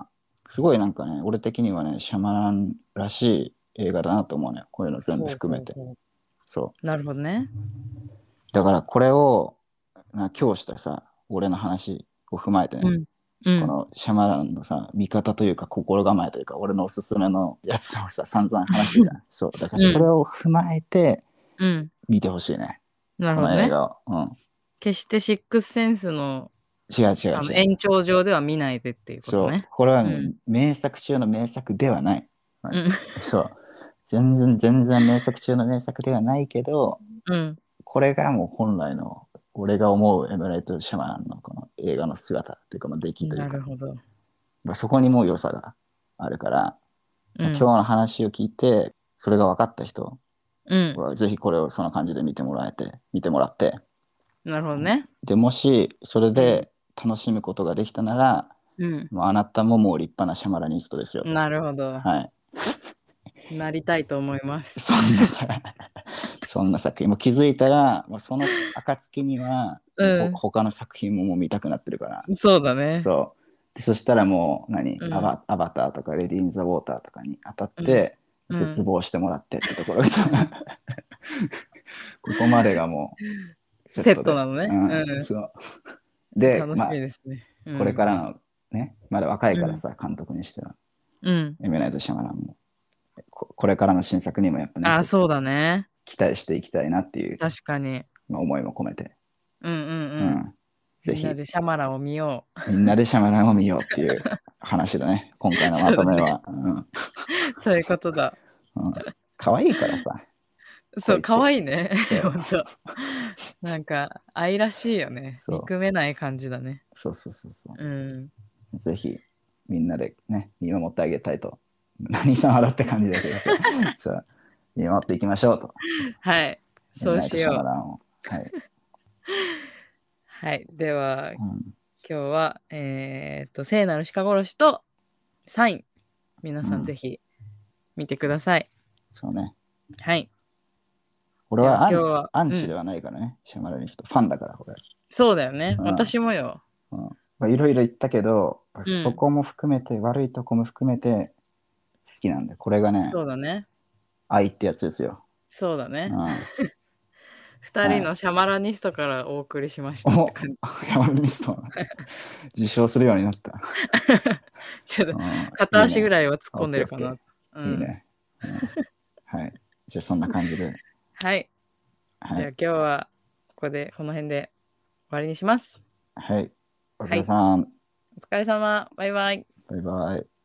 すごいなんかね、俺的にはね、シャマランらしい映画だなと思うね。こういうの全部ほう含めて。 ほうほそう。なるほどね。 う。だからこれを、今日したさ、俺の話を踏まえてね、 うん。うん。 このシャマランのさ、見方というか心構えというか、俺のおすすめのやつをさ、散々話したじゃん。そう。だからそれうん。 を踏まえてうん。 見てほしいね。こなるほどね。 の映画を。うん。 決してシックスセンスの、 違う違う違う。 延長上では見ないでっていうことそう。 ね。 これはね、 うん。 名作中の名作ではない。はい、 うん。 そう。全然名作中の名作ではないけど、 うん。 これがもう本来の、俺が思うエムライト・シャマランのこの映画の姿っていうか、まあ、出来というか、 なるほど。 まあ、そこにもう良さがあるから、まあ、今うん。 日の話を聞いて、それが分かった人うん。 は、ぜひこれをその感じで見てもらって、 なるほどね。 で、もし、それうん。 で楽しむことができたなら、 うん。 もうあなたももう立派なシャマラニストですよと。 なるほど。 はい。 なりたいと思います。 そんなさ、そんな作品、もう気づいたら、もうその暁には、もうう他の作品ももう見たくなってるから、 ん。そうだね。 そう。でそしたらもううん。 アバターとかレディー・イン・ザ・ウォーターとかに当たっうん。 て、 うん。 絶望してもらってってところがここまでがもうセッセットで。 トなのね。 うん、 うそう。で、 楽しみですね。うこれん。 からのね、まだ若いうん。 からさ、監督にしては、 うん。 エメライト・シャマランも、これからの新作にもやっぱね、 あ、そうだね。 期待していきたいなっていう、 確かに。 まあ、思いも込めて、 うんうんうん。 うん、ぜみんなひ、 でシャマラを見よう。 みんなでシャマランを見ようっていう話だね。今回のまそうだね。 とめは。うん、 そういうことだ。 うん。可愛いからさ、こそう、かいつ。 わいいね。 そう、 ほんと。なんか、愛らしいよね。 そう、 憎めない感じだね。 そうん。 う。ぜひ、みんなでね、見守ってあげたいと。何様だって感じだけどさ、そう、見守っていきましょうと。 はい。そうエムナイト・シャマしよランを。はい。 う。はい。では、 うん、 今日は、聖なる鹿殺しとサイン。皆さんぜうん、 ひ見てください。 そうね。 はい。 俺ではは今日は、うん。 アンチではないからね、シャマラニスト。ファンだから、これ。 そうだよね。 うん。 私もよ。 うん、まあ、いろいろ言ったけど、 うん。 そこも含めて、悪いとこも含めて好きなんで、これがね、 そうだね。 愛ってやつですよ。 そうだね。 うん。 二人はい。 のシャマラニストからお送りしましたってお、 感じ。 ヤマルミスト受賞するようになった。 ちょっとうん、 片足ぐいいね。 らいは突っオッ込んでるかな。 ケーオッケー。いいうん。 ね。うん、はい。じゃあそんな感じで。 はい。じゃあはい。 今日はこの辺で終わりにします。 はい。お疲はい。 れさん。 お疲れ様。バイバイ。 バイバイ。